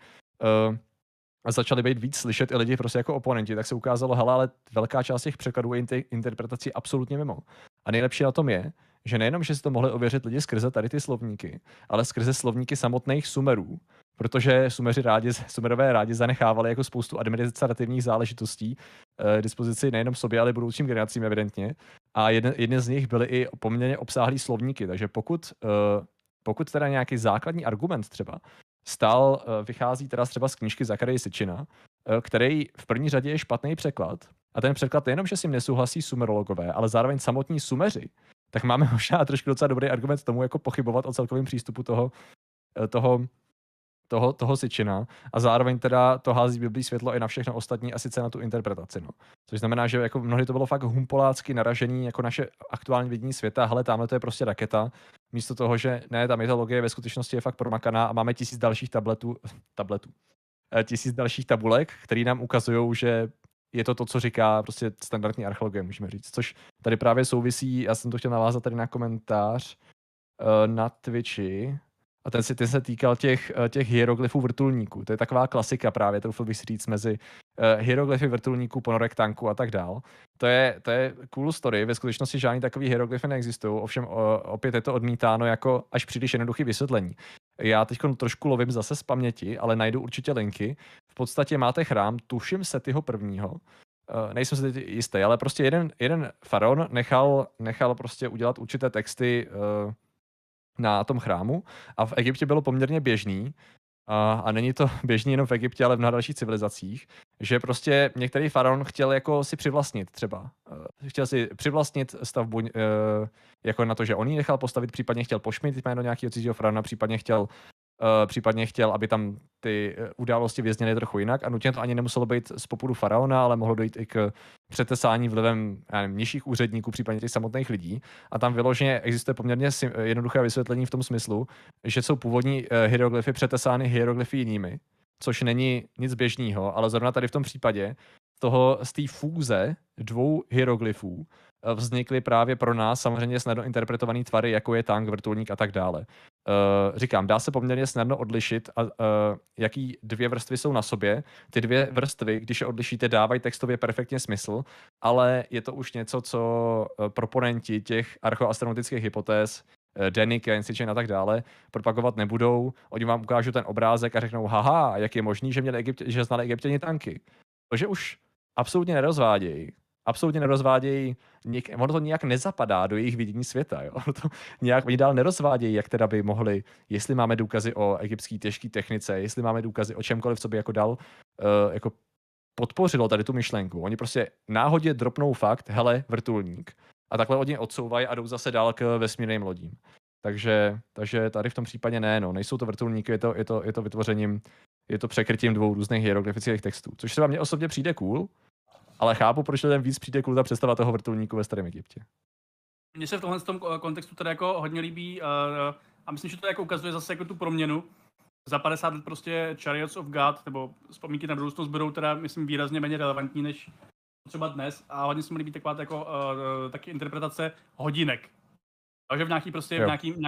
Speaker 3: a začali být víc slyšet i lidi prostě jako oponenti, tak se ukázalo, hele, ale velká část těch překladů je interpretací absolutně mimo. A nejlepší na tom je, že nejenom, že si to mohli ověřit lidi skrze tady ty slovníky, ale skrze slovníky samotných Sumerů, protože Sumerové rádi zanechávali jako spoustu administrativních záležitostí dispozici nejenom sobě, ale budoucím generacím evidentně. A jeden z nich byly i poměrně obsáhlý slovníky, takže pokud teda nějaký základní argument třeba vychází teda třeba z knížky Zacharie Sitchina, který v první řadě je špatný překlad. A ten překlad nejenom, že si nesouhlasí sumerologové, ale zároveň samotní Sumeři, tak máme možná trošku docela dobrý argument tomu, jako pochybovat o celkovém přístupu toho Sitchina, a zároveň teda to hází biblí světlo i na všechno ostatní a sice na tu interpretaci. No. Což znamená, že jako mnohdy to bylo fakt humpolácky naražení jako naše aktuální vidění světa, hele, tamhle to je prostě raketa, místo toho, že ne, ta mytologie ve skutečnosti je fakt promakaná a máme 1000 dalších dalších tabulek, které nám ukazují, že je to, co říká prostě standardní archeologie, můžeme říct. Což tady právě souvisí, já jsem to chtěl navázat tady na komentář na Twitchi, a ten se týkal těch hieroglyfů vrtulníků. To je taková klasika právě, troufl bych si říct, mezi hieroglyfy vrtulníků, ponorek tanků a tak dál. To je cool story, ve skutečnosti žádný takový hieroglyfy neexistují, ovšem opět je to odmítáno jako až příliš jednoduchý vysvětlení. Já teď trošku lovím zase z paměti, ale najdu určitě linky. V podstatě máte chrám, tuším Setiho prvního, nejsem si teď jistý, ale prostě jeden faraon nechal prostě udělat určité texty na tom chrámu a v Egyptě bylo poměrně běžný, a není to běžný jenom v Egyptě, ale v mnoha dalších civilizacích, že prostě některý faraon chtěl jako si přivlastnit třeba. Chtěl si přivlastnit stavbu jako na to, že on ji nechal postavit, případně chtěl pošmít jméno nějakého cizího faraona, případně chtěl případně chtěl, aby tam ty události vězněly trochu jinak a nutně to ani nemuselo být z popudu faraona, ale mohlo dojít i k přetesání vlivem nižších úředníků, případně těch samotných lidí. A tam vyloženě existuje poměrně jednoduché vysvětlení v tom smyslu, že jsou původní hieroglyfy přetesány hieroglyfy jinými, což není nic běžného, ale zrovna tady v tom případě z té fúze dvou hieroglyfů vznikly právě pro nás samozřejmě snadno interpretované tvary, jako je tank, vrtulník a tak dále. Říkám, dá se poměrně snadno odlišit, jaký dvě vrstvy jsou na sobě. Ty dvě vrstvy, když je odlišíte, dávají textově perfektně smysl, ale je to už něco, co proponenti těch archoastronautických hypotéz, Däniken, Sitchin a tak dále, propagovat nebudou. Oni vám ukážou ten obrázek a řeknou, haha, jak je možný, že znali Egyptěni tanky. To, že už absolutně nerozvádějí, ono to nějak nezapadá do jejich vidění světa, jo? Ono to nějak, oni dál nerozvádějí, jak teda by mohli, jestli máme důkazy o egyptské těžké technice, jestli máme důkazy o čemkoliv, co by jako dal, jako podpořilo tady tu myšlenku. Oni prostě náhodě dropnou fakt, hele, vrtulník. A takhle od něj odsouvají a jdou zase dál k vesmírným lodím. Takže tady v tom případě ne, no. Nejsou to vrtulníky, je to vytvořením, je to překrytím dvou různých hieroglyfických textů. Což třeba mně osobně přijde cool, ale chápu, proč lidem víc přijde cool ta představa toho vrtulníku ve starém Egyptě.
Speaker 2: Mně se v tomhle kontextu teda jako hodně líbí a myslím, že to jako ukazuje zase jako tu proměnu. Za 50 let prostě Chariots of God, nebo vzpomínky na budoucnost budou teda, myslím, výrazně méně relevantní než třeba dnes a hodně se mi líbí taková jako, taky interpretace hodinek. Takže v nějaký prostě,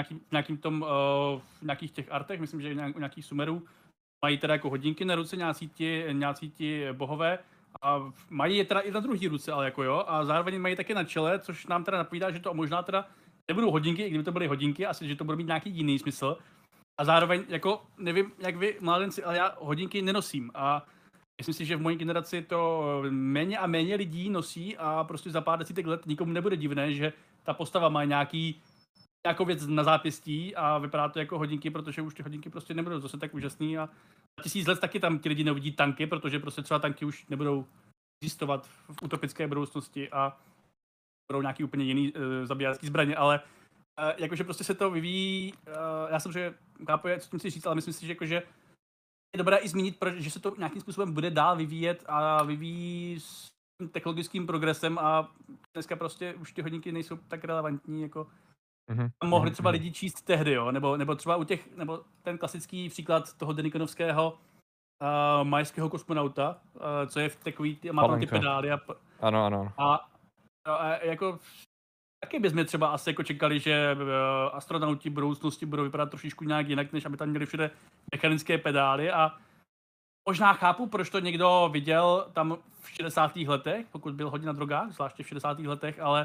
Speaker 2: v nějakých těch artech, myslím, že u nějakých Sumerů mají teda jako hodinky na ruce nějací ti bohové a mají je teda i na druhé ruce, ale jako jo, a zároveň mají taky na čele, což nám teda napovídá, že to možná teda nebudou hodinky, i kdyby to byly hodinky, asi, že to bude mít nějaký jiný smysl. A zároveň, jako, nevím, jak vy, mládenci, ale já hodinky nenosím a myslím si, že v mojí generaci to méně a méně lidí nosí a prostě za pár desítek let nikomu nebude divné, že ta postava má nějakou věc na zápěstí a vypadá to jako hodinky, protože už ty hodinky prostě nebudou zase tak úžasný a za 1000 let taky tam ti lidi neuvidí tanky, protože prostě třeba tanky už nebudou existovat v utopické budoucnosti a budou nějaký úplně jiný zabijácký zbraně, ale jakože prostě se to vyvíjí, já jsem, že chápu, co tím si říct, ale myslím si, že jakože je dobré i zmínit, že se to nějakým způsobem bude dál vyvíjet a vyvíjí s technologickým progresem a dneska prostě už ty hodinky nejsou tak relevantní, jako mohli třeba lidi číst tehdy, jo, nebo třeba nebo ten klasický příklad toho Dänikenovského majského kosmonauta, co je v takový, má tam ty pedály
Speaker 3: Ano.
Speaker 2: A jako taky bychom třeba asi jako čekali, že astronauti v budoucnosti budou vypadat trošičku nějak jinak, než aby tam měli všude mechanické pedály a možná chápu, proč to někdo viděl tam v 60. letech, pokud byl hodně na drogách, zvláště v 60. letech, ale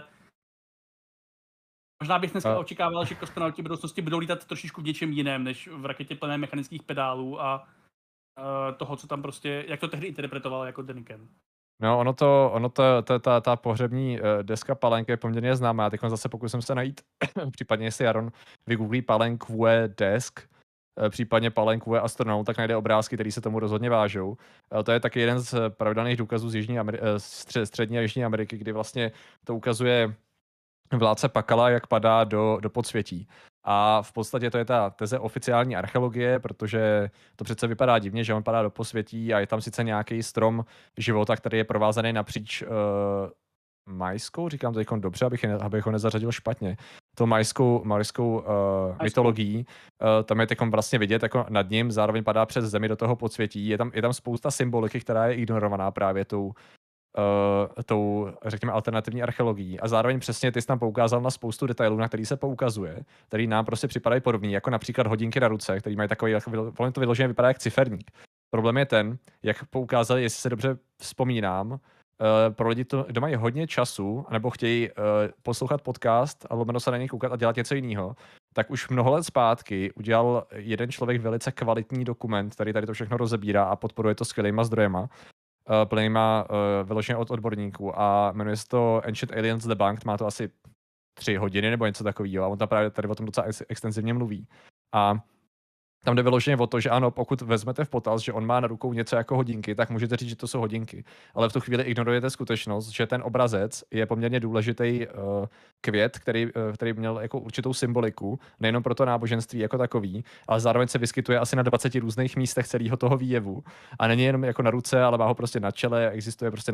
Speaker 2: možná bych dneska očekával, že kosmonauti v budoucnosti budou lítat trošičku v něčem jiném, než v raketě plné mechanických pedálů a toho, co tam prostě, jak to tehdy interpretoval jako Däniken.
Speaker 3: No, ta pohřební deska Palenque je poměrně známá. Já teď zase pokusím se najít, případně jestli Jaron vygooglí Palenque desk, případně Palenque astronaut, tak najde obrázky, které se tomu rozhodně vážou. To je taky jeden z pravidelných důkazů z střední a jižní Ameriky, kdy vlastně to ukazuje vládce Pakala, jak padá do podsvětí. A v podstatě to je ta teze oficiální archeologie, protože to přece vypadá divně, že on padá do posvětí a je tam sice nějaký strom života, který je provázaný napříč majskou, říkám to teď dobře, abych ho nezařadil špatně, to majskou mytologií. Tam je teď vlastně vidět, jako nad ním zároveň padá přes zemi do toho podsvětí. Je tam spousta symboliky, která je ignorovaná právě tou, řekněme, alternativní archeologií. A zároveň přesně ty jsi tam poukázal na spoustu detailů, na který se poukazuje, který nám prostě připadají podobný, jako například hodinky na ruce, který mají takový, to vyloženě vypadá jak ciferník. Problém je ten, jak poukázali, jestli se dobře vzpomínám, pro lidi, kdo mají hodně času, nebo chtějí poslouchat podcast a lomeno se na něj koukat a dělat něco jiného, tak už mnoho let zpátky udělal jeden člověk velice kvalitní dokument, který tady to všechno rozebírá a podporuje to skvělýma zdrojema, plnýma vyloženě od odborníků a jmenuje se to Ancient Aliens Debunked, má to asi 3 hodiny nebo něco takového a on tam právě tady o tom docela extenzivně mluví. A Tam jde vyloženě o to, že ano, pokud vezmete v potaz, že on má na rukou něco jako hodinky, tak můžete říct, že to jsou hodinky. Ale v tu chvíli ignorujete skutečnost, že ten obrazec je poměrně důležitý květ, který měl jako určitou symboliku, nejenom pro to náboženství jako takový, ale zároveň se vyskytuje asi na 20 různých místech celého toho výjevu. A není jenom jako na ruce, ale má ho prostě na čele, existuje prostě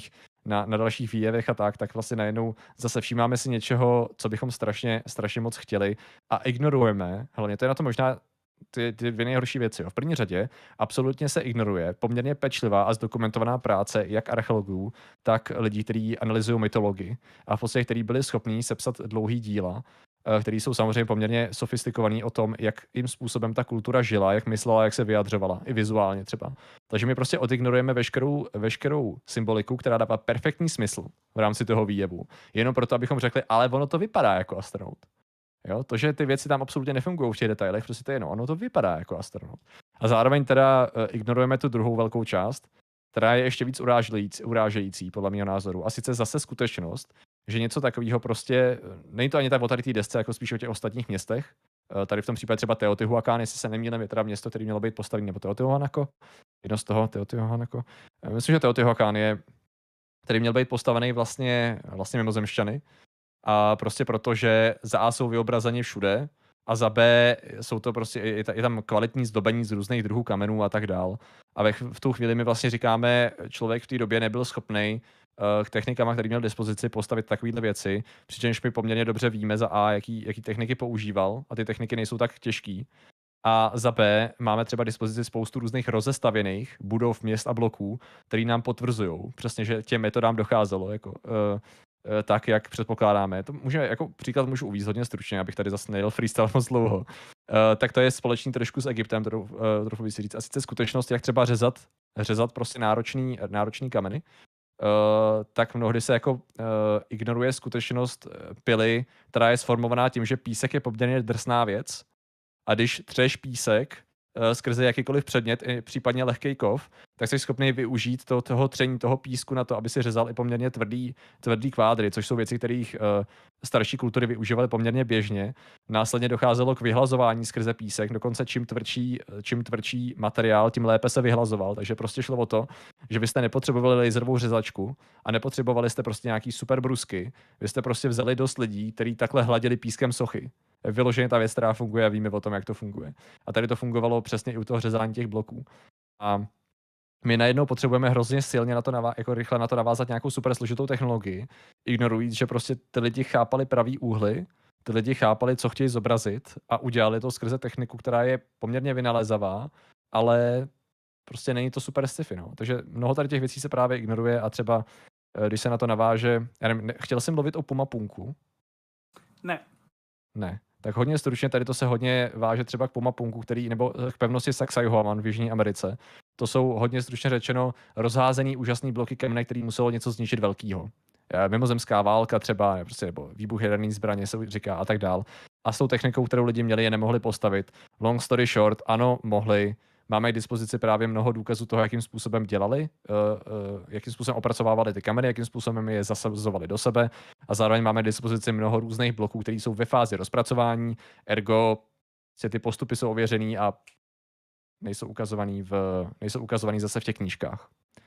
Speaker 3: na dalších výjevech a tak vlastně najednou zase všímáme si něčeho, co bychom strašně moc chtěli a ignorujeme, hlavně to je na to možná ty dvě nejhorší věci. Jo. V první řadě absolutně se ignoruje poměrně pečlivá a zdokumentovaná práce jak archeologů, tak lidí, kteří analyzují mytologii a v podstatě, kteří byli schopní sepsat dlouhý díla, který jsou samozřejmě poměrně sofistikovaný o tom, jakým způsobem ta kultura žila, jak myslela, jak se vyjadřovala, i vizuálně třeba. Takže my prostě odignorujeme veškerou symboliku, která dává perfektní smysl v rámci toho výjevu. Jenom proto, abychom řekli, ale ono to vypadá jako astronaut. Jo, to, že ty věci tam absolutně nefungují v těch detailech, prostě to je ono to vypadá jako astronaut. A zároveň teda ignorujeme tu druhou velkou část, která je ještě víc urážející podle mého názoru. A sice zase skutečnost, že něco takového prostě, není to ani tak o tady té desce, jako spíš o těch ostatních městech. Tady v tom případě třeba Teotihuacán, jestli se nemýlím, je teda město, které mělo být postavené, nebo Teotihuanaco. Jedno z toho, Teotihuanaco. Myslím, že Teotihuacán je, který měl být postavený vlastně mimozemšťany. A prostě proto, že za A jsou vyobrazeni všude a za B jsou to prostě, je tam kvalitní zdobení z různých druhů kamenů a tak dál. A v tu chvíli my vlastně říkáme, člověk v té době nebyl schopný k technikama, který měl k dispozici, postavit takovéhle věci, přičemž my poměrně dobře víme za A, jaký techniky používal a ty techniky nejsou tak těžký. A za B máme třeba dispozici spoustu různých rozestavěných budov, měst a bloků, který nám potvrzují přesně, že těm metodám docházelo. Tak, jak předpokládáme. To jako příklad můžu uvést hodně stručně, abych tady zase nejel freestyle moc dlouho. Tak to je společný trošku s Egyptem, trochu bych si říct. A sice skutečnost, jak třeba řezat prostě náročný kameny, tak mnohdy se jako ignoruje skutečnost pily, která je sformovaná tím, že písek je poměrně drsná věc a když třeš písek skrze jakýkoliv předmět, případně lehký kov, tak jsi schopný využít toho tření, toho písku na to, aby si řezal i poměrně tvrdý kvádry, což jsou věci, kterých starší kultury využívaly poměrně běžně. Následně docházelo k vyhlazování skrze písek, dokonce čím tvrdší materiál, tím lépe se vyhlazoval, takže prostě šlo o to, že vy jste nepotřebovali laserovou řezačku a nepotřebovali jste prostě nějaký super brusky, vy jste prostě vzali dost lidí, kteří takhle hladili pískem sochy. Vyloženě ta věc, která funguje a víme o tom, jak to funguje. A tady to fungovalo přesně i u toho řezání těch bloků. A my najednou potřebujeme hrozně silně jako rychle na to navázat nějakou super složitou technologii, ignorujíc, že prostě ty lidi chápali pravý úhly, ty lidi chápali, co chtějí zobrazit a udělali to skrze techniku, která je poměrně vynalézavá, ale prostě není to super sci-fi, no. Takže mnoho tady těch věcí se právě ignoruje a třeba, když se na to naváže, já nevím, chtěl jsem mluvit o Pumapunku? Ne. Tak hodně stručně, tady to se hodně váže třeba k Pumapunku, nebo k pevnosti Sacsayhuaman v Jižní Americe. To jsou hodně stručně řečeno rozházený úžasný bloky kamene, který muselo něco zničit velkýho. Mimozemská válka třeba, nebo výbuch jaderné zbraně se říká a tak dál. A s tou technikou, kterou lidi měli, je nemohli postavit. Long story short, ano, mohli. Máme k dispozici právě mnoho důkazů toho, jakým způsobem dělali, jakým způsobem opracovávali ty kamery, jakým způsobem je zasazovali do sebe a zároveň máme k dispozici mnoho různých bloků, které jsou ve fázi rozpracování, ergo ty postupy jsou ověřený a nejsou ukazovaný zase v těch knížkách.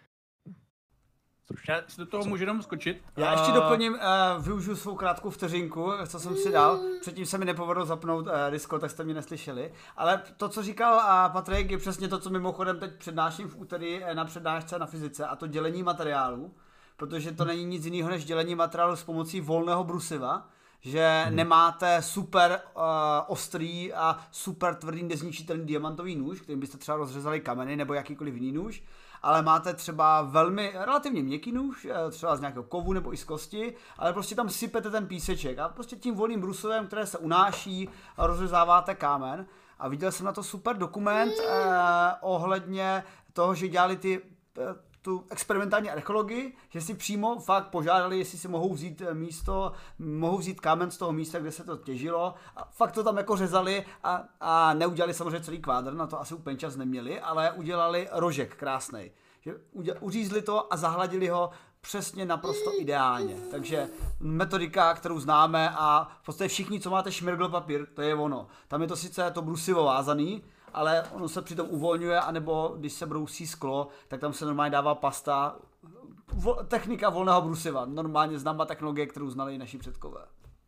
Speaker 2: Já si do toho můžu jenom skočit.
Speaker 1: Já ještě doplním, využiju svou krátkou vteřinku, co jsem si dal. Předtím se mi nepovedlo zapnout Discord, tak jste mě neslyšeli. Ale to, co říkal Patrik, je přesně to, co mimochodem teď přednáším v úterý na přednášce na fyzice, a to dělení materiálu. Protože to není nic jiného než dělení materiálu s pomocí volného brusiva. Že nemáte super ostrý a super tvrdý nezničitelný diamantový nůž, kterým byste třeba rozřezali kameny nebo jakýkoliv jiný nůž, ale máte třeba velmi relativně měkký nůž, třeba z nějakého kovu nebo i z kosti, ale prostě tam sypete ten píseček a prostě tím volným brusovem, které se unáší, rozřezáváte kámen. A viděl jsem na to super dokument ohledně toho, že dělali tu experimentální archeologii, že si přímo fakt požádali, jestli si mohou vzít kámen z toho místa, kde se to těžilo, a fakt to tam jako řezali a neudělali samozřejmě celý kvádr, na to asi úplně čas neměli, ale udělali rožek krásnej. Že uřízli to a zahladili ho přesně naprosto ideálně. Takže metodika, kterou známe, a v podstatě všichni, co máte šmirgl papír, to je ono. Tam je to sice to brusivo vázaný, ale ono se přitom uvolňuje, anebo když se brousí sklo, tak tam se normálně dává pasta. Technika volného brusiva, normálně známá technologie, kterou znali i naši předkové.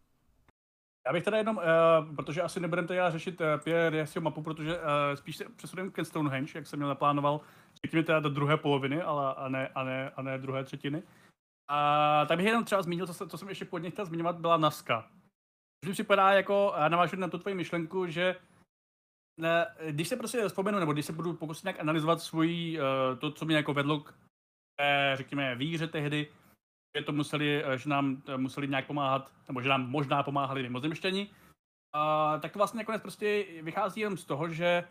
Speaker 2: Já bych teda jenom, protože asi nebudeme teda řešit Pierreho mapu, protože spíš se přesuneme ke Stonehenge, jak jsem měl naplánoval, řekněme teda do druhé poloviny, ale a ne druhé třetiny. Tak bych jenom třeba zmínil, co jsem ještě původně chtěl zmiňovat, byla Nazca. Už mi připadá jako, navážu na tu tvoji myšlenku, že když se prostě vzpomenu, nebo když se budu pokusit nějak analyzovat to, co mě jako vedlo k řekněme víře tehdy, že nám museli nějak pomáhat, nebo že nám možná pomáhali mimozemšťani, tak to vlastně nakonec prostě vychází jenom z toho, že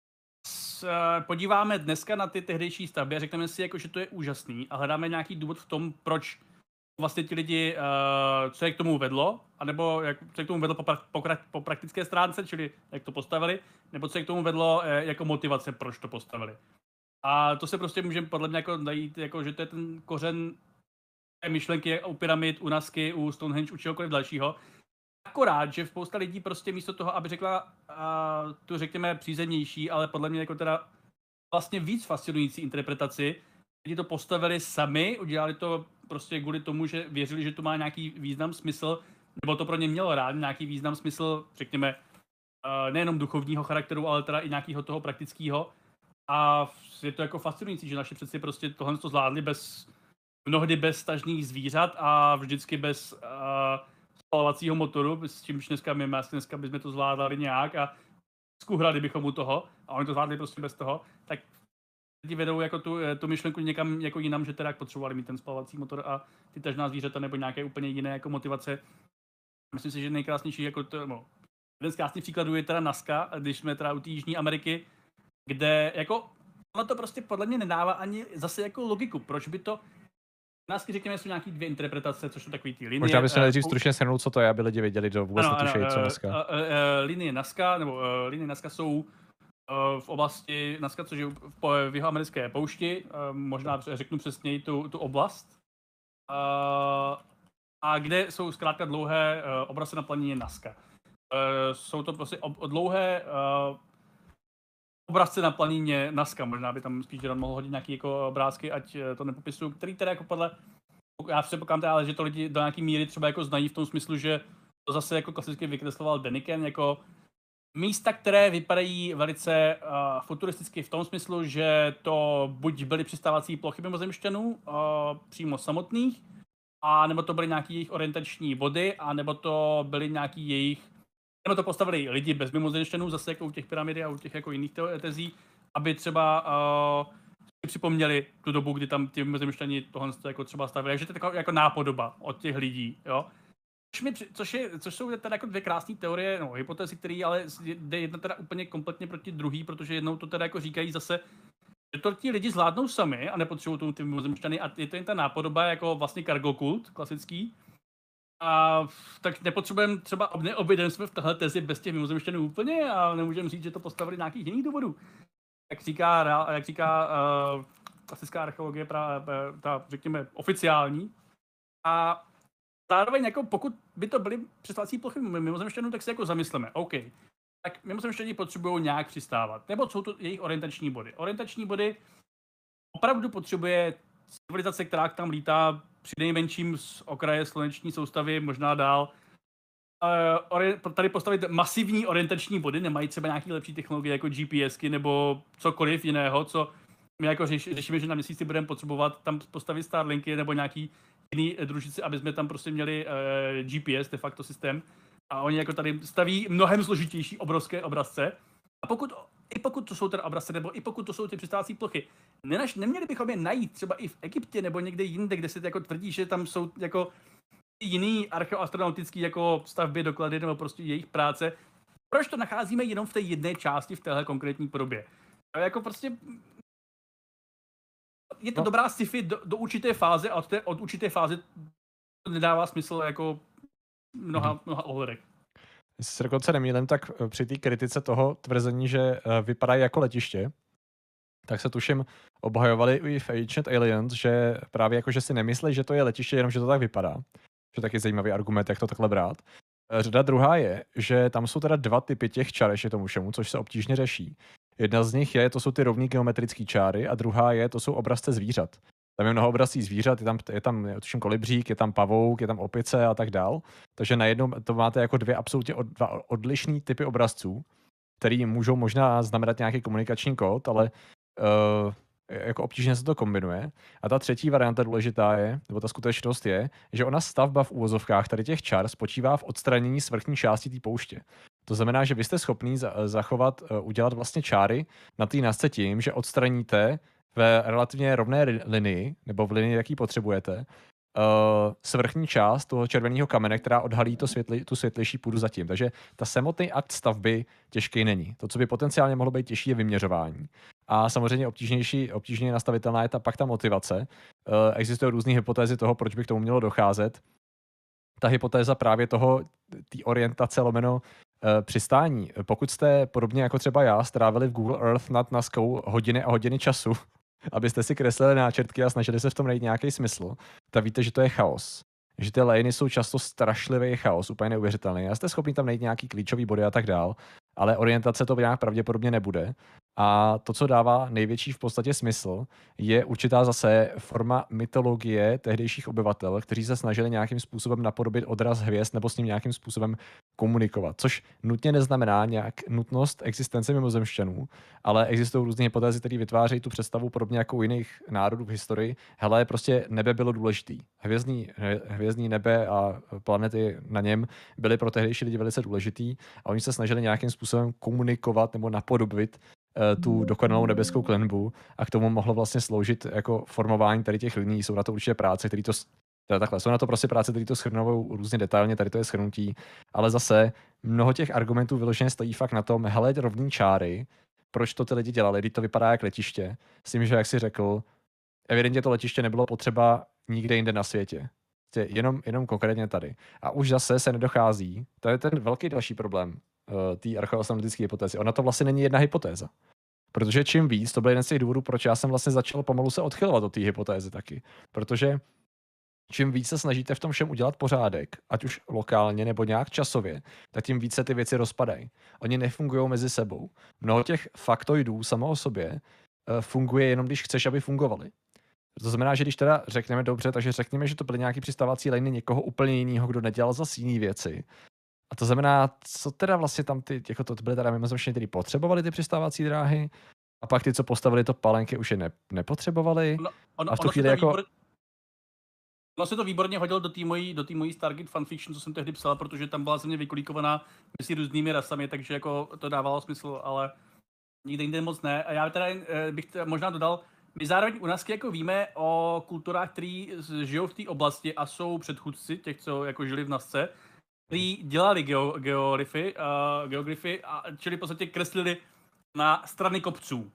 Speaker 2: podíváme dneska na ty tehdejší stavby a řekneme si, jako, že to je úžasný a hledáme nějaký důvod v tom, proč vlastně ti lidi, co je k tomu vedlo, anebo co je k tomu vedlo po praktické stránce, čili jak to postavili, nebo co je k tomu vedlo jako motivace, proč to postavili. A to se prostě můžeme podle mě jako najít, jako, že to je ten kořen myšlenky u pyramid, u Nazky, u Stonehenge, u čehokoliv dalšího. Akorát, že spousta lidí prostě místo toho, aby řekla tu řekněme přízemnější, ale podle mě jako teda vlastně víc fascinující interpretaci, lidi to postavili sami, udělali to prostě kvůli tomu, že věřili, že to má nějaký význam, smysl, nebo to pro ně mělo rád nějaký význam, smysl, řekněme, nejenom duchovního charakteru, ale teda i nějakého toho praktického. A je to jako fascinující, že naši předci prostě tohle to zvládli mnohdy bez tažných zvířat a vždycky bez spalovacího motoru, s čímž dneska bychom to zvládali nějak a skuhrali bychom u toho a oni to zvládli prostě bez toho, tak lidi vedou jako tu myšlenku někam jako jinam, že teda potřebovali mít ten spalovací motor a ty tažná zvířata nebo nějaké úplně jiné jako motivace. Myslím si, že nejkrásnější jako jeden z krásných příkladů je teda Nazca, když jsme teda u té Jižní Ameriky, kde jako ono to prostě podle mě nedává ani zase jako logiku, proč by to Nazky, řekněme, jsou nějaký dvě interpretace, což jsou takový ty linie.
Speaker 3: Možná bychom nejdřív stručně shrnout, co to je, aby lidi věděli, kdo vůbec netušejí, co Nazca.
Speaker 2: Linie Nazca jsou v oblasti Nazca, což je v jihoamerické poušti, možná řeknu přesněji tu oblast, a kde jsou zkrátka dlouhé obrazy na planině Nazca. Jsou to prostě dlouhé obrazce na planině Nazca, možná by tam spíš Ron mohl hodit nějaký jako obrázky, ať to nepopisuju, který teda jako já předpokládám teda, ale že to lidi do nějaký míry třeba jako znají v tom smyslu, že to zase jako klasicky vykresloval Deniken jako místa, které vypadají velice futuristicky v tom smyslu, že to buď byly přistávací plochy mimozemšťanů přímo samotných, a nebo to byly nějaký jejich orientační body, a nebo to byly nějaký nebo to postavili lidi bez mimozemšťanů, zase jako u těch pyramidy a u těch jako jiných tezí, aby třeba připomněli tu dobu, kdy tam ti mimozemšťani tohle jako třeba stavili. Takže to je taková jako nápodoba od těch lidí, jo. Což jsou teda jako dvě krásné teorie, hypotézy, které ale jde jedna teda úplně kompletně proti druhý, protože jednou to teda jako říkají zase, že to ti lidi zvládnou sami a nepotřebují tomu ty mimozemšťany a je to jen ta nápodoba jako vlastně cargo kult klasický. A tak nepotřebujeme třeba neobjedeme jsme v téhle tezi bez těch mimozemšťanů úplně a nemůžeme říct, že to postavili nějakých jiných důvodů. Jak říká klasická archeologie, ta řekněme oficiální. A zároveň jako pokud by to byly přistávací plochy mimozemšťanů, tak si jako zamysleme, OK, tak mimozemšťani potřebují nějak přistávat, nebo jsou to jejich orientační body. Orientační body opravdu potřebuje civilizace, která tam lítá při nejmenším z okraje sluneční soustavy, možná dál. Tady postavit masivní orientační body, nemají třeba nějaký lepší technologie jako GPSky nebo cokoliv jiného, co my jako řešíme, že na měsíci budeme potřebovat tam postavit Starlinky nebo nějaký jiný družici, aby jsme tam prostě měli GPS, de facto systém. A oni jako tady staví mnohem složitější obrovské obrazce. A pokud to jsou teda obrazce, nebo i pokud to jsou ty přistávací plochy, neměli bychom je najít třeba i v Egyptě nebo někde jinde, kde se jako tvrdí, že tam jsou jako jiný archeoastronautický jako stavby, doklady nebo prostě jejich práce. Proč to nacházíme jenom v té jedné části v téhle konkrétní podobě? A jako prostě je to dobrá sci-fi do určité fáze a od určité fáze to nedává smysl jako mnoha ohledech.
Speaker 3: Jestli se dokonce nemýlím, tak při té kritice toho tvrzení, že vypadají jako letiště, tak se tuším obhajovali i v Ancient Aliens, že právě jako, že si nemyslí, že to je letiště, jenom že to tak vypadá. Že taky zajímavý argument, jak to takhle brát. Řada druhá je, že tam jsou teda 2 typy těch čar ještě tomu všemu, což se obtížně řeší. Jedna z nich to jsou ty rovný geometrické čáry a druhá to jsou obrazce zvířat. Tam je mnoho obrazcí zvířat, je tam tuším kolibřík, je tam pavouk, je tam opice a tak dál. Takže najednou to máte jako dva odlišný typy obrazců, který můžou možná znamenat nějaký komunikační kód, ale jako obtížně se to kombinuje. A ta třetí varianta důležitá nebo ta skutečnost že ona stavba v úvozovkách tady těch čar spočívá v odstranění svrchní části té pouště. To znamená, že vy jste schopný udělat vlastně čáry na té nasce tím, že odstraníte ve relativně rovné linii, nebo v linii, jaký potřebujete, svrchní část toho červeného kamene, která odhalí tu světlejší půdu zatím. Takže ta samotný akt stavby těžký není. To, co by potenciálně mohlo být těžší, je vyměřování. A samozřejmě obtížněji nastavitelná je pak ta motivace. Existují různé hypotézy toho, proč by k tomu mělo docházet. Ta hypotéza právě té orientace lomeno přistání. Pokud jste podobně jako třeba já strávili v Google Earth nad Naskou hodiny a hodiny času, abyste si kreslili náčrtky a snažili se v tom najít nějaký smysl, tak víte, že to je chaos. Že ty lejny jsou často strašlivý chaos, úplně neuvěřitelný. A jste schopni tam najít nějaký klíčový body a tak dál, ale orientace to nějak pravděpodobně nebude. A to, co dává největší v podstatě smysl, je určitá zase forma mytologie tehdejších obyvatel, kteří se snažili nějakým způsobem napodobit odraz hvězd nebo s ním nějakým způsobem komunikovat, což nutně neznamená nějak nutnost existence mimozemšťanů, ale existují různé hypotézy, které vytvářejí tu představu podobně jako u jiných národů v historii. Hele, prostě nebe bylo důležitý. Hvězdní nebe a planety na něm byly pro tehdejší lidi velice důležitý a oni se snažili nějakým způsobem komunikovat nebo napodobit tu dokonalou nebeskou klenbu a k tomu mohlo vlastně sloužit jako formování tady těch linií. Jsou na to určitě práce, které to jsou na to prostě práce, které to shrnují různě detailně, tady to je shrnutí, ale zase mnoho těch argumentů vyloženě stojí fakt na tom, hele, rovný čáry, proč to ty lidi dělali, když to vypadá jak letiště, s tím, že jak si řekl, evidentně to letiště nebylo potřeba nikde jinde na světě. Jenom konkrétně tady. A už zase se nedochází, to je ten velký další problém té archeoastronomické hypotézy. Ona to vlastně není jedna hypotéza. Protože čím víc, to byl jeden z těch důvodů, proč já jsem vlastně začal pomalu se odchylovat od té hypotézy taky. Protože čím víc se snažíte v tom všem udělat pořádek, ať už lokálně nebo nějak časově, tak tím více ty věci rozpadají. Oni nefungují mezi sebou. Mnoho těch faktoidů samo o sobě funguje jenom, když chceš, aby fungovaly. To znamená, že když teda řekneme dobře, takže řekněme, že to byly nějaký přistávací liny někoho úplně jiného, kdo nedělal zase jiné věci. A to znamená, co teda vlastně tam to byly teda mimozemštění, kteří potřebovali ty přistávací dráhy, a pak ty, co postavili to palenky, už je nepotřebovali. A v tu chvíli jako...
Speaker 2: Ono se to výborně hodilo do té mojí Stargate fanfiction, co jsem tehdy psal, protože tam byla země vykolíkovaná mezi různými rasami, takže jako to dávalo smysl, ale nikde jinde moc ne. A já teda bych možná dodal, my zároveň u nás jako víme o kulturách, který žijou v té oblasti a jsou předchůdci těch, co jako žili v Nasce, kteří dělali geoglyfy, čili v podstatě kreslili na strany kopců.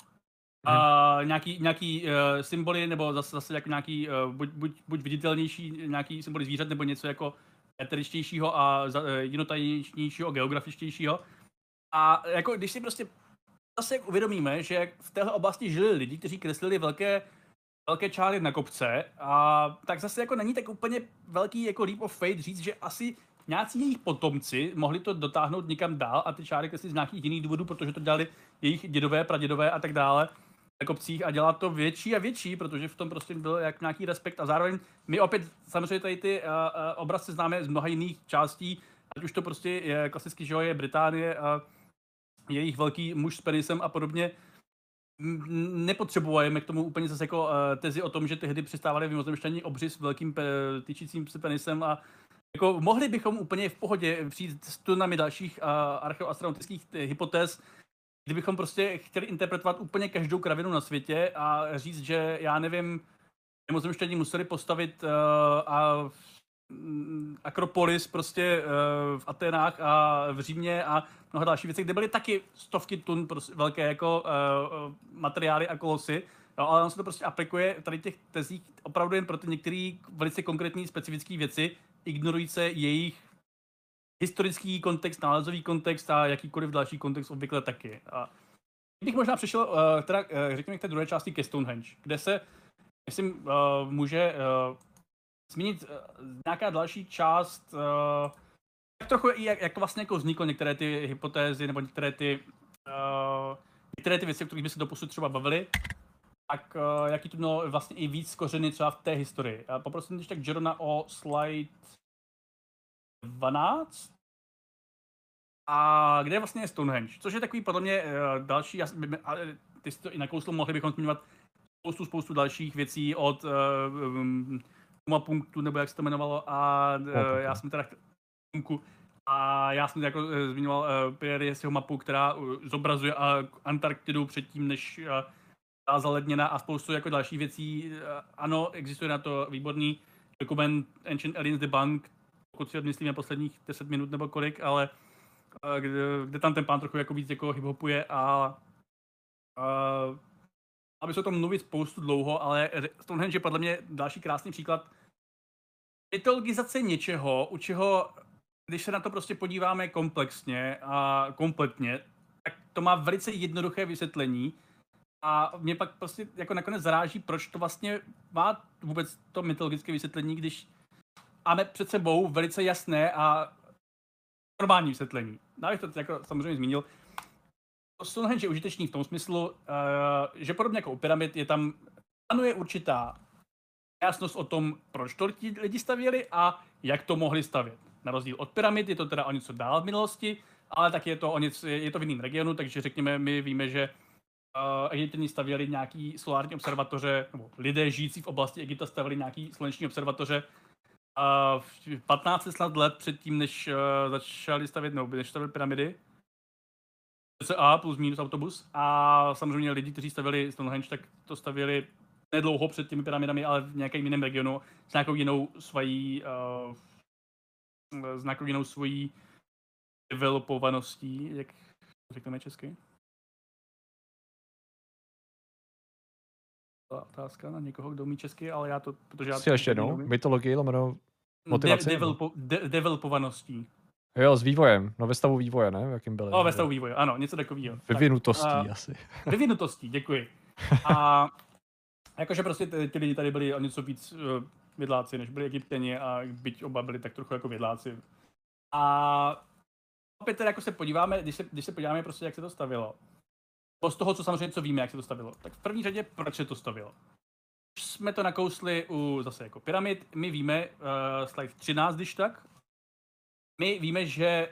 Speaker 2: Nějaký symboly, nebo zase jako nějaký buď viditelnější nějaký symboly zvířat, nebo něco jako eteričtějšího a jednotajnějšího, geografičtějšího. A jako když si prostě zase uvědomíme, že v téhle oblasti žili lidi, kteří kreslili velké čáry na kopce, a tak zase jako není tak úplně velký jako leap of faith říct, že asi nějací jejich potomci mohli to dotáhnout někam dál a ty čáry kreslit z nějakých jiných důvodů, protože to dělali jejich dědové, pradědové a tak dále na kopcích a dělá to větší a větší, protože v tom prostě byl jak nějaký respekt a zároveň my opět samozřejmě tady ty obrazce známe z mnoha jiných částí, ať už to prostě je klasicky, že je Británie a jejich velký muž s penisem a podobně. Nepotřebujeme k tomu úplně zase jako tezi o tom, že tehdy přistávali mimozemšťané obři s velkým tyčícím se penisem a jako mohli bychom úplně v pohodě přijít s tunami dalších archeoastronomických hypotéz, kdybychom prostě chtěli interpretovat úplně každou kravinu na světě a říct, že já nevím, mimozemšťané museli postavit Akropolis prostě v Aténách a v Římě a mnoho další věcí, kde byly taky stovky tun prostě velké jako materiály a kolosy, ale on se to prostě aplikuje tady těch tezích opravdu jen pro ty některé velice konkrétní specifické věci, ignorují se jejich historický kontext, nálezový kontext a jakýkoliv další kontext obvykle taky. A bych možná přišel řekněme k té druhé části ke Stonehenge, kde se, myslím, může zmínit nějaká další část tak trochu jak vlastně jako vzniklo některé ty hypotézy nebo některé ty věci, o kterých by se doposud třeba bavili, tak jaký to mělo vlastně i víc kořeny třeba v té historii. A poprosím když tak Jerona o slide 12. A kde je vlastně Stonehenge, což je takový podle mě další, ty jsi to i nakousl, mohli bychom zmiňovat spoustu dalších věcí od punktu, nebo jak se to jmenovalo, a já jsem teda a já jsem jako zmiňoval Pierreho mapu, která zobrazuje Antarktidu předtím, než byla zaledněna a spoustu jako dalších věcí. Ano, existuje na to výborný dokument Ancient Aliens Debunk, pokud si odmyslíme posledních 10 minut nebo kolik, ale kde tam ten pán trochu jako víc jako hiphopuje a aby se o tom mluvit spoustu dlouho, ale Stonehenge je podle mě další krásný příklad mytologizace něčeho, u čeho, když se na to prostě podíváme komplexně a kompletně, tak to má velice jednoduché vysvětlení a mě pak prostě jako nakonec zaráží, proč to vlastně má vůbec to mytologické vysvětlení, když máme před sebou velice jasné a normální vysvětlení. Já bych to jako samozřejmě zmínil. Stonehenge je užitečný v tom smyslu, že podobně jako u pyramid panuje určitá jasnost o tom, proč to lidi stavěli a jak to mohli stavět. Na rozdíl od pyramid je to teda o něco dál v minulosti, ale tak je to v jiném regionu, takže řekněme, my víme, že Egypťané stavěli nějaký solární observatoře, nebo lidé žijící v oblasti Egypta stavěli nějaký sluneční observatoře 15 let předtím, než začali stavět, nebo než stavěli pyramidy. CA plus minus autobus. A samozřejmě lidi, kteří stavěli Stonehenge, tak to stavěli nedlouho před těmi pyramidami, ale v nějakém jiném regionu s nějakou jinou svojí developovaností, jak řekneme česky. Otázka na někoho, kdo umí česky, ale já to, protože já...
Speaker 3: Ještě jednou, mytologii, lomeno motivaci?
Speaker 2: Developovaností.
Speaker 3: Jo, s vývojem, no ve stavu vývoje, ne? Jakým byli?
Speaker 2: No, ve stavu vývoje, ano, něco takového.
Speaker 3: Vyvinutostí asi.
Speaker 2: Vyvinutostí, děkuji. A jakože prostě ty lidi tady byli o něco víc vědláci, než byli Egyptěni a byť oba byli tak trochu jako vědláci. A opět teda jako se podíváme, když se podíváme prostě, jak se to stavilo. Z toho, co víme, jak se to stavilo. Tak v první řadě, proč se to stavilo. Už jsme to nakousli u zase jako pyramid. My víme, slide 13, když tak, my víme, že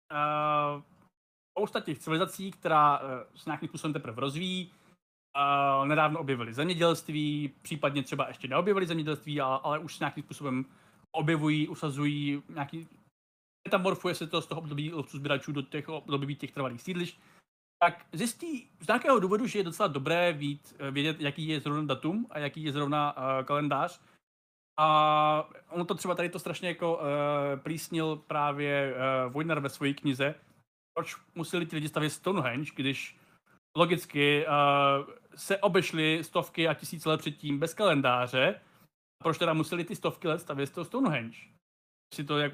Speaker 2: spousta těch civilizací, která s nějakým způsobem teprve rozvíjí, nedávno objevili zemědělství, případně třeba ještě neobjevili zemědělství, ale už s nějakým způsobem objevují, usazují nějaký... metamorfuje se to z toho období lovců sběračů do těch období těch trvalých sídlišť, tak zjistí z nějakého důvodu, že je docela dobré vědět, jaký je zrovna datum a jaký je zrovna kalendář. A ono to třeba tady to strašně jako plísnil právě Vojnar ve své knize. Proč museli ti lidi stavět Stonehenge, když logicky se obešly stovky a tisíce let předtím bez kalendáře. A proč teda museli ty stovky let stavět toho Stonehenge? Si to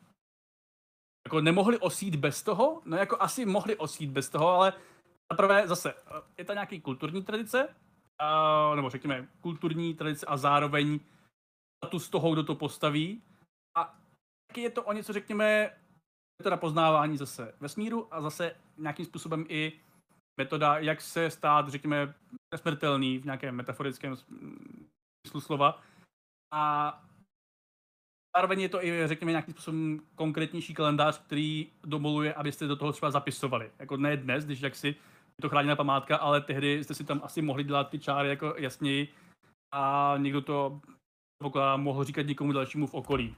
Speaker 2: jako nemohli osít bez toho? No jako asi mohli osít bez toho, ale zaprvé zase je to nějaký kulturní tradice, nebo řekněme kulturní tradice a zároveň status toho, kdo to postaví. A taky je to o něco, řekněme, metoda poznávání zase vesmíru a zase nějakým způsobem i metoda, jak se stát, řekněme, nesmrtelný v nějakém metaforickém smyslu slova. A zároveň je to i, řekněme, nějakým způsobem konkrétnější kalendář, který dovoluje, abyste do toho třeba zapisovali. Jako ne dnes, když jaksi je to chráněná památka, ale tehdy jste si tam asi mohli dělat ty čáry jako jasněji a někdo to mohl říkat někomu dalšímu v okolí.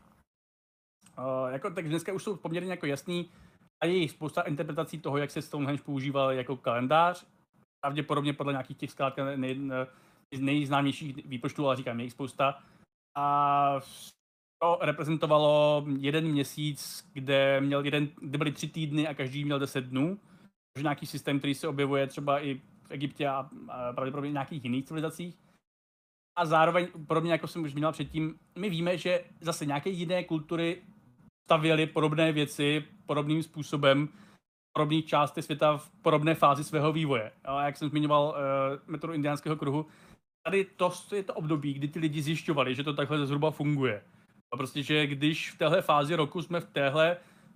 Speaker 2: Tak dneska už jsou poměrně jako jasný a je spousta interpretací toho, jak se Stonehenge používal jako kalendář. Pravděpodobně podle nějakých těch zkrátka nejznámějších výpočtů, ale říkám, je jich spousta. A to reprezentovalo jeden měsíc, kde byly 3 týdny a každý měl 10 dnů. To je nějaký systém, který se objevuje třeba i v Egyptě a pravděpodobně v nějakých jiných civilizacích. A zároveň, podobně jako jsem už zmínil předtím, my víme, že zase nějaké jiné kultury stavěly podobné věci podobným způsobem v podobných částech světa v podobné fázi svého vývoje. A jak jsem zmiňoval metodu indiánského kruhu, tady to je to období, kdy ty lidi zjišťovali, že to takhle zhruba funguje. A prostě, že když v téhle fázi roku jsme v téhle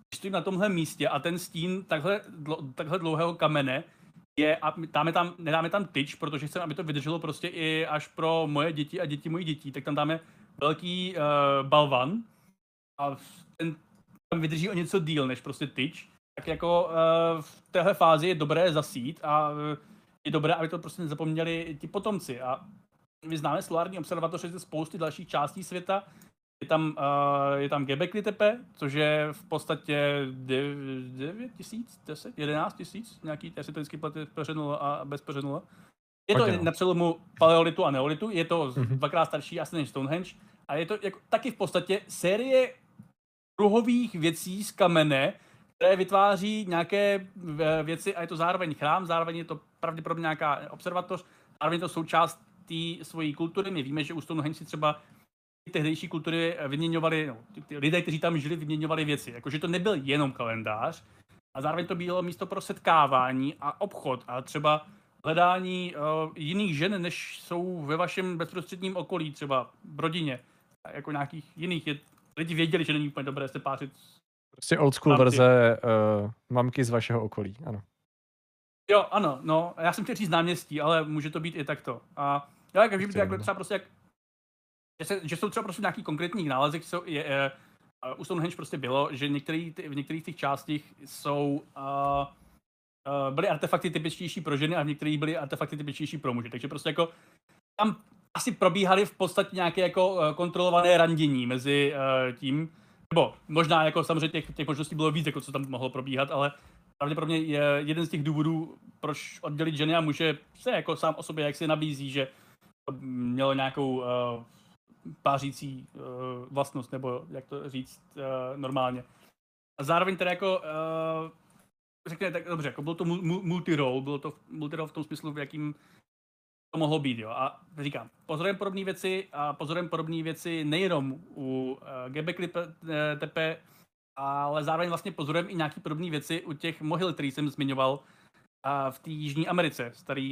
Speaker 2: stojím na tomhle místě a ten stín takhle dlouhého kamene je, a nedáme tam tyč, protože chceme, aby to vydrželo prostě i až pro moje děti a děti mojich dětí, tak tam dáme velký balvan a ten tam vydrží o něco díl než prostě tyč. Tak jako v téhle fázi je dobré zasít a je dobré, aby to prostě nezapomněli ti potomci. A my známe solární observatoře ze spousty dalších částí světa. Je tam Göbekli Tepe, což je v podstatě 9 tisíc, 10, 11 tisíc, nějaký, já si to vždycky peřenulo a bez peřenulo. Je to na přelomu paleolitu a neolitu, je to dvakrát starší asi než Stonehenge a je to jako, taky v podstatě série kruhových věcí z kamene, které vytváří nějaké věci a je to zároveň chrám, zároveň je to pravděpodobně nějaká observatoř, zároveň je to součást té svojí kultury. My víme, že u Stonehenge si třeba tehdejší kultury vyměňovali, no, ty lidé, kteří tam žili, vyměňovali věci. Jakože to nebyl jenom kalendář, a zároveň to bylo místo pro setkávání a obchod a třeba hledání jiných žen, než jsou ve vašem bezprostředním okolí, třeba v rodině, a jako nějakých jiných. Lidi věděli, že není úplně dobré se pářit.
Speaker 3: Prostě old school verze mamky z vašeho okolí, ano.
Speaker 2: Jo, ano, no, já jsem chtěl říct náměstí, ale může to být i takto. A jo, jak vidíte, jako třeba prostě že jsou třeba prostě nějaký konkrétní nálezek, u Stonehenge prostě bylo, že v některých těch částích byly artefakty typičtější pro ženy a v některých byly artefakty typičtější pro muže. Takže prostě jako tam asi probíhaly v podstatě nějaké jako kontrolované randění mezi tím, nebo možná jako samozřejmě těch možností bylo víc, jako co tam mohlo probíhat, ale pravděpodobně jeden z těch důvodů, proč oddělit ženy a muže, se jako sám o sobě jak se nabízí, že mělo nějakou pářící vlastnost, nebo jak to říct normálně. A zároveň teda jako řekněme tak dobře, jako bylo to multi-role, bylo to multi-role v tom smyslu, v jakým to mohlo být, jo. A říkám, pozorujeme podobné věci nejenom u Göbekli Tepe, ale zároveň vlastně pozorujeme i nějaké podobné věci u těch mohyl, který jsem zmiňoval v té Jižní Americe. Starý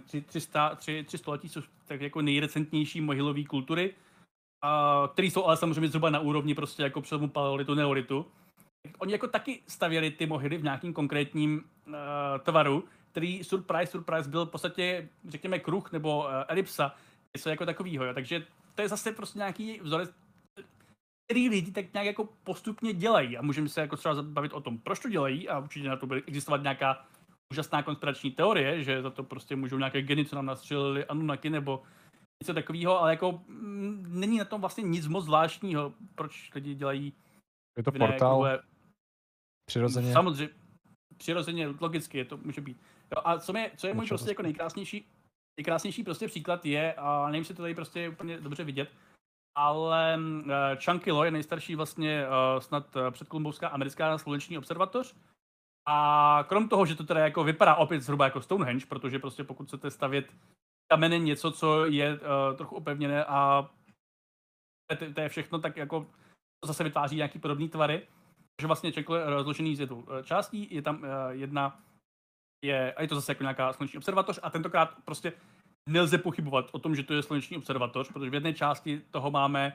Speaker 2: 3 století jsou tak jako nejrecentnější mohylové kultury, které jsou ale samozřejmě zhruba na úrovni prostě jako přelomu paleolitu, neolitu. Oni jako taky stavěli ty mohyly v nějakým konkrétním tvaru, který surprise byl v podstatě, řekněme, kruh nebo elipsa, něco jako takovýho, jo. Takže to je zase prostě nějaký vzorec, který lidi tak nějak jako postupně dělají a můžeme se jako třeba bavit o tom, proč to dělají a určitě na to bude existovat nějaká úžasná konspirační teorie, že za to prostě můžou nějaké geny, co nám nastřelili Anunnaki nebo něco takového, ale jako není na tom vlastně nic moc zvláštního, proč lidi dělají.
Speaker 3: Je to portál? Přirozeně?
Speaker 2: Samozřejmě, přirozeně, logicky je to může být. Jo, a co je můj prostě jako nejkrásnější prostě příklad je, a nevím, jestli to tady prostě úplně dobře vidět, ale Chunky Loy je nejstarší vlastně snad předkolumbouská americká sluneční observatoř. A krom toho, že to teda jako vypadá opět zhruba jako Stonehenge, protože prostě pokud chcete stavět kamene něco, co je trochu opevněné a to je všechno, tak jako to zase vytváří nějaký podobný tvary. Takže vlastně Chunky je rozložený z dvou částí, je tam jedna, a je to zase jako nějaká sluneční observatoř a tentokrát prostě nelze pochybovat o tom, že to je sluneční observatoř, protože v jedné části toho máme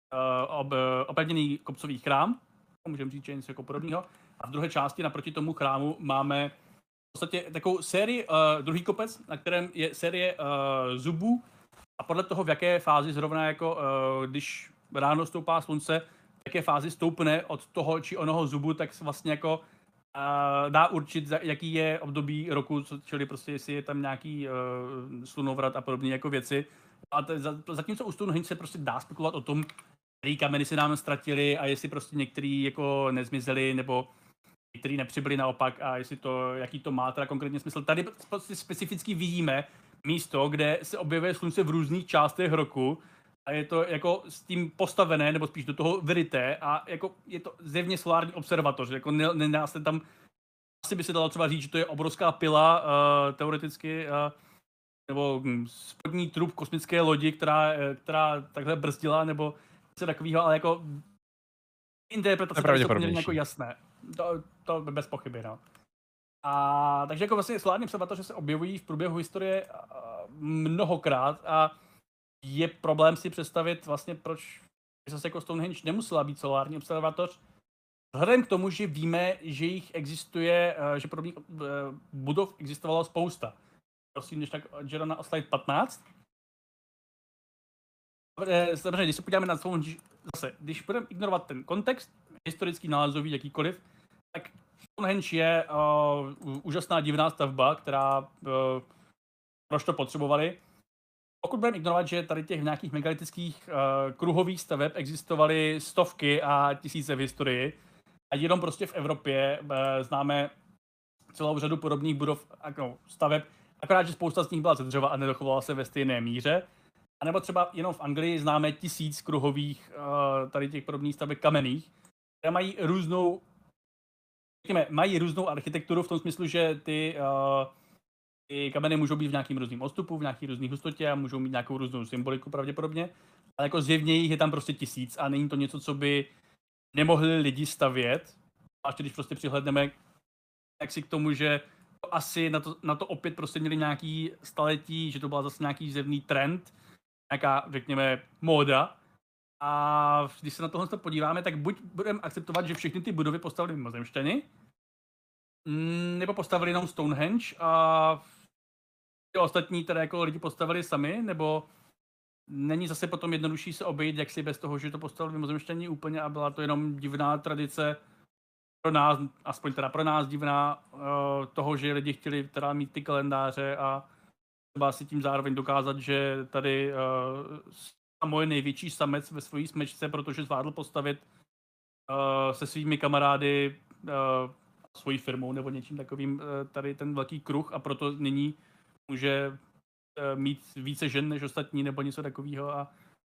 Speaker 2: opevněný kopcový chrám, můžeme říct, že něco jako podobného, a v druhé části naproti tomu chrámu máme v podstatě takovou sérii, druhý kopec, na kterém je série zubů a podle toho, v jaké fázi zrovna jako když ráno stoupá slunce, v jaké fázi stoupne od toho či onoho zubu, tak vlastně jako dá určit, jaký je období roku, čili prostě jestli je tam nějaký slunovrat a podobné jako věci. A zatímco u Stonehenge se prostě dá spekulovat o tom, který kameny se nám ztratili a jestli prostě některý jako nezmizeli nebo některý nepřibyli naopak a jestli to, jaký to má teda konkrétně smysl. Tady prostě specificky vidíme místo, kde se objevuje slunce v různých částech roku a je to jako s tím postavené, nebo spíš do toho vyryté a jako je to zjevně solární observatoř, jako nedá se tam, asi by se dalo třeba říct, že to je obrovská pila teoreticky, nebo spodní trup kosmické lodi, která takhle brzdila, nebo něco takového, ale jako interpretace jsou poměrně jako jasné. To bez pochyby, no. A takže jako vlastně solární observatoře se objevují v průběhu historie mnohokrát a je problém si představit vlastně, proč zase jako Stonehenge nemusela být solární observatoř. Vzhledem k tomu, že víme, že jich existuje, že podobných budov existovalo spousta. Prosím, když tak Jero na slide 15. Samozřejmě, když se podíváme na svou, zase, když budeme ignorovat ten kontext, historický, nálezový, jakýkoliv, tak Stonehenge je úžasná divná stavba, která proč to potřebovali. Pokud budeme ignorovat, že tady těch nějakých megalitických kruhových staveb existovaly stovky a tisíce v historii, a jenom prostě v Evropě známe celou řadu podobných budov, staveb, akorát, že spousta z nich byla ze dřeva a nedochovala se ve stejné míře. A nebo třeba jenom v Anglii známe 1000 kruhových tady těch podobných staveb kamenných, které mají různou, mají různou architekturu v tom smyslu, že ty kameny můžou být v nějakým různým odstupu, v nějaký různý hustotě a můžou mít nějakou různou symboliku pravděpodobně. Ale jako zjevně jich je tam prostě 1000 a není to něco, co by nemohli lidi stavět. A když prostě přihledneme tak si k tomu, že to asi na to opět prostě měli nějaký staletí, že to byl zase nějaký zjevný trend, nějaká, řekněme, móda. A když se na tohle podíváme, tak buď budeme akceptovat, že všechny ty budovy postavili mimozemšťani, nebo postavili jenom Stonehenge a ty ostatní teda jako lidi postavili sami, nebo není zase potom jednodušší se obejít, jak si bez toho, že to postavili mimozemšťani úplně a byla to jenom divná tradice pro nás, aspoň teda pro nás divná, toho, že lidi chtěli teda mít ty kalendáře a třeba si tím zároveň dokázat, že tady moje největší samec ve svojí smečce, protože zvládl postavit se svými kamarády svojí firmou nebo něčím takovým tady ten velký kruh a proto nyní může mít více žen než ostatní nebo něco takového. A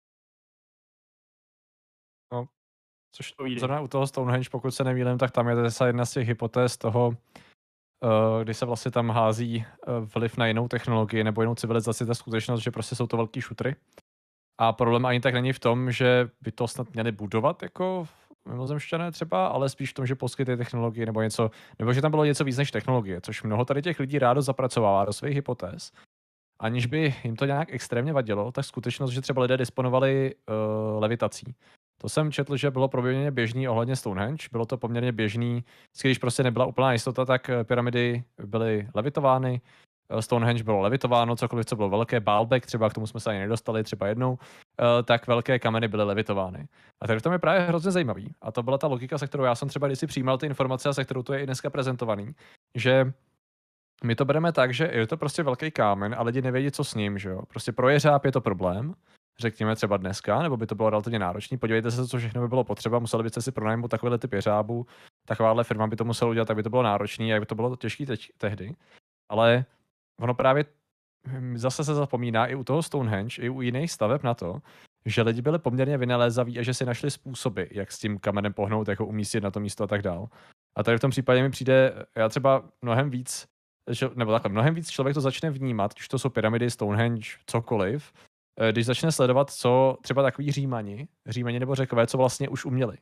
Speaker 3: no, což zrovna u toho Stonehenge, pokud se nemýlím, tak tam je zase jedna z těch hypotéz toho, kdy se vlastně tam hází vliv na jinou technologii nebo jinou civilizaci, ta skutečnost, že prostě jsou to velký šutry. A problém ani tak není v tom, že by to snad měli budovat jako mimozemšťané třeba, ale spíš v tom, že poskytuje technologii nebo něco, nebo že tam bylo něco víc než technologie, což mnoho tady těch lidí rádo zapracovává do svých hypotéz. Aniž by jim to nějak extrémně vadilo, tak skutečnost, že třeba lidé disponovali levitací. To jsem četl, že bylo poměrně běžný ohledně Stonehenge, bylo to poměrně běžný, když prostě nebyla úplná jistota, tak pyramidy byly levitovány, Stonehenge bylo levitováno, cokoliv, co bylo velké, Baalbek, třeba k tomu jsme se ani nedostali, třeba jednou, tak velké kameny byly levitovány. A tady v tom je právě hrozně zajímavý. A to byla ta logika, se kterou já jsem třeba kdysi přijímal ty informace a se kterou to je i dneska prezentovaný, že my to bereme tak, že je to prostě velký kámen a lidi nevědí, co s ním, že jo. Prostě pro jeřáb je to problém, řekněme třeba dneska, nebo by to bylo relativně náročné. Podívejte se, co všechno by bylo potřeba, museli byste si pronajmout takovýhle typ jeřábu, takováhle firma by to musela udělat, tak by to bylo náročné, jak by to bylo těžké tehdy. Ale ono právě zase se zapomíná i u toho Stonehenge, i u jiných staveb na to, že lidi byli poměrně vynalézaví a že si našli způsoby, jak s tím kamenem pohnout, jako umístit na to místo a tak dál. A tady v tom případě mi přijde, já třeba mnohem víc člověk to začne vnímat, když to jsou pyramidy, Stonehenge, cokoliv, když začne sledovat, co třeba takový Římani nebo Řekové, co vlastně už uměli.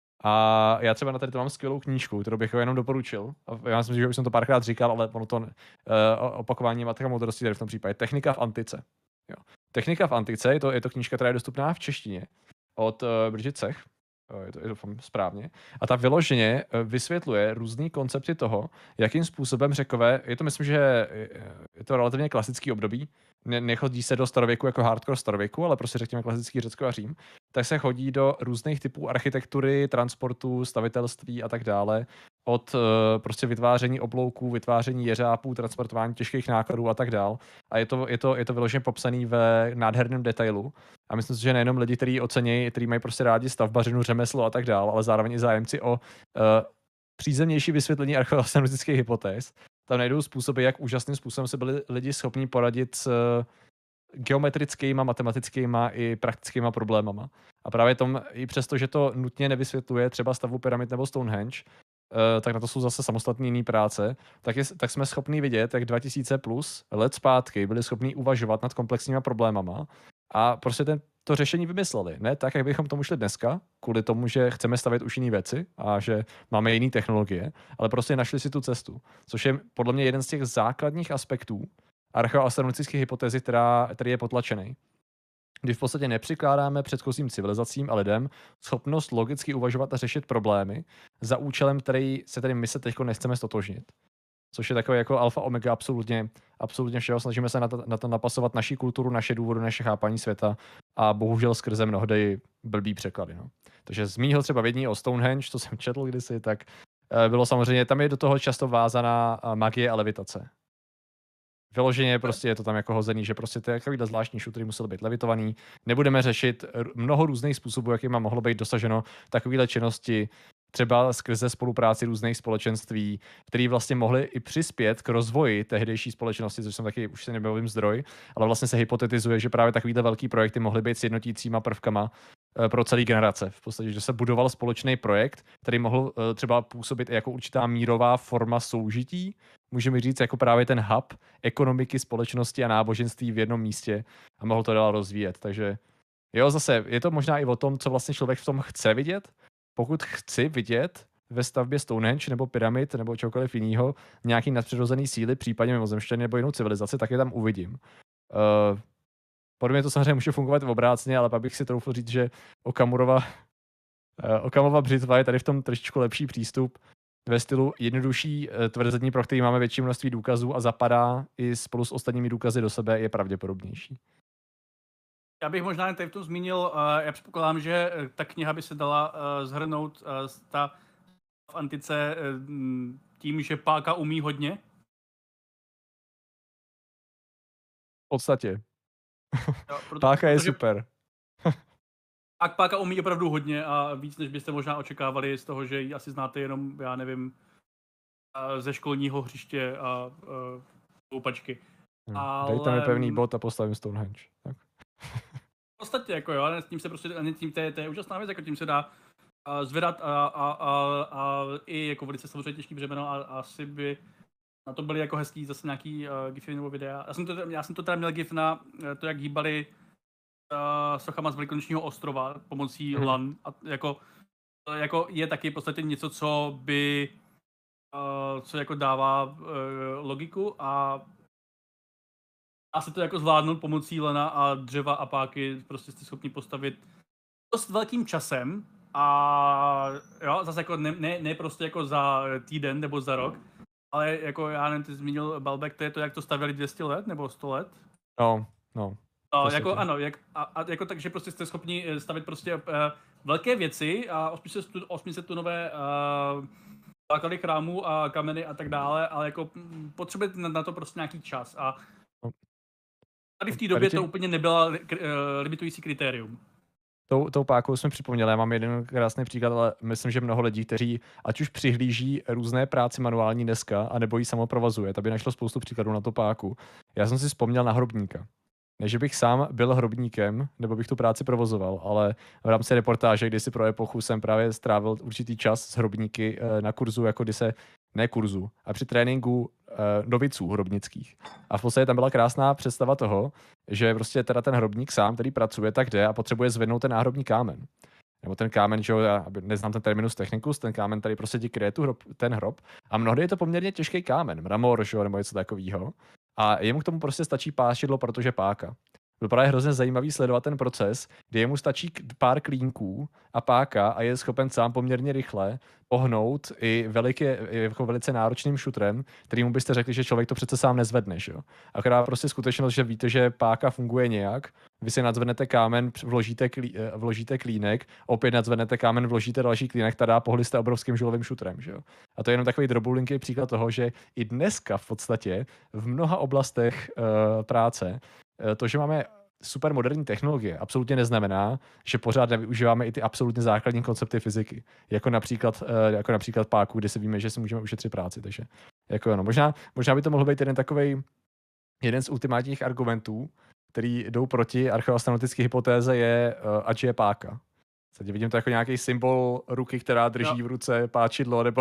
Speaker 3: A já třeba na tady to mám skvělou knížku, kterou bych jenom doporučil. Já myslím, že už jsem to párkrát říkal, ale ono to opakování matka moudrosti tady v tom případě. Technika v antice. Jo. Technika v antice, je to knížka, která je dostupná v češtině od Bridget Sech. Je to správně. A ta vyloženě vysvětluje různé koncepty toho, jakým způsobem Řekové, je to myslím, že je to relativně klasický období, nechodí se do starověku jako hardcore starověku, ale prostě řekněme klasický Řecko a Řím, tak se chodí do různých typů architektury, transportu, stavitelství a tak dále, od prostě vytváření oblouků, vytváření jeřábů, transportování těžkých nákladů a tak dále. A je to vyloženě popsaný ve nádherném detailu. A myslím si, že nejenom lidi, kteří ocenějí, kteří mají prostě rádi stavbařinu, řemeslo a tak dále, ale zároveň i zájemci o přízemnější vysvětlení archeoastronomických hypotéz. Tam najdou způsoby, jak úžasným způsobem se byli lidi schopni poradit s geometrickýma, matematickýma i praktickýma problémama. A právě tom, i přesto, že to nutně nevysvětluje třeba stavbu pyramid nebo Stonehenge, tak na to jsou zase samostatné jiné práce, tak jsme schopni vidět, jak 2000 plus let zpátky byli schopni uvažovat nad komplexníma problémama a prostě to řešení vymysleli. Ne tak, jak bychom tomu šli dneska, kvůli tomu, že chceme stavět už jiné věci a že máme jiné technologie, ale prostě našli si tu cestu. Což je podle mě jeden z těch základních aspektů archeoastronomické hypotézy, který je potlačený. kdy v podstatě nepřikládáme předchozím civilizacím a lidem schopnost logicky uvažovat a řešit problémy za účelem, který se tady my se teď nechceme stotožnit. Což je takové jako alfa omega absolutně všeho. Snažíme se na to napasovat naši kulturu, naše důvody, naše chápání světa a bohužel skrze mnohdy blbý překlady. No. Takže zmínil třeba vědní o Stonehenge, to jsem četl kdysi, tak bylo samozřejmě, tam je do toho často vázaná magie a levitace. Vyloženě prostě je to tam jako hozený, že prostě takovýhle zvláštní šutry musely být levitovaný. Nebudeme řešit mnoho různých způsobů, jakýma mohlo být dosaženo takovýhle činnosti, třeba skrze spolupráci různých společenství, které vlastně mohly i přispět k rozvoji tehdejší společnosti, což jsem taky už se nebavím zdroj, ale vlastně se hypotetizuje, že právě takovýhle velký projekty mohly být sjednotícíma prvkama pro celý generace. V podstatě, že se budoval společný projekt, který mohl třeba působit i jako určitá mírová forma soužití, můžeme říct jako právě ten hub ekonomiky, společnosti a náboženství v jednom místě a mohl to dál rozvíjet. Takže jo, zase je to možná i o tom, co vlastně člověk v tom chce vidět. Pokud chci vidět ve stavbě Stonehenge nebo pyramid nebo čokoliv jiného nějaký nadpřirozený síly, případně mimozemšťany nebo jinou civilizaci, tak je tam uvidím. Podle mě to samozřejmě může fungovat v obrácně, ale pak bych si troufl říct, že Okamova břitva je tady v tom trošičku lepší přístup ve stylu jednodušší tvrzení, pro který máme větší množství důkazů a zapadá i spolu s ostatními důkazy do sebe, je pravděpodobnější.
Speaker 2: Já bych možná jen tady v tom zmínil, já předpokládám, že ta kniha by se dala shrnout v antice tím, že páka umí hodně.
Speaker 3: V podstatě.
Speaker 2: Jo,
Speaker 3: páka je super.
Speaker 2: A páka umí opravdu hodně a víc, než byste možná očekávali z toho, že ji asi znáte jenom, já nevím, ze školního hřiště a koupačky.
Speaker 3: Dejte mi pevný bod a postavím Stonehenge. Tak.
Speaker 2: V podstatě, jako jo, s tím se prostě, to je úžasná věc, jako tím se dá zvedat a i jako velice samozřejmě těžký břemeno a asi by na to byly jako hezký zase nějaký gify nebo videa. Já jsem to teda měl gif na to, jak hýbali sochama z Velikonočního ostrova pomocí LAN a jako je taky v podstatě něco, co by co jako dává logiku a se to jako zvládnout pomocí lana a dřeva a páky, prostě jste schopni postavit dost velkým časem a jo, zase jako ne prostě jako za týden nebo za rok, ale jako já nevím, ty zmínil Balbek, to je to, jak to stavěli 200 let nebo 100 let?
Speaker 3: No.
Speaker 2: Jako ano, jako takže prostě jste schopni stavit prostě velké věci a 800 tunové základy chrámů a kameny a tak dále, ale jako potřebujete na to prostě nějaký čas a tady v té době to úplně nebyla limitující kritérium.
Speaker 3: Tou pákou jsme připomněli, já mám jeden krásný příklad, ale myslím, že mnoho lidí, kteří ať už přihlíží různé práci manuální dneska, anebo ji samoprovazuje, tak by našlo spoustu příkladů na to páku. Já jsem si vzpomněl na hrobníka. Ne, že bych sám byl hrobníkem, nebo bych tu práci provozoval, ale v rámci reportáže, kdy si pro epochu jsem právě strávil určitý čas s hrobníky na kurzu, jako a při tréninku noviců hrobnických. A v podstatě tam byla krásná představa toho, že prostě teda ten hrobník sám, který pracuje, tak jde a potřebuje zvednout ten náhrobní kámen. Nebo ten kámen, že jo, já neznám ten terminus technicus, ten kámen tady prostě ti kryje ten hrob. A mnohdy je to poměrně těžký kámen, mramor, že jo, nebo něco takového. A jemu k tomu prostě stačí pášidlo, protože páka. Byl právě hrozně zajímavý sledovat ten proces, kdy jemu stačí pár klínků a páka a je schopen sám poměrně rychle pohnout i jako velice náročným šutrem, kterýmu byste řekli, že člověk to přece sám nezvedne. Že? Akorát prostě skutečnost, že víte, že páka funguje nějak, vy si nadzvednete kámen, vložíte klínek, opět nadzvednete kámen, vložíte další klínek, tada pohli jste obrovským žulovým šutrem. Že? A to je jenom takový drobulinký příklad toho, že i dneska v podstatě v mnoha oblastech práce to, že máme super moderní technologie, absolutně neznamená, že pořád nevyužíváme i ty absolutně základní koncepty fyziky. Jako například páku, kde si víme, že si můžeme ušetřit práci. Takže jako možná by to mohl být jeden z ultimátních argumentů, který jdou proti archeoastronautické hypotéze je, ať je páka. Sadě vidím to jako nějaký symbol ruky, která drží v ruce páčidlo, nebo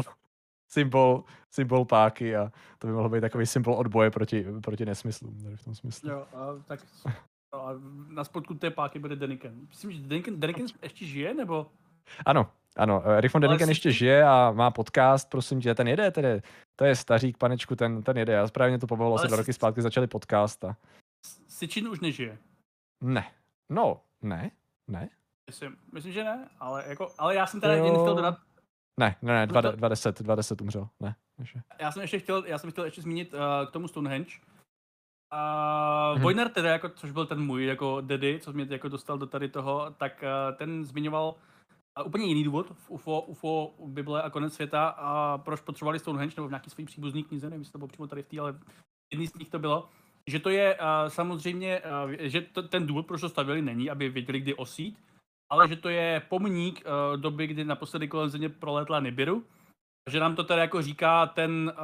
Speaker 3: symbol páky a to by mohl být takový symbol odboje proti nesmyslům tady v tom smyslu.
Speaker 2: Jo, tak a na spodku té páky bude Deniken. Myslím, že Deniken ještě žije, nebo?
Speaker 3: Ano, Erik von Deniken ještě žije a má podcast, prosím tě, ten jede, to je stařík, panečku, ten jede. Já správně to pobavilo, se 2 roky zpátky začali podcast.
Speaker 2: Sitchin už nežije.
Speaker 3: Ne, No, ne.
Speaker 2: Myslím, že ne, ale já jsem teda jen chtěl dodat.
Speaker 3: Ne, 2010 umřel, ne. Ještě.
Speaker 2: Já jsem chtěl ještě zmínit k tomu Stonehenge. Vojner teda, jako, což byl ten můj jako daddy, co mě jako dostal do tady toho, tak ten zmiňoval úplně jiný důvod v UFO Bible a konec světa a proč potřebovali Stonehenge nebo v nějaký svý příbuzný knize, nevím, jestli to bylo přímo tady v té, ale jedný z nich to bylo, že to je samozřejmě, že ten důvod, proč to stavili, není, aby věděli, kdy osít, ale že to je pomník doby, kdy naposledy kolem země prolétla Nibiru, že nám to teda jako říká ten,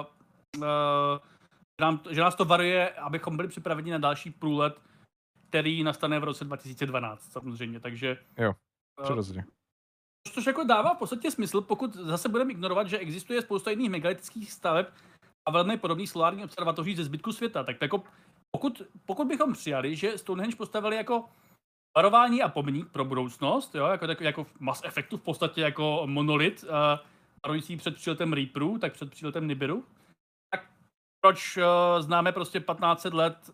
Speaker 2: že nás to varuje, abychom byli připraveni na další průlet, který nastane v roce 2012 samozřejmě, takže...
Speaker 3: Jo, přirozeně.
Speaker 2: Což jako dává v podstatě smysl, pokud zase budeme ignorovat, že existuje spousta jiných megalitických staveb a velmi podobných solárních observatoří ze zbytku světa, tak jako pokud bychom přijali, že Stonehenge postavili jako varování a pomník pro budoucnost, jo, jako v Mass Effectu v podstatě jako monolit, varující před příletem Reaperů, tak před příletem Nibiru, tak proč známe prostě 1500 let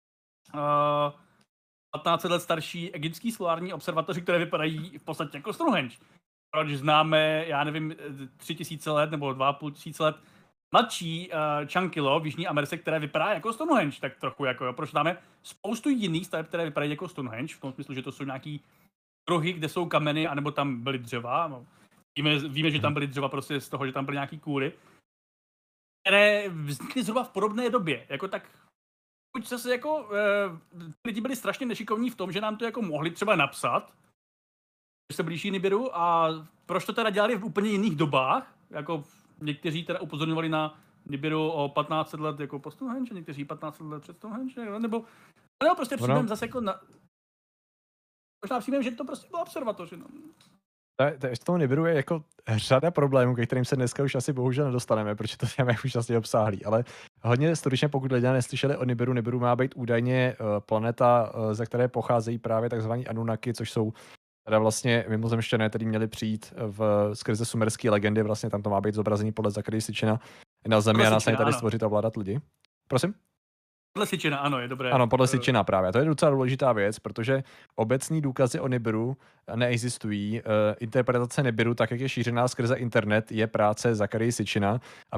Speaker 2: starší egyptský solární observatoři, které vypadají v podstatě jako Stonehenge. Proč známe, já nevím, 3000 let nebo 2500 let mladší Čankilo v Jižní Americe, které vypadá jako Stonehenge, tak trochu jako, jo. Proč známe spoustu jiných staveb, které vypadají jako Stonehenge, v tom smyslu, že to jsou nějaký kruhy, kde jsou kameny, anebo tam byly dřeva. No. Víme, že tam byly dřeva prostě z toho, že tam byly nějaký kůry, které vznikly zhruba v podobné době. Jako tak, pokud zase jako lidi byli strašně nešikovní v tom, že nám to jako mohli třeba napsat, že se blíží Nibiru, a proč to teda dělali v úplně jiných dobách, jako někteří teda upozorňovali na Nibiru o 1500 let jako po Stonehenge, někteří 1500 let před Stonehenge, nebo prostě přijmeme zase jako možná přijmeme, že to prostě bylo observatoři. No.
Speaker 3: V tom Nibiru je jako řada problémů, ke kterým se dneska už asi bohužel nedostaneme, protože to je už asi obsáhlý, ale hodně stručně, pokud lidé neslyšeli o Nibiru má být údajně planeta, ze které pocházejí právě takzvaní Anunnaki, což jsou teda vlastně mimozemšťané, který měli přijít skrze sumerské legendy, vlastně tam to má být zobrazení podle Zachary Sitchina na Zemi a následně tady stvořit a vládat lidi. Prosím?
Speaker 2: Podle Sitchina, ano, je dobré.
Speaker 3: Ano, podle Sitchina právě. To je docela důležitá věc, protože obecní důkazy o Nibiru neexistují. Interpretace Nibiru, tak jak je šířená skrze internet, je práce Zachary Sitchina.